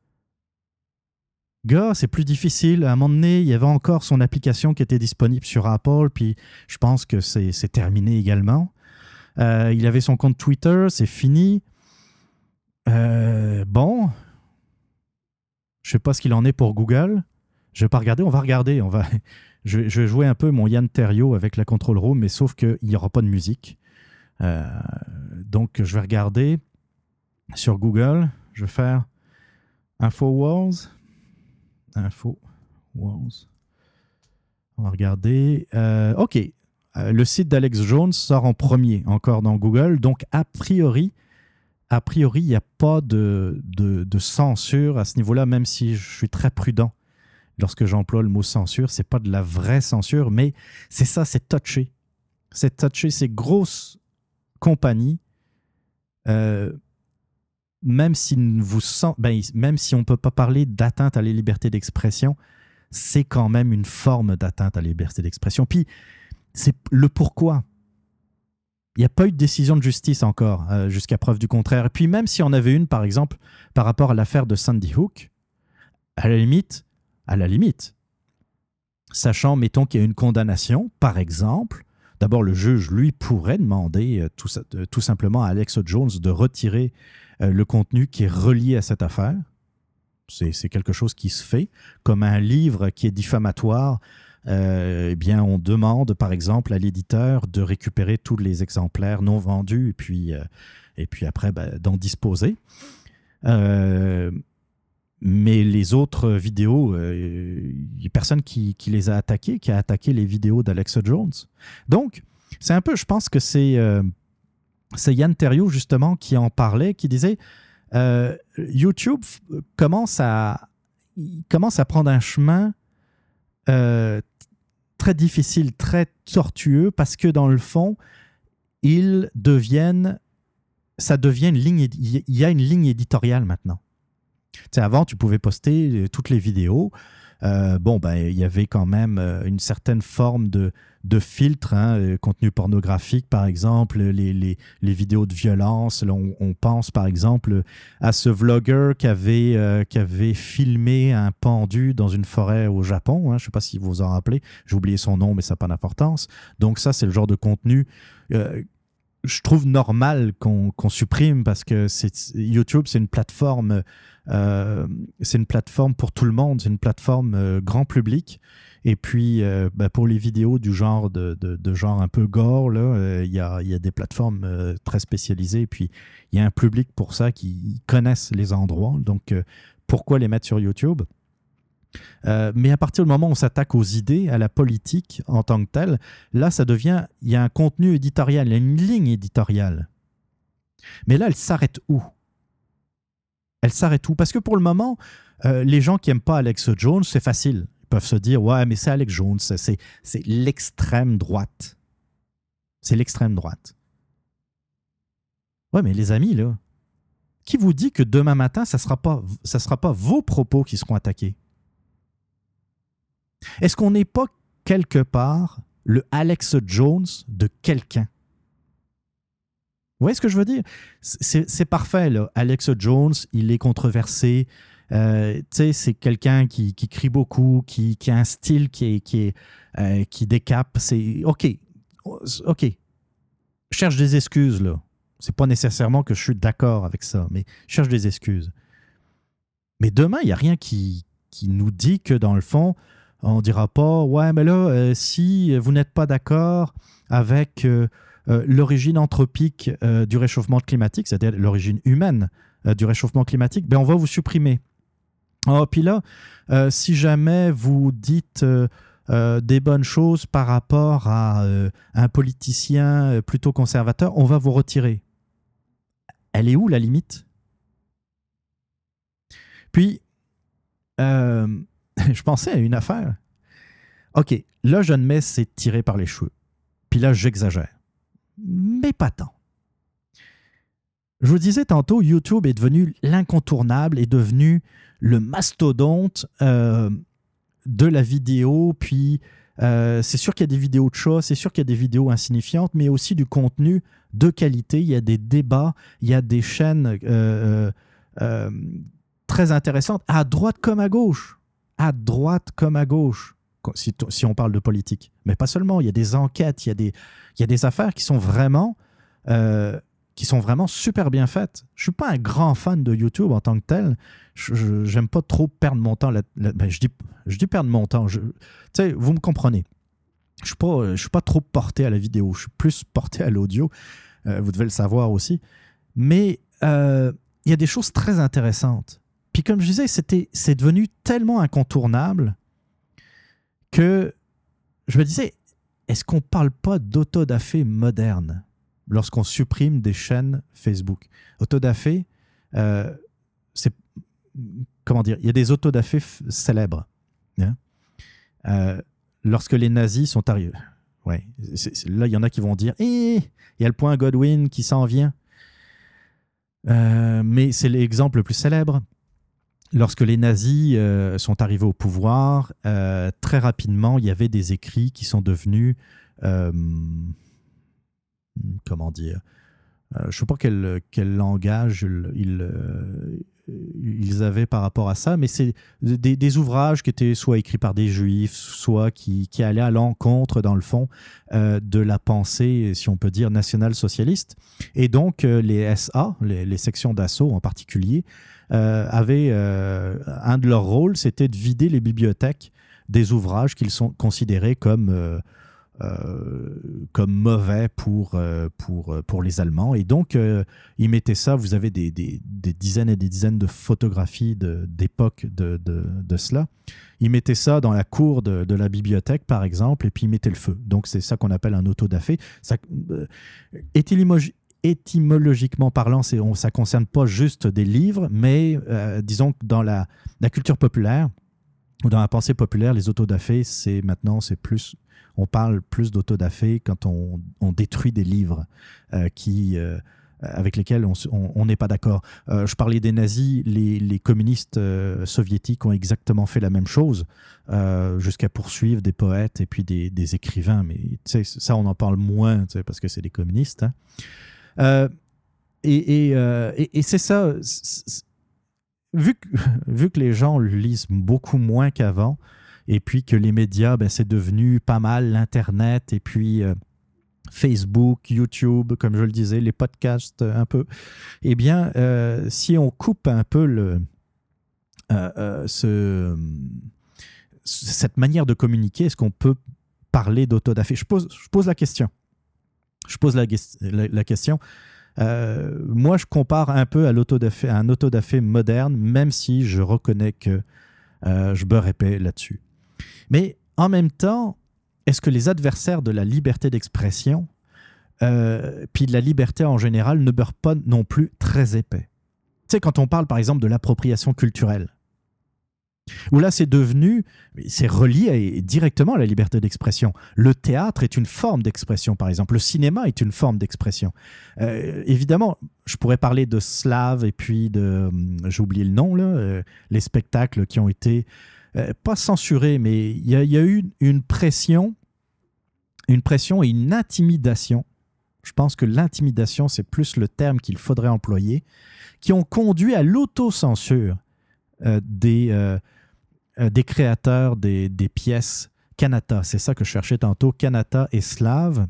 Gars, c'est plus difficile. À un moment donné, il y avait encore son application qui était disponible sur Apple, puis je pense que c'est, c'est terminé également. Euh, il avait son compte Twitter, c'est fini. Euh, bon, je ne sais pas ce qu'il en est pour Google. Je ne vais pas regarder, on va regarder. On va... je, je vais jouer un peu mon Yann Terriot avec la Control Room, mais sauf qu'il n'y aura pas de musique. Euh, donc, je vais regarder. sur Google. Je vais faire InfoWars. InfoWars. On va regarder. Euh, OK. Euh, le site d'Alex Jones sort en premier, encore dans Google. Donc, a priori, a priori, il n'y a pas de, de, de censure à ce niveau-là, même si je suis très prudent lorsque j'emploie le mot censure. Ce n'est pas de la vraie censure, mais c'est ça, c'est touché. C'est touché, ces grosses compagnies, euh, même si vous sent, ben, même si on ne peut pas parler d'atteinte à la liberté d'expression, c'est quand même une forme d'atteinte à la liberté d'expression. Puis, c'est le pourquoi. Il n'y a pas eu de décision de justice encore, euh, jusqu'à preuve du contraire. Et puis même si on avait une, par exemple, par rapport à l'affaire de Sandy Hook, à la limite, à la limite, sachant, mettons qu'il y a une condamnation, par exemple, d'abord le juge, lui, pourrait demander euh, tout, euh, tout simplement à Alex Jones de retirer euh, le contenu qui est relié à cette affaire. C'est, c'est quelque chose qui se fait. Comme un livre qui est diffamatoire, Euh, eh bien, on demande, par exemple, à l'éditeur de récupérer tous les exemplaires non vendus et puis, euh, et puis après, ben, d'en disposer. Euh, mais les autres vidéos, il euh, n'y a personne qui, qui les a attaquées, qui a attaqué les vidéos d'Alex Jones. Donc, c'est un peu, je pense que c'est, euh, c'est Yann Terriot, justement, qui en parlait, qui disait euh, YouTube commence à, commence à prendre un chemin Euh, très difficile, très tortueux, parce que dans le fond, ils deviennent, ça devient une ligne, il y a une ligne éditoriale maintenant. Tu sais, avant, tu pouvais poster toutes les vidéos. Euh, bon, ben, il y avait quand même une certaine forme de, de filtre, hein, contenu pornographique, par exemple, les, les, les vidéos de violence. Là, on, on pense, par exemple, à ce vlogueur qui avait, euh, qui avait filmé un pendu dans une forêt au Japon. Hein, je ne sais pas si vous vous en rappelez. J'ai oublié son nom, mais ça n'a pas d'importance. Donc ça, c'est le genre de contenu euh, je trouve normal qu'on, qu'on supprime, parce que c'est, YouTube, c'est une plateforme... Euh, c'est une plateforme pour tout le monde, c'est une plateforme euh, grand public. Et puis, euh, ben pour les vidéos du genre de, de, de genre un peu gore, il euh, y, a, y a des plateformes euh, très spécialisées. Et puis, il y a un public pour ça qui connaissent les endroits. Donc, euh, pourquoi les mettre sur YouTube? Euh, mais à partir du moment où on s'attaque aux idées, à la politique en tant que telle, là, ça devient... Il y a un contenu éditorial, il y a une ligne éditoriale. Mais là, elle s'arrête où? Elle s'arrête où? Parce que pour le moment, euh, les gens qui n'aiment pas Alex Jones, c'est facile. Ils peuvent se dire, ouais, mais c'est Alex Jones, c'est, c'est l'extrême droite. C'est l'extrême droite. Ouais, mais les amis, là, qui vous dit que demain matin, ça ne sera pas, ça sera pas vos propos qui seront attaqués? Est-ce qu'on n'est pas quelque part le Alex Jones de quelqu'un? Vous voyez ce que je veux dire? C'est, c'est parfait, là. Alex Jones, il est controversé. Euh, tu sais, c'est quelqu'un qui, qui crie beaucoup, qui, qui a un style qui, est, qui, est, euh, qui décape. C'est OK. OK. Je cherche des excuses, là. C'est pas nécessairement que je suis d'accord avec ça, mais je cherche des excuses. Mais demain, il n'y a rien qui, qui nous dit que, dans le fond, on ne dira pas, ouais, mais là, euh, si vous n'êtes pas d'accord avec... Euh, Euh, l'origine anthropique euh, du réchauffement climatique, c'est-à-dire l'origine humaine euh, du réchauffement climatique, ben on va vous supprimer. Oh, puis là, euh, si jamais vous dites euh, euh, des bonnes choses par rapport à euh, un politicien euh, plutôt conservateur, on va vous retirer. Elle est où la limite? Puis, euh, je pensais à une affaire. OK, là, je admets, c'est tiré par les cheveux. Puis là, j'exagère. Mais pas tant. Je vous disais tantôt, YouTube est devenu l'incontournable, est devenu le mastodonte euh, de la vidéo. Puis, euh, c'est sûr qu'il y a des vidéos de chats, c'est sûr qu'il y a des vidéos insignifiantes, mais aussi du contenu de qualité. Il y a des débats, il y a des chaînes euh, euh, très intéressantes, à droite comme à gauche. À droite comme à gauche. Si, si on parle de politique. Mais pas seulement, il y a des enquêtes, il y a des, il y a des affaires qui sont vraiment euh, qui sont vraiment super bien faites. Je ne suis pas un grand fan de YouTube en tant que tel. Je n'aime pas trop perdre mon temps. Là, là, ben, je, dis, je dis perdre mon temps. Tu sais, vous me comprenez. Je ne suis pas trop porté à la vidéo. Je suis plus porté à l'audio. Euh, vous devez le savoir aussi. Mais euh, il y a des choses très intéressantes. Puis comme je disais, c'était, c'est devenu tellement incontournable que je me disais, est-ce qu'on ne parle pas d'autodafé moderne lorsqu'on supprime des chaînes Facebook? Autodafé, euh, c'est... Comment dire? Il y a des autodafés f- célèbres. Hein? Euh, lorsque les nazis sont arrivés... Ouais, c'est, c'est, là, il y en a qui vont dire « Eh, il y a le point Godwin qui s'en vient. Euh, » Mais c'est l'exemple le plus célèbre. Lorsque les nazis euh, sont arrivés au pouvoir, euh, très rapidement, il y avait des écrits qui sont devenus... Euh, comment dire? Euh, je ne sais pas quel, quel langage ils, ils, euh, ils avaient par rapport à ça, mais c'est des, des ouvrages qui étaient soit écrits par des juifs, soit qui, qui allaient à l'encontre, dans le fond, euh, de la pensée, si on peut dire, national-socialiste. Et donc, euh, les S A, les, les sections d'assaut en particulier, euh, avaient euh, un de leurs rôles, c'était de vider les bibliothèques des ouvrages qu'ils sont considérés comme... Euh, Euh, comme mauvais pour, euh, pour, pour les Allemands. Et donc, euh, ils mettaient ça, vous avez des, des, des dizaines et des dizaines de photographies de, d'époque de, de, de cela. Ils mettaient ça dans la cour de, de la bibliothèque, par exemple, et puis ils mettaient le feu. Donc, c'est ça qu'on appelle un autodafé. Ça, euh, étymologi- étymologiquement parlant, c'est, on, ça ne concerne pas juste des livres, mais euh, disons que dans la, la culture populaire, ou dans la pensée populaire, les autodafés, c'est maintenant, c'est plus... On parle plus d'autodafé quand on, on détruit des livres euh, qui, euh, avec lesquels on n'est pas d'accord. Euh, je parlais des nazis, les, les communistes euh, soviétiques ont exactement fait la même chose, euh, jusqu'à poursuivre des poètes et puis des, des écrivains. Mais ça, on en parle moins parce que c'est des communistes. Hein. Euh, et, et, euh, et, et c'est ça. C'est, vu, que, vu que les gens lisent beaucoup moins qu'avant, et puis que les médias, ben, c'est devenu pas mal l'Internet, et puis euh, Facebook, YouTube, comme je le disais, les podcasts euh, un peu. Eh bien, euh, si on coupe un peu le, euh, euh, ce, cette manière de communiquer, est-ce qu'on peut parler d'autodafé? Je pose, je pose la question. Je pose la, la, la question. Euh, moi, je compare un peu à, l'autodafé, à un autodafé moderne, même si je reconnais que euh, je beurre épais là-dessus. Mais en même temps, est-ce que les adversaires de la liberté d'expression, euh, puis de la liberté en général, ne beurrent pas non plus très épais? Tu sais, quand on parle par exemple de l'appropriation culturelle, où là c'est devenu, c'est relié directement à la liberté d'expression. Le théâtre est une forme d'expression, par exemple. Le cinéma est une forme d'expression. Euh, évidemment, je pourrais parler de Slave et puis de, j'ai oublié le nom, là, euh, les spectacles qui ont été Euh, pas censuré, mais il y, y a eu une pression, une pression et une intimidation. Je pense que l'intimidation, c'est plus le terme qu'il faudrait employer, qui ont conduit à l'autocensure euh, des, euh, euh, des créateurs des, des pièces Kanata. C'est ça que je cherchais tantôt, Kanata et Slave.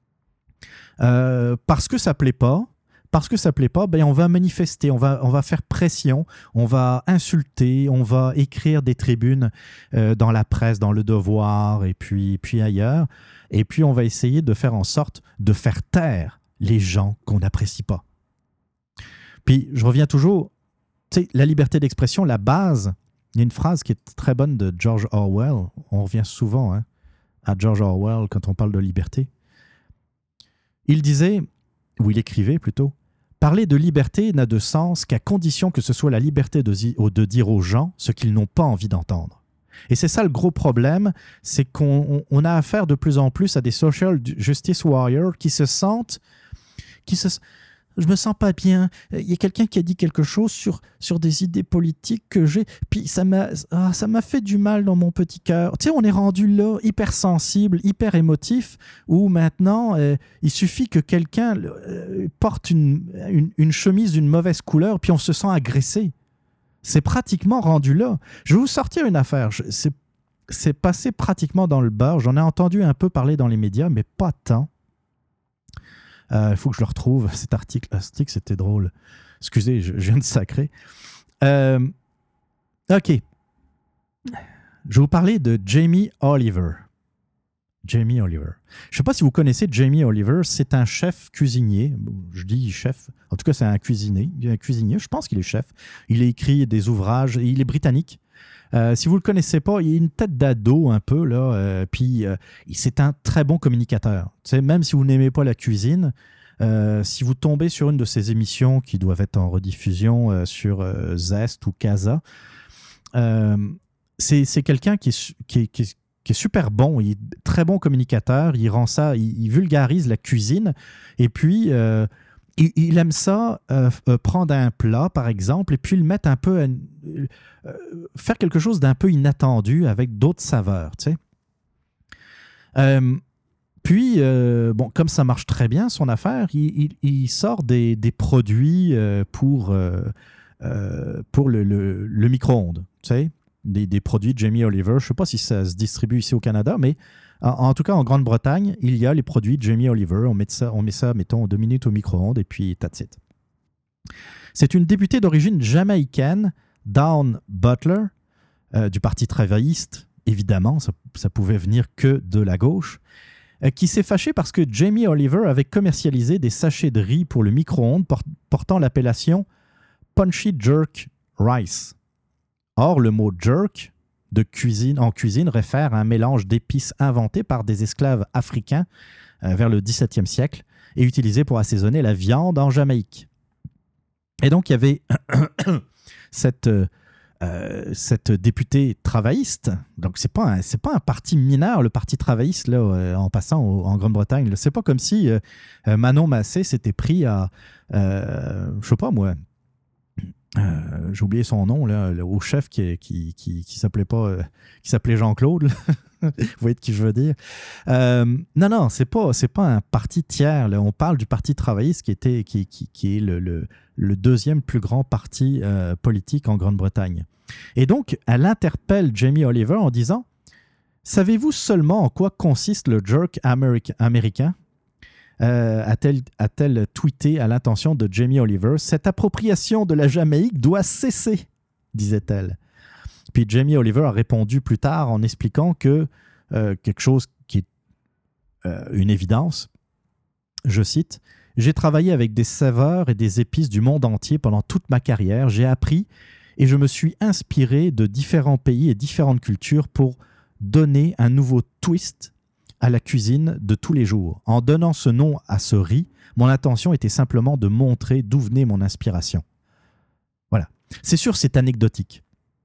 Euh, parce que ça ne plaît pas. Parce que ça ne plaît pas, ben on va manifester, on va, on va faire pression, on va insulter, on va écrire des tribunes euh, dans la presse, dans Le Devoir et puis, puis ailleurs. Et puis, on va essayer de faire en sorte de faire taire les gens qu'on n'apprécie pas. Puis, je reviens toujours, tu sais, la liberté d'expression, la base, il y a une phrase qui est très bonne de George Orwell. On revient souvent hein, à George Orwell quand on parle de liberté. Il disait, ou il écrivait plutôt, « Parler de liberté n'a de sens qu'à condition que ce soit la liberté de, de dire aux gens ce qu'ils n'ont pas envie d'entendre. » Et c'est ça le gros problème, c'est qu'on on a affaire de plus en plus à des social justice warriors qui se sentent... qui se je me sens pas bien. Il y a quelqu'un qui a dit quelque chose sur, sur des idées politiques que j'ai, puis ça m'a, ah, ça m'a fait du mal dans mon petit cœur. Tu sais, on est rendu là, hyper sensible, hyper émotif, où maintenant, euh, il suffit que quelqu'un euh, porte une, une, une chemise d'une mauvaise couleur, puis on se sent agressé. C'est pratiquement rendu là. Je vais vous sortir une affaire. Je, c'est, c'est passé pratiquement dans le beurre. J'en ai entendu un peu parler dans les médias, mais pas tant. Il euh, faut que je le retrouve, cet article. Article, c'était drôle. Excusez, je, je viens de sacrer. Euh, OK. Je vais vous parler de Jamie Oliver. Jamie Oliver. Je ne sais pas si vous connaissez Jamie Oliver, c'est un chef cuisinier. Je dis chef, en tout cas c'est un cuisinier, un cuisinier, je pense qu'il est chef. Il a écrit des ouvrages, il est britannique. Euh, si vous ne le connaissez pas, il a une tête d'ado un peu, là, euh, puis euh, c'est un très bon communicateur. Tu sais, même si vous n'aimez pas la cuisine, euh, si vous tombez sur une de ses émissions qui doivent être en rediffusion euh, sur euh, Zest ou Casa, euh, c'est, c'est quelqu'un qui est, qui est, qui est qui est super bon, il est très bon communicateur, il rend ça, il, il vulgarise la cuisine, et puis euh, il, il aime ça, euh, euh, prendre un plat, par exemple, et puis le mettre un peu, à, euh, faire quelque chose d'un peu inattendu avec d'autres saveurs, tu sais. Euh, puis, euh, bon, comme ça marche très bien, son affaire, il, il, il sort des, des produits euh, pour, euh, euh, pour le, le, le micro-ondes, tu sais. Des, des produits de Jamie Oliver. Je ne sais pas si ça se distribue ici au Canada, mais en, en tout cas, en Grande-Bretagne, il y a les produits de Jamie Oliver. On met ça, on met ça mettons, deux minutes au micro-ondes et puis that's it. C'est une députée d'origine jamaïcaine, Dawn Butler, euh, du Parti travailliste. Évidemment, ça, ça pouvait venir que de la gauche, euh, qui s'est fâchée parce que Jamie Oliver avait commercialisé des sachets de riz pour le micro-ondes port- portant l'appellation Punchy Jerk Rice. Or, le mot « jerk » de cuisine, en cuisine réfère à un mélange d'épices inventé par des esclaves africains euh, vers le dix-septième siècle et utilisé pour assaisonner la viande en Jamaïque. Et donc, il y avait cette, euh, cette députée travailliste. Donc, ce n'est pas, pas un parti mineur, le Parti travailliste, là, euh, en passant au, en Grande-Bretagne. Ce n'est pas comme si euh, Manon Massé s'était pris à, euh, je ne sais pas moi, Euh, j'ai oublié son nom, là, le, au chef qui, qui, qui, qui s'appelait pas, euh, qui s'appelait Jean-Claude. Vous voyez de qui je veux dire. Euh, non, non, c'est pas, c'est pas un parti tiers. Là. On parle du Parti travailliste qui, était, qui, qui, qui est le, le, le deuxième plus grand parti euh, politique en Grande-Bretagne. Et donc, elle interpelle Jamie Oliver en disant « Savez-vous seulement en quoi consiste le jerk américa- américain ?» Euh, a-t-elle, a-t-elle tweeté à l'intention de Jamie Oliver « Cette appropriation de la Jamaïque doit cesser », disait-elle. Puis Jamie Oliver a répondu plus tard en expliquant que euh, quelque chose qui est euh, une évidence, je cite, « J'ai travaillé avec des saveurs et des épices du monde entier pendant toute ma carrière. J'ai appris et je me suis inspiré de différents pays et différentes cultures pour donner un nouveau twist à la cuisine de tous les jours. En donnant ce nom à ce riz, mon intention était simplement de montrer d'où venait mon inspiration. » Voilà. C'est sûr, c'est anecdotique.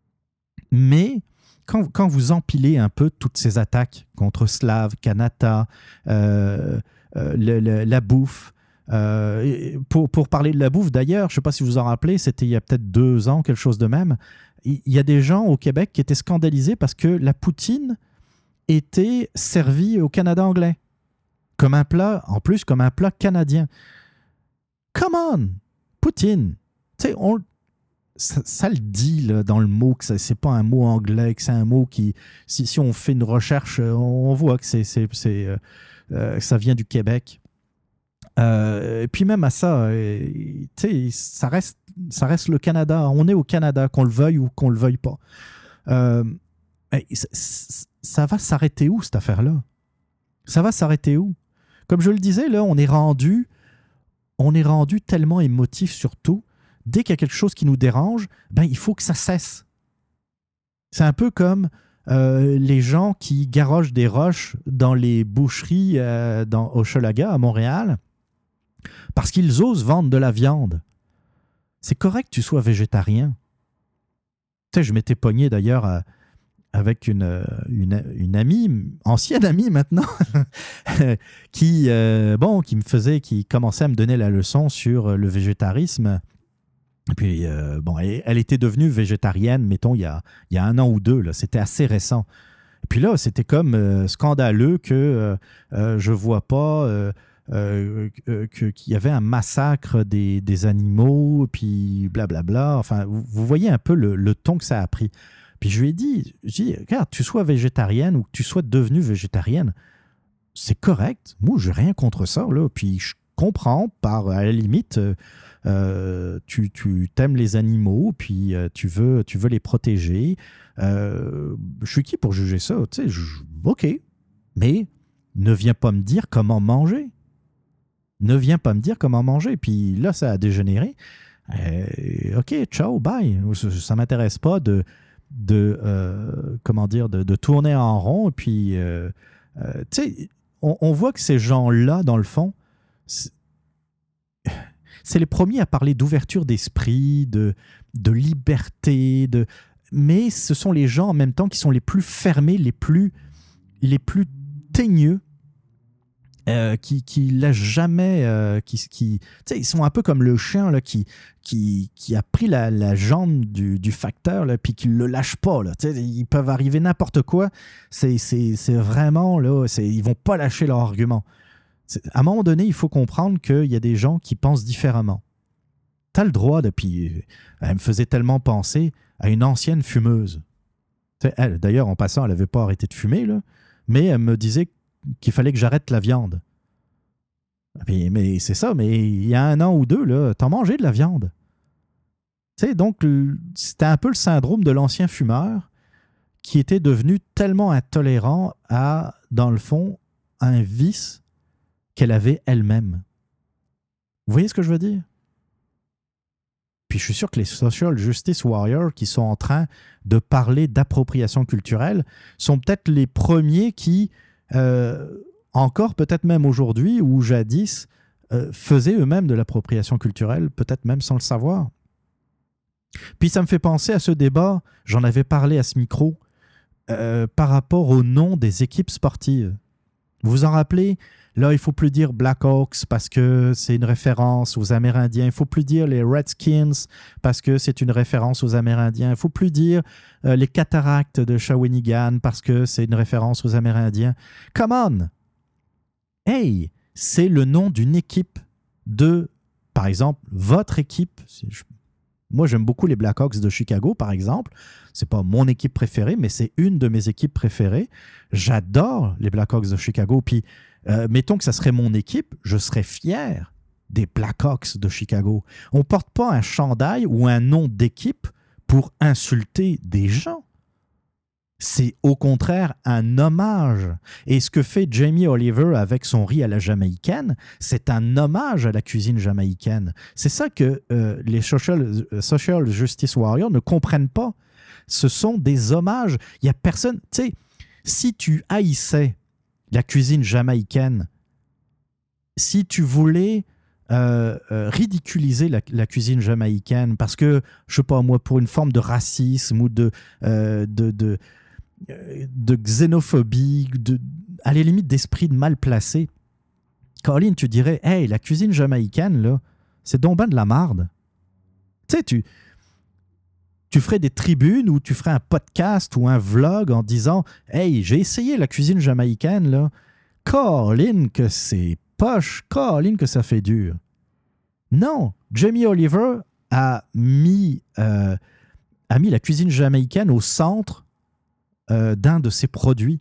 Mais quand, quand vous empilez un peu toutes ces attaques contre Slav, Kanata, euh, euh, le, le, la bouffe, euh, pour, pour parler de la bouffe d'ailleurs, je ne sais pas si vous vous en rappelez, c'était il y a peut-être deux ans, quelque chose de même, il y a des gens au Québec qui étaient scandalisés parce que la poutine était servi au Canada anglais. Comme un plat, en plus, comme un plat canadien. Come on! Poutine! Tu sais, on... ça, ça le dit là, dans le mot, que c'est pas un mot anglais, que c'est un mot qui... Si, si on fait une recherche, on voit que c'est, c'est, c'est, euh, euh, ça vient du Québec. Euh, et puis même à ça, euh, tu sais, ça reste, ça reste le Canada. On est au Canada, qu'on le veuille ou qu'on le veuille pas. Euh, ça, ça va s'arrêter où, cette affaire-là? Ça va s'arrêter où? Comme je le disais, là, on est rendu, on est rendu tellement émotif sur tout. Dès qu'il y a quelque chose qui nous dérange, ben, il faut que ça cesse. C'est un peu comme euh, les gens qui garogent des roches dans les boucheries euh, dans Hochelaga, à Montréal, parce qu'ils osent vendre de la viande. C'est correct que tu sois végétarien. Tu sais, je m'étais pogné d'ailleurs à avec une, une, une amie, ancienne amie maintenant, qui, euh, bon, qui me faisait, qui commençait à me donner la leçon sur le végétarisme. Et puis, euh, bon, elle, elle était devenue végétarienne, mettons, il y a, il y a un an ou deux, là, c'était assez récent. Et puis là, c'était comme euh, scandaleux que euh, euh, je ne vois pas euh, euh, euh, que, qu'il y avait un massacre des, des animaux, puis blablabla. Enfin, vous, vous voyez un peu le, le ton que ça a pris. Puis je lui ai dit, je dis, regarde, tu sois végétarienne ou que tu sois devenue végétarienne, c'est correct. Moi, je n'ai rien contre ça. Là. Puis je comprends, par, à la limite, euh, tu, tu t'aimes les animaux, puis euh, tu, veux, tu veux les protéger. Euh, je suis qui pour juger ça? Tu sais, je, OK. Mais ne viens pas me dire comment manger. Ne viens pas me dire comment manger. Puis là, ça a dégénéré. Euh, OK, ciao, bye. Ça ne m'intéresse pas de, de, euh, comment dire, de, de tourner en rond. Et puis, euh, euh, tu sais, on, on voit que ces gens-là, dans le fond, c'est, c'est les premiers à parler d'ouverture d'esprit, de, de liberté, de, mais ce sont les gens en même temps qui sont les plus fermés, les plus, les plus teigneux, euh, qui, qui lâchent jamais, euh, qui, qui, tu sais, ils sont un peu comme le chien là, qui, qui, qui a pris la, la jambe du, du facteur là, puis qui ne le lâche pas. Là, tu sais, ils peuvent arriver n'importe quoi. C'est, c'est, c'est vraiment, là, c'est, ils ne vont pas lâcher leur argument. C'est, à un moment donné, il faut comprendre qu'il y a des gens qui pensent différemment. Tu as le droit de... Puis, elle me faisait tellement penser à une ancienne fumeuse. Tu sais, elle, d'ailleurs, en passant, elle n'avait pas arrêté de fumer, là, mais elle me disait qu'il fallait que j'arrête la viande. Puis, mais c'est ça, mais il y a un an ou deux, là, t'en mangeais de la viande. Tu sais, donc, c'était un peu le syndrome de l'ancien fumeur qui était devenu tellement intolérant à, dans le fond, un vice qu'elle avait elle-même. Vous voyez ce que je veux dire? Puis je suis sûr que les social justice warriors qui sont en train de parler d'appropriation culturelle sont peut-être les premiers qui, euh, encore peut-être même aujourd'hui ou jadis, euh, faisaient eux-mêmes de l'appropriation culturelle, peut-être même sans le savoir. Puis ça me fait penser à ce débat, j'en avais parlé à ce micro, euh, par rapport au nom des équipes sportives. Vous vous en rappelez? Là, il ne faut plus dire Blackhawks parce que c'est une référence aux Amérindiens. Il ne faut plus dire les Redskins parce que c'est une référence aux Amérindiens. Il ne faut plus dire euh, les Cataractes de Shawinigan parce que c'est une référence aux Amérindiens. Come on! Hey! C'est le nom d'une équipe de, par exemple, votre équipe. Je, moi, j'aime beaucoup les Blackhawks de Chicago, par exemple. Ce n'est pas mon équipe préférée, mais c'est une de mes équipes préférées. J'adore les Blackhawks de Chicago. Puis, Euh, mettons que ça serait mon équipe, je serais fier des Blackhawks de Chicago. On ne porte pas un chandail ou un nom d'équipe pour insulter des gens. C'est au contraire un hommage. Et ce que fait Jamie Oliver avec son riz à la jamaïcaine, c'est un hommage à la cuisine jamaïcaine. C'est ça que euh, les social, social justice warriors ne comprennent pas. Ce sont des hommages. Il n'y a personne... Tu sais, si tu haïssais la cuisine jamaïcaine, si tu voulais euh, euh, ridiculiser la, la cuisine jamaïcaine parce que, je sais pas moi, pour une forme de racisme ou de, euh, de, de, de xénophobie, de, à la limite d'esprit de mal placé, Colin, tu dirais, « Hey, la cuisine jamaïcaine, là, c'est donc ben de la marde. » Tu sais, tu... Tu ferais des tribunes ou tu ferais un podcast ou un vlog en disant « Hey, j'ai essayé la cuisine jamaïcaine, là. Colin, que c'est poche. Colin, que ça fait dur. » Non, Jamie Oliver a mis, euh, a mis la cuisine jamaïcaine au centre euh, d'un de ses produits.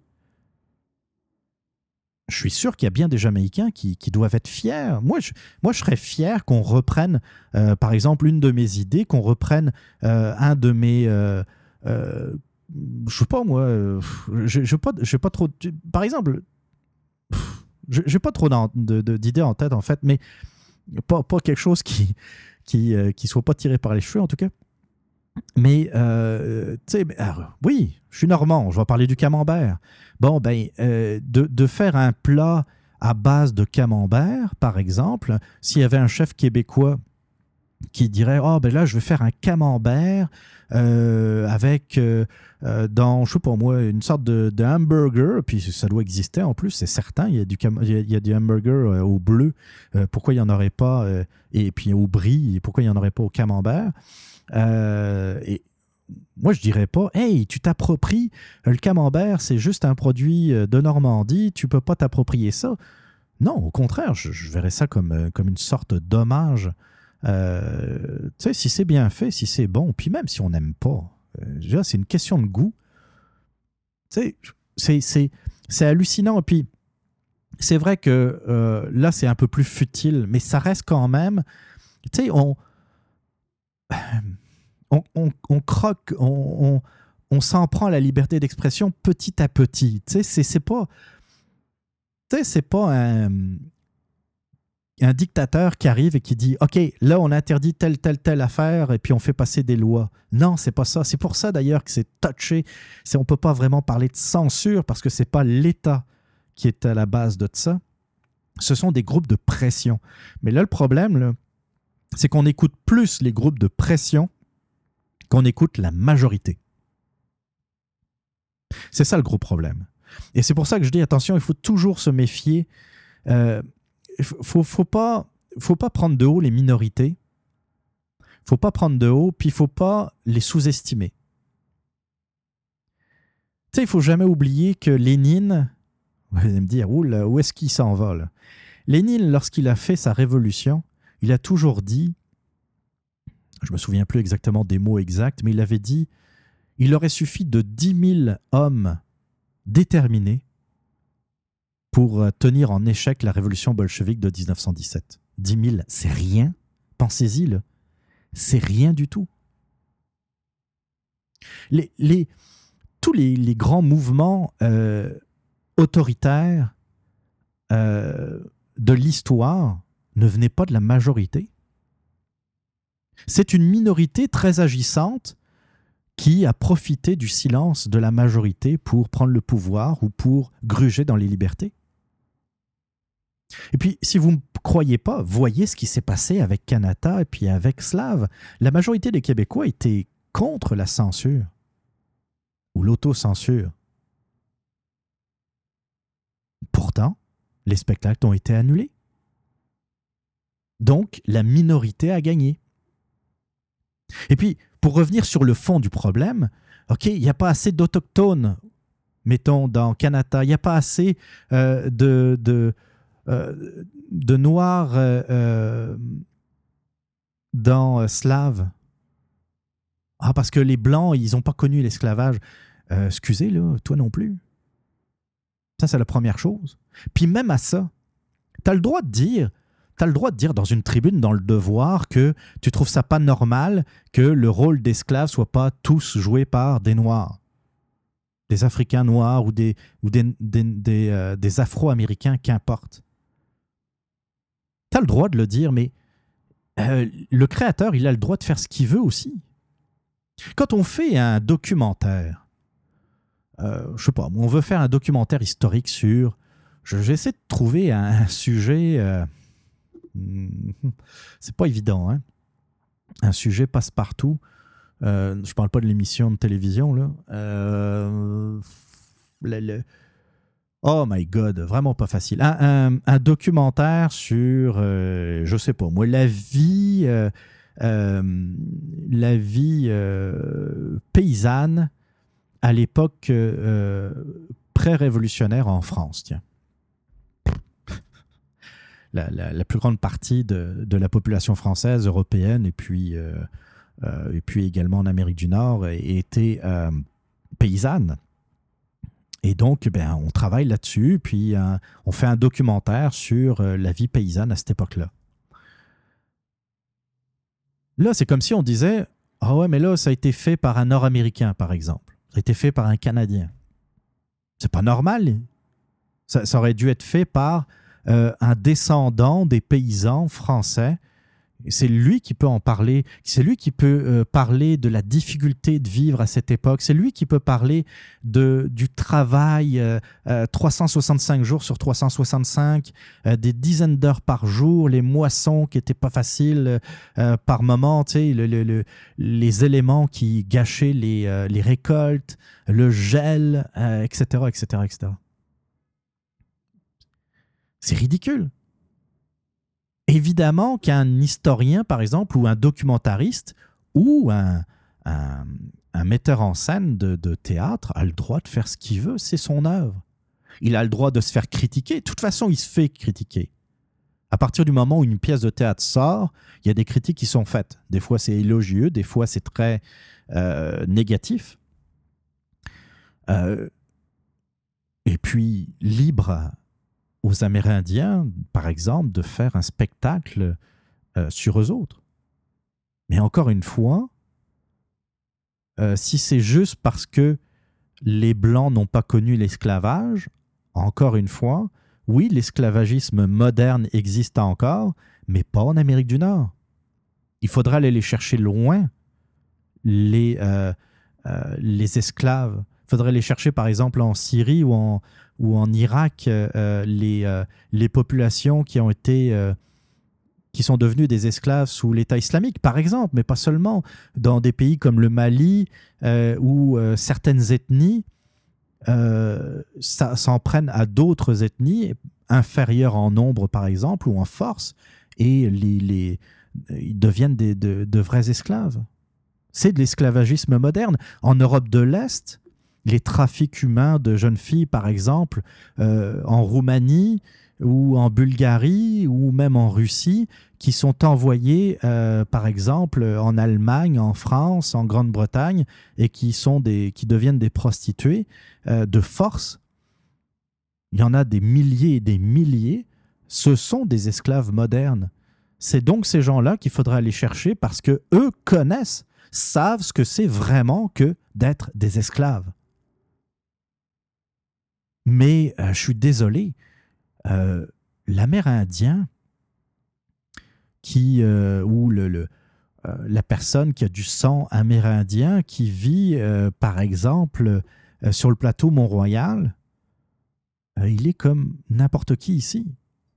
Je suis sûr qu'il y a bien des Jamaïcains qui, qui doivent être fiers. Moi, je, moi, je serais fier qu'on reprenne, euh, par exemple, une de mes idées, qu'on reprenne euh, un de mes... Euh, euh, je sais pas, moi, euh, je n'ai pas, pas trop... Par exemple, je n'ai pas trop de, de, d'idées en tête, en fait, mais pas, pas quelque chose qui qui, euh, qui soit pas tiré par les cheveux, en tout cas. Mais, euh, tu sais, oui, je suis normand, je vais parler du camembert. Bon, ben, euh, de, de faire un plat à base de camembert, par exemple, s'il y avait un chef québécois qui dirait « Ah, oh, ben là, je vais faire un camembert euh, avec, euh, euh, dans, je sais pas moi, une sorte de, de hamburger, puis ça doit exister en plus, c'est certain, il y a du, cam- il y a, il y a du hamburger euh, au bleu, euh, pourquoi il n'y en aurait pas, euh, et puis au brie, et pourquoi il n'y en aurait pas au camembert euh, et moi, je dirais pas, hey, tu t'appropries, le camembert, c'est juste un produit de Normandie, tu peux pas t'approprier ça. Non, au contraire, je, je verrais ça comme, comme une sorte d'hommage. Euh, tu sais, si c'est bien fait, si c'est bon, puis même si on n'aime pas, euh, c'est une question de goût. Tu sais, c'est, c'est, c'est hallucinant. Et puis, c'est vrai que euh, là, c'est un peu plus futile, mais ça reste quand même, tu sais, on... On, on, on croque, on, on, on s'en prend à la liberté d'expression petit à petit. Tu sais, c'est, c'est pas... Tu sais, c'est pas un, un dictateur qui arrive et qui dit « OK, là, on interdit telle, telle, telle affaire et puis on fait passer des lois. » Non, c'est pas ça. C'est pour ça, d'ailleurs, que c'est touché. C'est, on peut pas vraiment parler de censure parce que c'est pas l'État qui est à la base de ça. Ce sont des groupes de pression. Mais là, le problème, là, c'est qu'on écoute plus les groupes de pression qu'on écoute la majorité. C'est ça le gros problème. Et c'est pour ça que je dis, attention, il faut toujours se méfier. Il euh, ne faut, faut, pas, faut pas prendre de haut les minorités. Il ne faut pas prendre de haut, puis il ne faut pas les sous-estimer. Tu sais, il ne faut jamais oublier que Lénine, vous allez me dire, où, là, où est-ce qu'il s'en va, là? Lénine, lorsqu'il a fait sa révolution, il a toujours dit, je ne me souviens plus exactement des mots exacts, mais il avait dit, il aurait suffi de dix mille hommes déterminés pour tenir en échec la révolution bolchevique de dix-neuf cent dix-sept. dix mille, c'est rien. Pensez-y, là. C'est rien du tout. Les, les, tous les, les grands mouvements euh, autoritaires euh, de l'histoire ne venaient pas de la majorité. C'est une minorité très agissante qui a profité du silence de la majorité pour prendre le pouvoir ou pour gruger dans les libertés. Et puis, si vous ne me croyez pas, voyez ce qui s'est passé avec Kanata et puis avec Slav. La majorité des Québécois étaient contre la censure ou l'autocensure. Pourtant, les spectacles ont été annulés. Donc, la minorité a gagné. Et puis, pour revenir sur le fond du problème, OK, il n'y a pas assez d'Autochtones, mettons, dans Kanata. Il n'y a pas assez euh, de, de, euh, de Noirs euh, euh, dans euh, Slave. Ah, parce que les Blancs, ils n'ont pas connu l'esclavage. Euh, excusez, là, toi non plus. Ça, c'est la première chose. Puis même à ça, tu as le droit de dire... Tu as le droit de dire dans une tribune, dans Le Devoir, que tu trouves ça pas normal que le rôle d'esclave soit pas tous joué par des Noirs, des Africains noirs ou des, ou des, des, des, euh, des Afro-Américains, qu'importe. Tu as le droit de le dire, mais euh, le créateur, il a le droit de faire ce qu'il veut aussi. Quand on fait un documentaire, euh, je sais pas, on veut faire un documentaire historique sur... J'essaie de trouver un, un sujet... Euh, c'est pas évident, hein? Un sujet passe-partout. Euh, je parle pas de l'émission de télévision, là. Euh, le, le... Oh my God, vraiment pas facile. Un, un, un documentaire sur, euh, je sais pas moi, la vie, euh, euh, la vie euh, paysanne à l'époque euh, pré-révolutionnaire en France, tiens. La, la, la plus grande partie de, de la population française, européenne et puis, euh, euh, et puis également en Amérique du Nord était euh, paysanne. Et donc, ben, on travaille là-dessus, puis euh, on fait un documentaire sur euh, la vie paysanne à cette époque-là. Là, c'est comme si on disait « Ah ouais, mais là, ça a été fait par un Nord-Américain, par exemple. Ça a été fait par un Canadien. » C'est pas normal. Ça, ça aurait dû être fait par... Euh, un descendant des paysans français. C'est lui qui peut en parler. C'est lui qui peut euh, parler de la difficulté de vivre à cette époque. C'est lui qui peut parler de, du travail euh, euh, trois cent soixante-cinq jours sur trois cent soixante-cinq, euh, des dizaines d'heures par jour, les moissons qui n'étaient pas faciles euh, par moment, tu sais, le, le, le, les éléments qui gâchaient les, euh, les récoltes, le gel, euh, et cetera, et cetera, et cetera. C'est ridicule. Évidemment qu'un historien, par exemple, ou un documentariste, ou un, un, un metteur en scène de, de théâtre a le droit de faire ce qu'il veut, c'est son œuvre. Il a le droit de se faire critiquer. De toute façon, il se fait critiquer. À partir du moment où une pièce de théâtre sort, il y a des critiques qui sont faites. Des fois, c'est élogieux, des fois, c'est très euh, négatif. Euh, et puis, libre aux Amérindiens, par exemple, de faire un spectacle euh, sur eux autres. Mais encore une fois, euh, si c'est juste parce que les Blancs n'ont pas connu l'esclavage, encore une fois, oui, l'esclavagisme moderne existe encore, mais pas en Amérique du Nord. Il faudra aller les chercher loin, les, euh, euh, les esclaves. Il faudrait les chercher, par exemple, en Syrie ou en, ou en Irak, euh, les, euh, les populations qui ont été... Euh, qui sont devenues des esclaves sous l'État islamique, par exemple, mais pas seulement. Dans des pays comme le Mali, euh, où euh, certaines ethnies euh, ça, s'en prennent à d'autres ethnies, inférieures en nombre, par exemple, ou en force, et les, les, ils deviennent des, de, de vrais esclaves. C'est de l'esclavagisme moderne. En Europe de l'Est, les trafics humains de jeunes filles, par exemple, euh, en Roumanie, ou en Bulgarie, ou même en Russie, qui sont envoyés, euh, par exemple, en Allemagne, en France, en Grande-Bretagne, et qui, sont des, qui deviennent des prostituées euh, de force. Il y en a des milliers et des milliers. Ce sont des esclaves modernes. C'est donc ces gens-là qu'il faudra aller chercher parce qu'eux connaissent, savent ce que c'est vraiment que d'être des esclaves. Mais euh, je suis désolé, Euh, l'Amérindien qui, euh, ou le, le, euh, la personne qui a du sang amérindien qui vit, euh, par exemple, euh, sur le plateau Mont-Royal, euh, il est comme n'importe qui ici.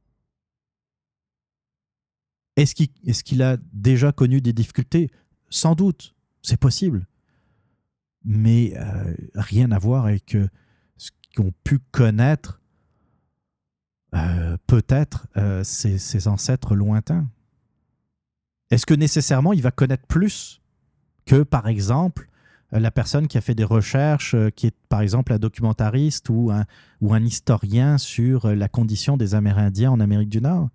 Est-ce qu'il, est-ce qu'il a déjà connu des difficultés? Sans doute, c'est possible. Mais euh, rien à voir avec euh, ce qu'ont pu connaître Euh, peut-être euh, ses, ses ancêtres lointains. Est-ce que nécessairement il va connaître plus que, par exemple, euh, la personne qui a fait des recherches, euh, qui est, par exemple, un documentariste ou un, ou un historien sur euh, la condition des Amérindiens en Amérique du Nord?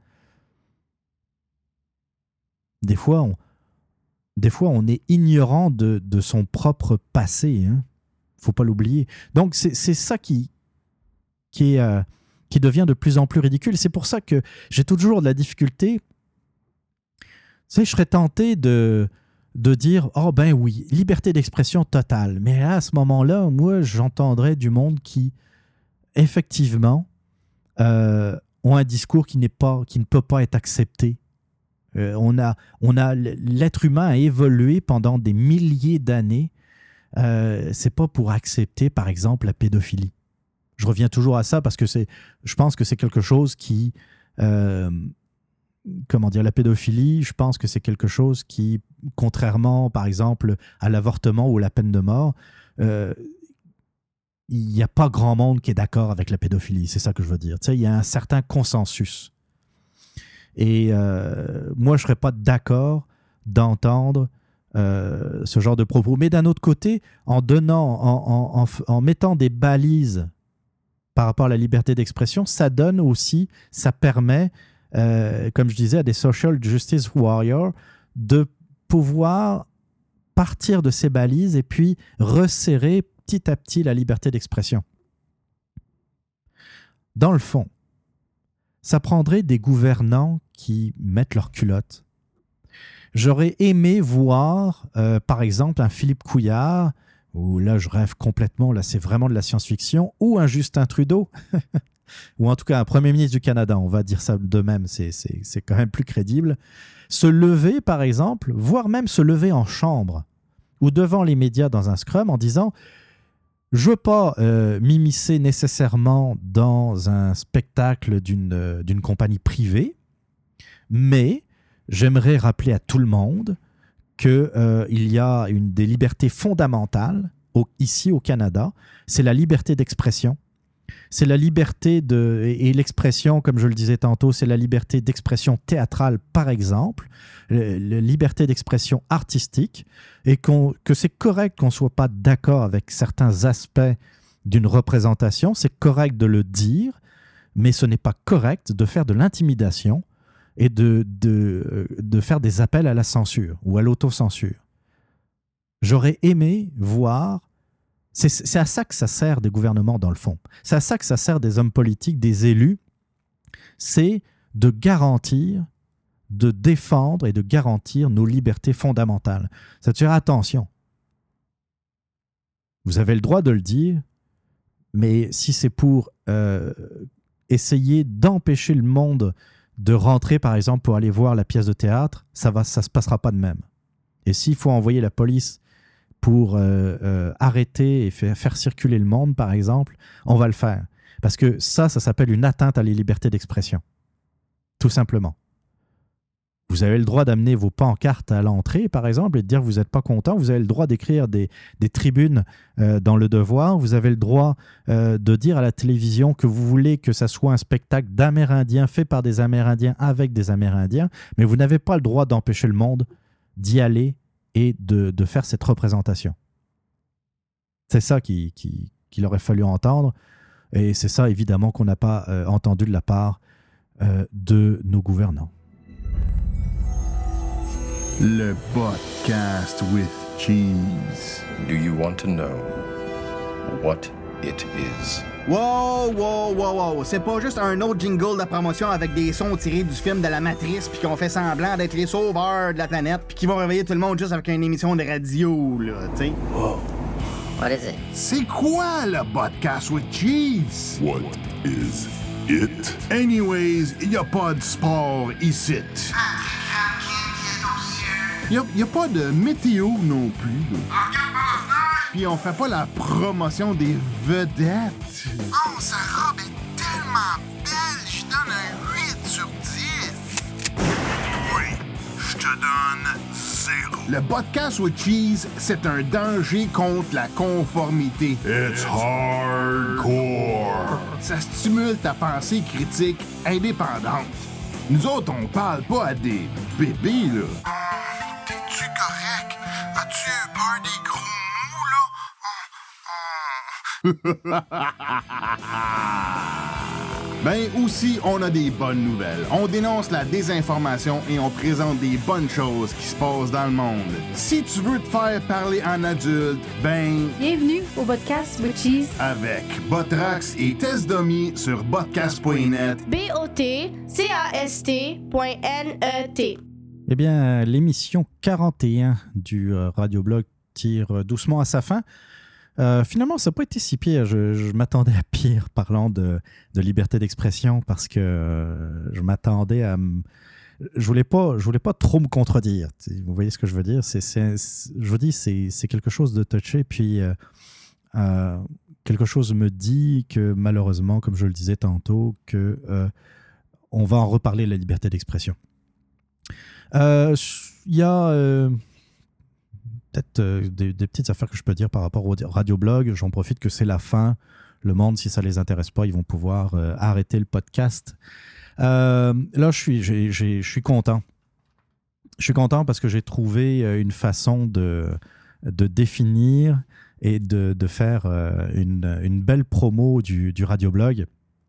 Des fois, on, des fois, on est ignorant de, de son propre passé. Il hein. ne faut pas l'oublier. Donc, c'est, c'est ça qui, qui est... Euh, qui devient de plus en plus ridicule. C'est pour ça que j'ai toujours de la difficulté. Tu sais, je serais tenté de, de dire « Oh ben oui, liberté d'expression totale ». Mais à ce moment-là, moi, j'entendrais du monde qui, effectivement, euh, ont un discours qui, n'est pas, qui ne peut pas être accepté. Euh, on a, on a, l'être humain a évolué pendant des milliers d'années. Euh, c'est pas pour accepter, par exemple, la pédophilie. Je reviens toujours à ça parce que c'est, je pense que c'est quelque chose qui, euh, comment dire, la pédophilie, je pense que c'est quelque chose qui, contrairement, par exemple, à l'avortement ou à la peine de mort, euh, il n'y a pas grand monde qui est d'accord avec la pédophilie. C'est ça que je veux dire. Tu sais, il y a un certain consensus. Et euh, moi, je ne serais pas d'accord d'entendre euh, ce genre de propos. Mais d'un autre côté, en donnant, en, en, en, en mettant des balises par rapport à la liberté d'expression, ça donne aussi, ça permet, euh, comme je disais, à des social justice warriors de pouvoir partir de ces balises et puis resserrer petit à petit la liberté d'expression. Dans le fond, ça prendrait des gouvernants qui mettent leurs culottes. J'aurais aimé voir, euh, par exemple, un Philippe Couillard, où là, je rêve complètement, là, c'est vraiment de la science-fiction, ou un Justin Trudeau, ou en tout cas un premier ministre du Canada, on va dire ça de même, c'est, c'est, c'est quand même plus crédible, se lever, par exemple, voire même se lever en chambre, ou devant les médias dans un scrum, en disant « Je ne veux pas euh, m'immiscer nécessairement dans un spectacle d'une, euh, d'une compagnie privée, mais j'aimerais rappeler à tout le monde qu'il euh, y a une des libertés fondamentales au, ici au Canada, c'est la liberté d'expression. C'est la liberté de... Et, et l'expression, comme je le disais tantôt, c'est la liberté d'expression théâtrale, par exemple, la liberté d'expression artistique, et qu'on, que c'est correct qu'on ne soit pas d'accord avec certains aspects d'une représentation, c'est correct de le dire, mais ce n'est pas correct de faire de l'intimidation et de, de, de faire des appels à la censure ou à l'autocensure. J'aurais aimé voir... C'est, c'est à ça que ça sert des gouvernements, dans le fond. C'est à ça que ça sert des hommes politiques, des élus. C'est de garantir, de défendre et de garantir nos libertés fondamentales. Ça te fait attention. Vous avez le droit de le dire, mais si c'est pour... Euh, essayer d'empêcher le monde de rentrer, par exemple, pour aller voir la pièce de théâtre, ça ne ça se passera pas de même. Et s'il faut envoyer la police pour euh, euh, arrêter et faire, faire circuler le monde, par exemple, on va le faire. Parce que ça, ça s'appelle une atteinte à la liberté d'expression. Tout simplement. Vous avez le droit d'amener vos pancartes à l'entrée, par exemple, et de dire que vous n'êtes pas content. Vous avez le droit d'écrire des, des tribunes euh, dans Le Devoir. Vous avez le droit euh, de dire à la télévision que vous voulez que ça soit un spectacle d'Amérindiens fait par des Amérindiens avec des Amérindiens, mais vous n'avez pas le droit d'empêcher le monde d'y aller et de, de faire cette représentation. C'est ça qui, qui, qu'il aurait fallu entendre, et c'est ça, évidemment, qu'on n'a pas euh, entendu de la part euh, de nos gouvernants. Le podcast with cheese. Do you want to know what it is? Wow, wow, wow, wow. C'est pas juste un autre jingle de promotion avec des sons tirés du film de la Matrice puis qu'on fait semblant d'être les sauveurs de la planète puis qui vont réveiller tout le monde juste avec une émission de radio, là, tu sais. Wow. What is it? C'est quoi le podcast with cheese? What is it? Anyways, y a pas de sport ici. Y'a y a pas de météo non plus. Puis on fait pas la promotion des vedettes. Oh, sa robe est tellement belle, je donne un huit sur dix. Oui, je te donne zéro. Le podcast with cheese, c'est un danger contre la conformité. It's hardcore. Ça stimule ta pensée critique indépendante. Nous autres, on parle pas à des bébés, là. T'es-tu correct? As-tu peur des gros mots, là? Ben aussi, on a des bonnes nouvelles. On dénonce la désinformation et on présente des bonnes choses qui se passent dans le monde. Si tu veux te faire parler en adulte, ben... Bienvenue au podcast with cheese. Avec Botrax et Test Dummy sur botcast point net. B O T C A S T point N E T. Eh bien, l'émission quarante et un du euh, Radioblog tire doucement à sa fin. Euh, finalement, ça n'a pas été si pire. Je, je m'attendais à pire parlant de, de liberté d'expression parce que euh, je m'attendais à... M... Je voulais pas, je voulais pas trop me contredire. Vous voyez ce que je veux dire? C'est, c'est, c'est, je vous dis, c'est, c'est quelque chose de touché. Puis, euh, euh, quelque chose me dit que malheureusement, comme je le disais tantôt, que euh, on va en reparler de la liberté d'expression. Il euh, y a... Euh, peut-être euh, des, des petites affaires que je peux dire par rapport au radioblog. J'en profite que c'est la fin. Le monde, si ça ne les intéresse pas, ils vont pouvoir euh, arrêter le podcast. Euh, là, je suis, j'ai, j'ai, je suis content. Je suis content parce que j'ai trouvé une façon de, de définir et de, de faire euh, une, une belle promo du, du radioblog.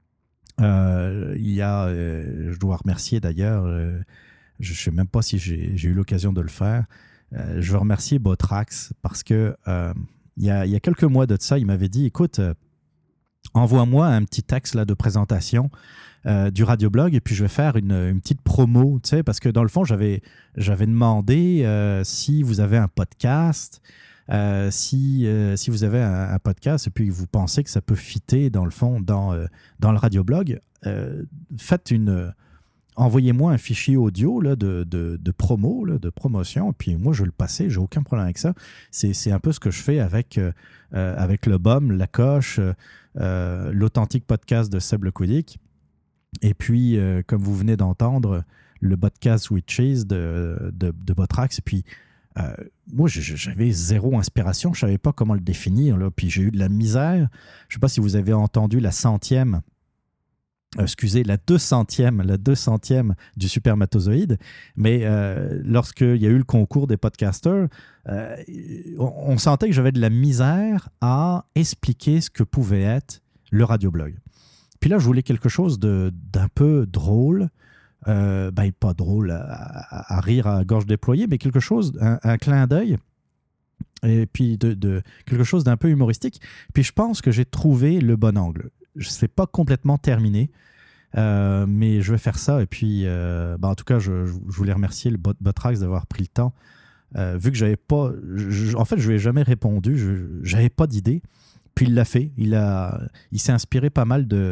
Euh, il y a, euh, je dois remercier d'ailleurs, euh, je ne sais même pas si j'ai, j'ai eu l'occasion de le faire. Euh, je veux remercier Botrax parce que euh, il y a, il y a quelques mois de ça, il m'avait dit, écoute, euh, envoie-moi un petit texte là, de présentation euh, du radioblog et puis je vais faire une, une petite promo, tu sais, parce que dans le fond, j'avais, j'avais demandé euh, si vous avez un podcast, euh, si, euh, si vous avez un, un podcast et puis vous pensez que ça peut fitter dans le fond dans, euh, dans le radioblog, euh, faites une... Envoyez-moi un fichier audio là, de, de, de promo, là, de promotion, puis moi, je vais le passer, j'ai aucun problème avec ça. C'est, c'est un peu ce que je fais avec, euh, avec le B O M, la coche, euh, l'authentique podcast de Seb Le Coudic. Et puis, euh, comme vous venez d'entendre, le podcast with cheese de, de, de Botrax. Et puis, euh, moi, j'avais zéro inspiration, je ne savais pas comment le définir. Là. Puis j'ai eu de la misère. Je ne sais pas si vous avez entendu la centième excusez, la deux centième, la deux centième du Supermatozoïde, mais euh, lorsqu'il y a eu le concours des podcasters, euh, on, on sentait que j'avais de la misère à expliquer ce que pouvait être le radioblog. Puis là, je voulais quelque chose de, d'un peu drôle, euh, ben pas drôle à, à, à rire à gorge déployée, mais quelque chose, un, un clin d'œil, et puis de, de, quelque chose d'un peu humoristique. Puis je pense que j'ai trouvé le bon angle. Ce n'est pas complètement terminé, euh, mais je vais faire ça. Et puis, euh, ben en tout cas, je, je voulais remercier le Bot, Botrax d'avoir pris le temps. Euh, vu que j'avais pas... Je, en fait, je ne lui ai jamais répondu. Je n'avais pas d'idée. Puis il l'a fait. Il, a, il s'est inspiré pas mal de,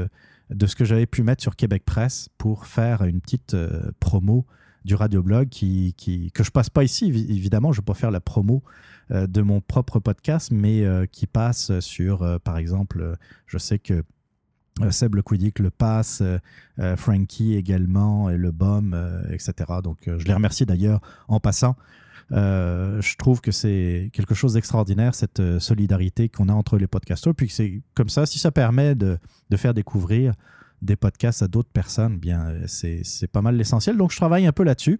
de ce que j'avais pu mettre sur Québec Presse pour faire une petite euh, promo du radioblog qui, qui, que je passe pas ici, évidemment, je ne vais pas faire la promo euh, de mon propre podcast, mais euh, qui passe sur, euh, par exemple, euh, je sais que euh, Seb le Quidic le passe, euh, euh, Frankie également, et le B O M, euh, et cetera. Donc, euh, je les remercie d'ailleurs en passant. Euh, je trouve que c'est quelque chose d'extraordinaire, cette euh, solidarité qu'on a entre les podcasteurs. Puis c'est comme ça, si ça permet de, de faire découvrir des podcasts à d'autres personnes, bien, c'est, c'est pas mal l'essentiel. Donc, je travaille un peu là-dessus,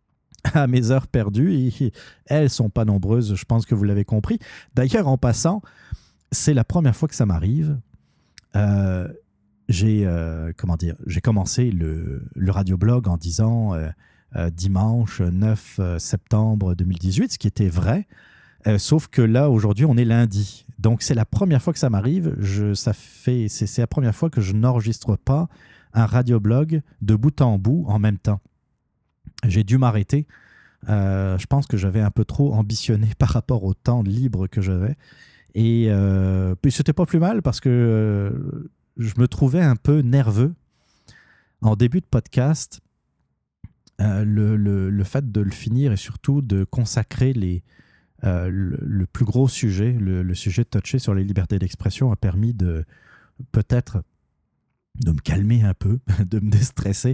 à mes heures perdues. Et elles ne sont pas nombreuses, je pense que vous l'avez compris. D'ailleurs, en passant, c'est la première fois que ça m'arrive. Euh, j'ai, euh, comment dire, j'ai commencé le, le radioblog en disant euh, euh, dimanche neuf septembre deux mille dix-huit, ce qui était vrai. Euh, sauf que là, aujourd'hui, on est lundi. Donc, c'est la première fois que ça m'arrive. Je, ça fait, c'est, c'est la première fois que je n'enregistre pas un radioblog de bout en bout en même temps. J'ai dû m'arrêter. Euh, je pense que j'avais un peu trop ambitionné par rapport au temps libre que j'avais. Et euh, puis, c'était pas plus mal parce que euh, je me trouvais un peu nerveux en début de podcast. Euh, le, le, le fait de le finir et surtout de consacrer les Euh, le, le plus gros sujet, le, le sujet touché sur les libertés d'expression a permis de peut-être de me calmer un peu, de me déstresser.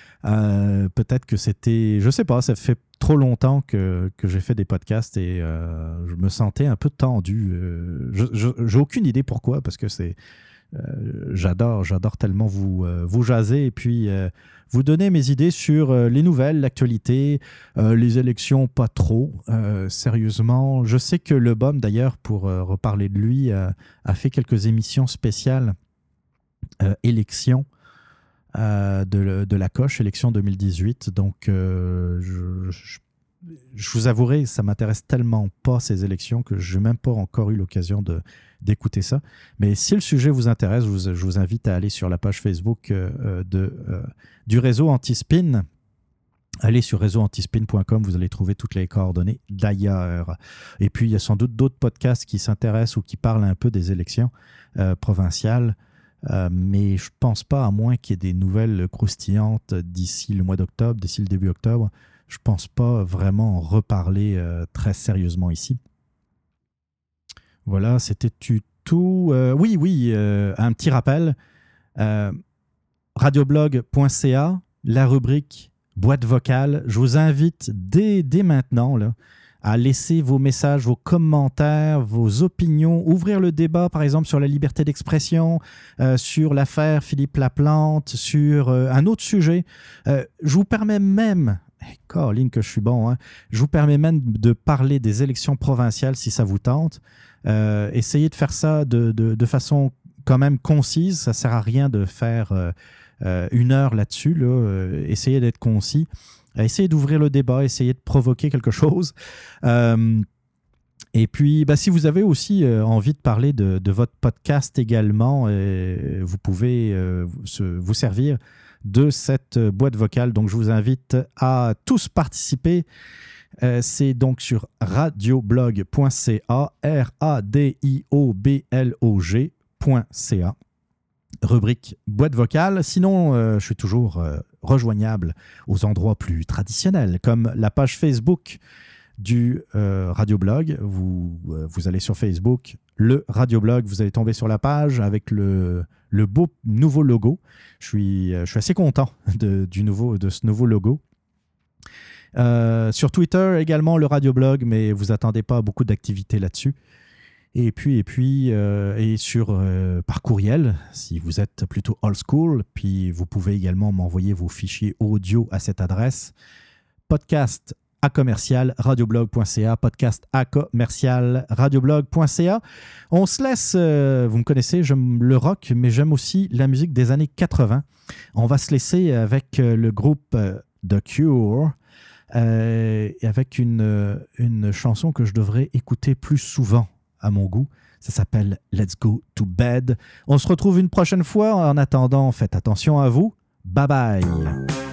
Euh, peut-être que c'était, je sais pas, ça fait trop longtemps que, que j'ai fait des podcasts et euh, je me sentais un peu tendu. Euh, je, je, j'ai aucune idée pourquoi, parce que c'est, euh, j'adore, j'adore tellement vous, euh, vous jaser et puis euh, vous donner mes idées sur euh, les nouvelles, l'actualité, euh, les élections, pas trop. Euh, sérieusement, je sais que le B O M, d'ailleurs, pour euh, reparler de lui, euh, a fait quelques émissions spéciales euh, élections euh, de, de la coche, élection deux mille dix-huit. Donc, euh, je, je, je vous avouerai, ça m'intéresse tellement pas ces élections que je n'ai même pas encore eu l'occasion de d'écouter ça. Mais si le sujet vous intéresse, je vous, je vous invite à aller sur la page Facebook euh, de, euh, du réseau Antispin. Allez sur réseau antispin point com, vous allez trouver toutes les coordonnées d'ailleurs. Et puis, il y a sans doute d'autres podcasts qui s'intéressent ou qui parlent un peu des élections euh, provinciales. Euh, mais je ne pense pas, à moins qu'il y ait des nouvelles croustillantes d'ici le mois d'octobre, d'ici le début octobre, je ne pense pas vraiment en reparler euh, très sérieusement ici. Voilà, c'était tout. Euh, oui, oui, euh, un petit rappel. Euh, radioblog point c a, la rubrique boîte vocale. Je vous invite dès, dès maintenant là, à laisser vos messages, vos commentaires, vos opinions, ouvrir le débat, par exemple, sur la liberté d'expression, euh, sur l'affaire Philippe Laplante, sur euh, un autre sujet. Euh, je vous permets même... Caroline, que je suis bon, hein. Je vous permets même de parler des élections provinciales si ça vous tente. Euh, essayez de faire ça de, de, de façon quand même concise. Ça ne sert à rien de faire euh, euh, une heure là-dessus. Là. Euh, essayez d'être concis. Euh, essayez d'ouvrir le débat. Essayez de provoquer quelque chose. Euh, et puis, bah, si vous avez aussi euh, envie de parler de, de votre podcast également, euh, vous pouvez euh, se, vous servir de cette boîte vocale. Donc, je vous invite à tous participer. Euh, c'est donc sur radioblog point c a, R A D I O B L O G point c a, rubrique boîte vocale. Sinon, euh, je suis toujours euh, rejoignable aux endroits plus traditionnels, comme la page Facebook du euh, radioblog. Vous, euh, vous allez sur Facebook, le radioblog, vous allez tomber sur la page avec le, le beau nouveau logo. Je suis, je suis assez content de, du nouveau, de ce nouveau logo. Euh, sur Twitter également, le radioblog, mais vous attendez pas beaucoup d'activités là-dessus. Et puis, et puis euh, et sur euh, par courriel, si vous êtes plutôt old school, puis vous pouvez également m'envoyer vos fichiers audio à cette adresse, podcast à commercial radioblog point c a, podcast à commercial radioblog point c a. On se laisse, euh, vous me connaissez, j'aime le rock, mais j'aime aussi la musique des années quatre-vingts. On va se laisser avec euh, le groupe euh, The Cure, euh, avec une, une chanson que je devrais écouter plus souvent à mon goût. Ça s'appelle Let's Go to Bed. On se retrouve une prochaine fois. En attendant, faites attention à vous. Bye bye.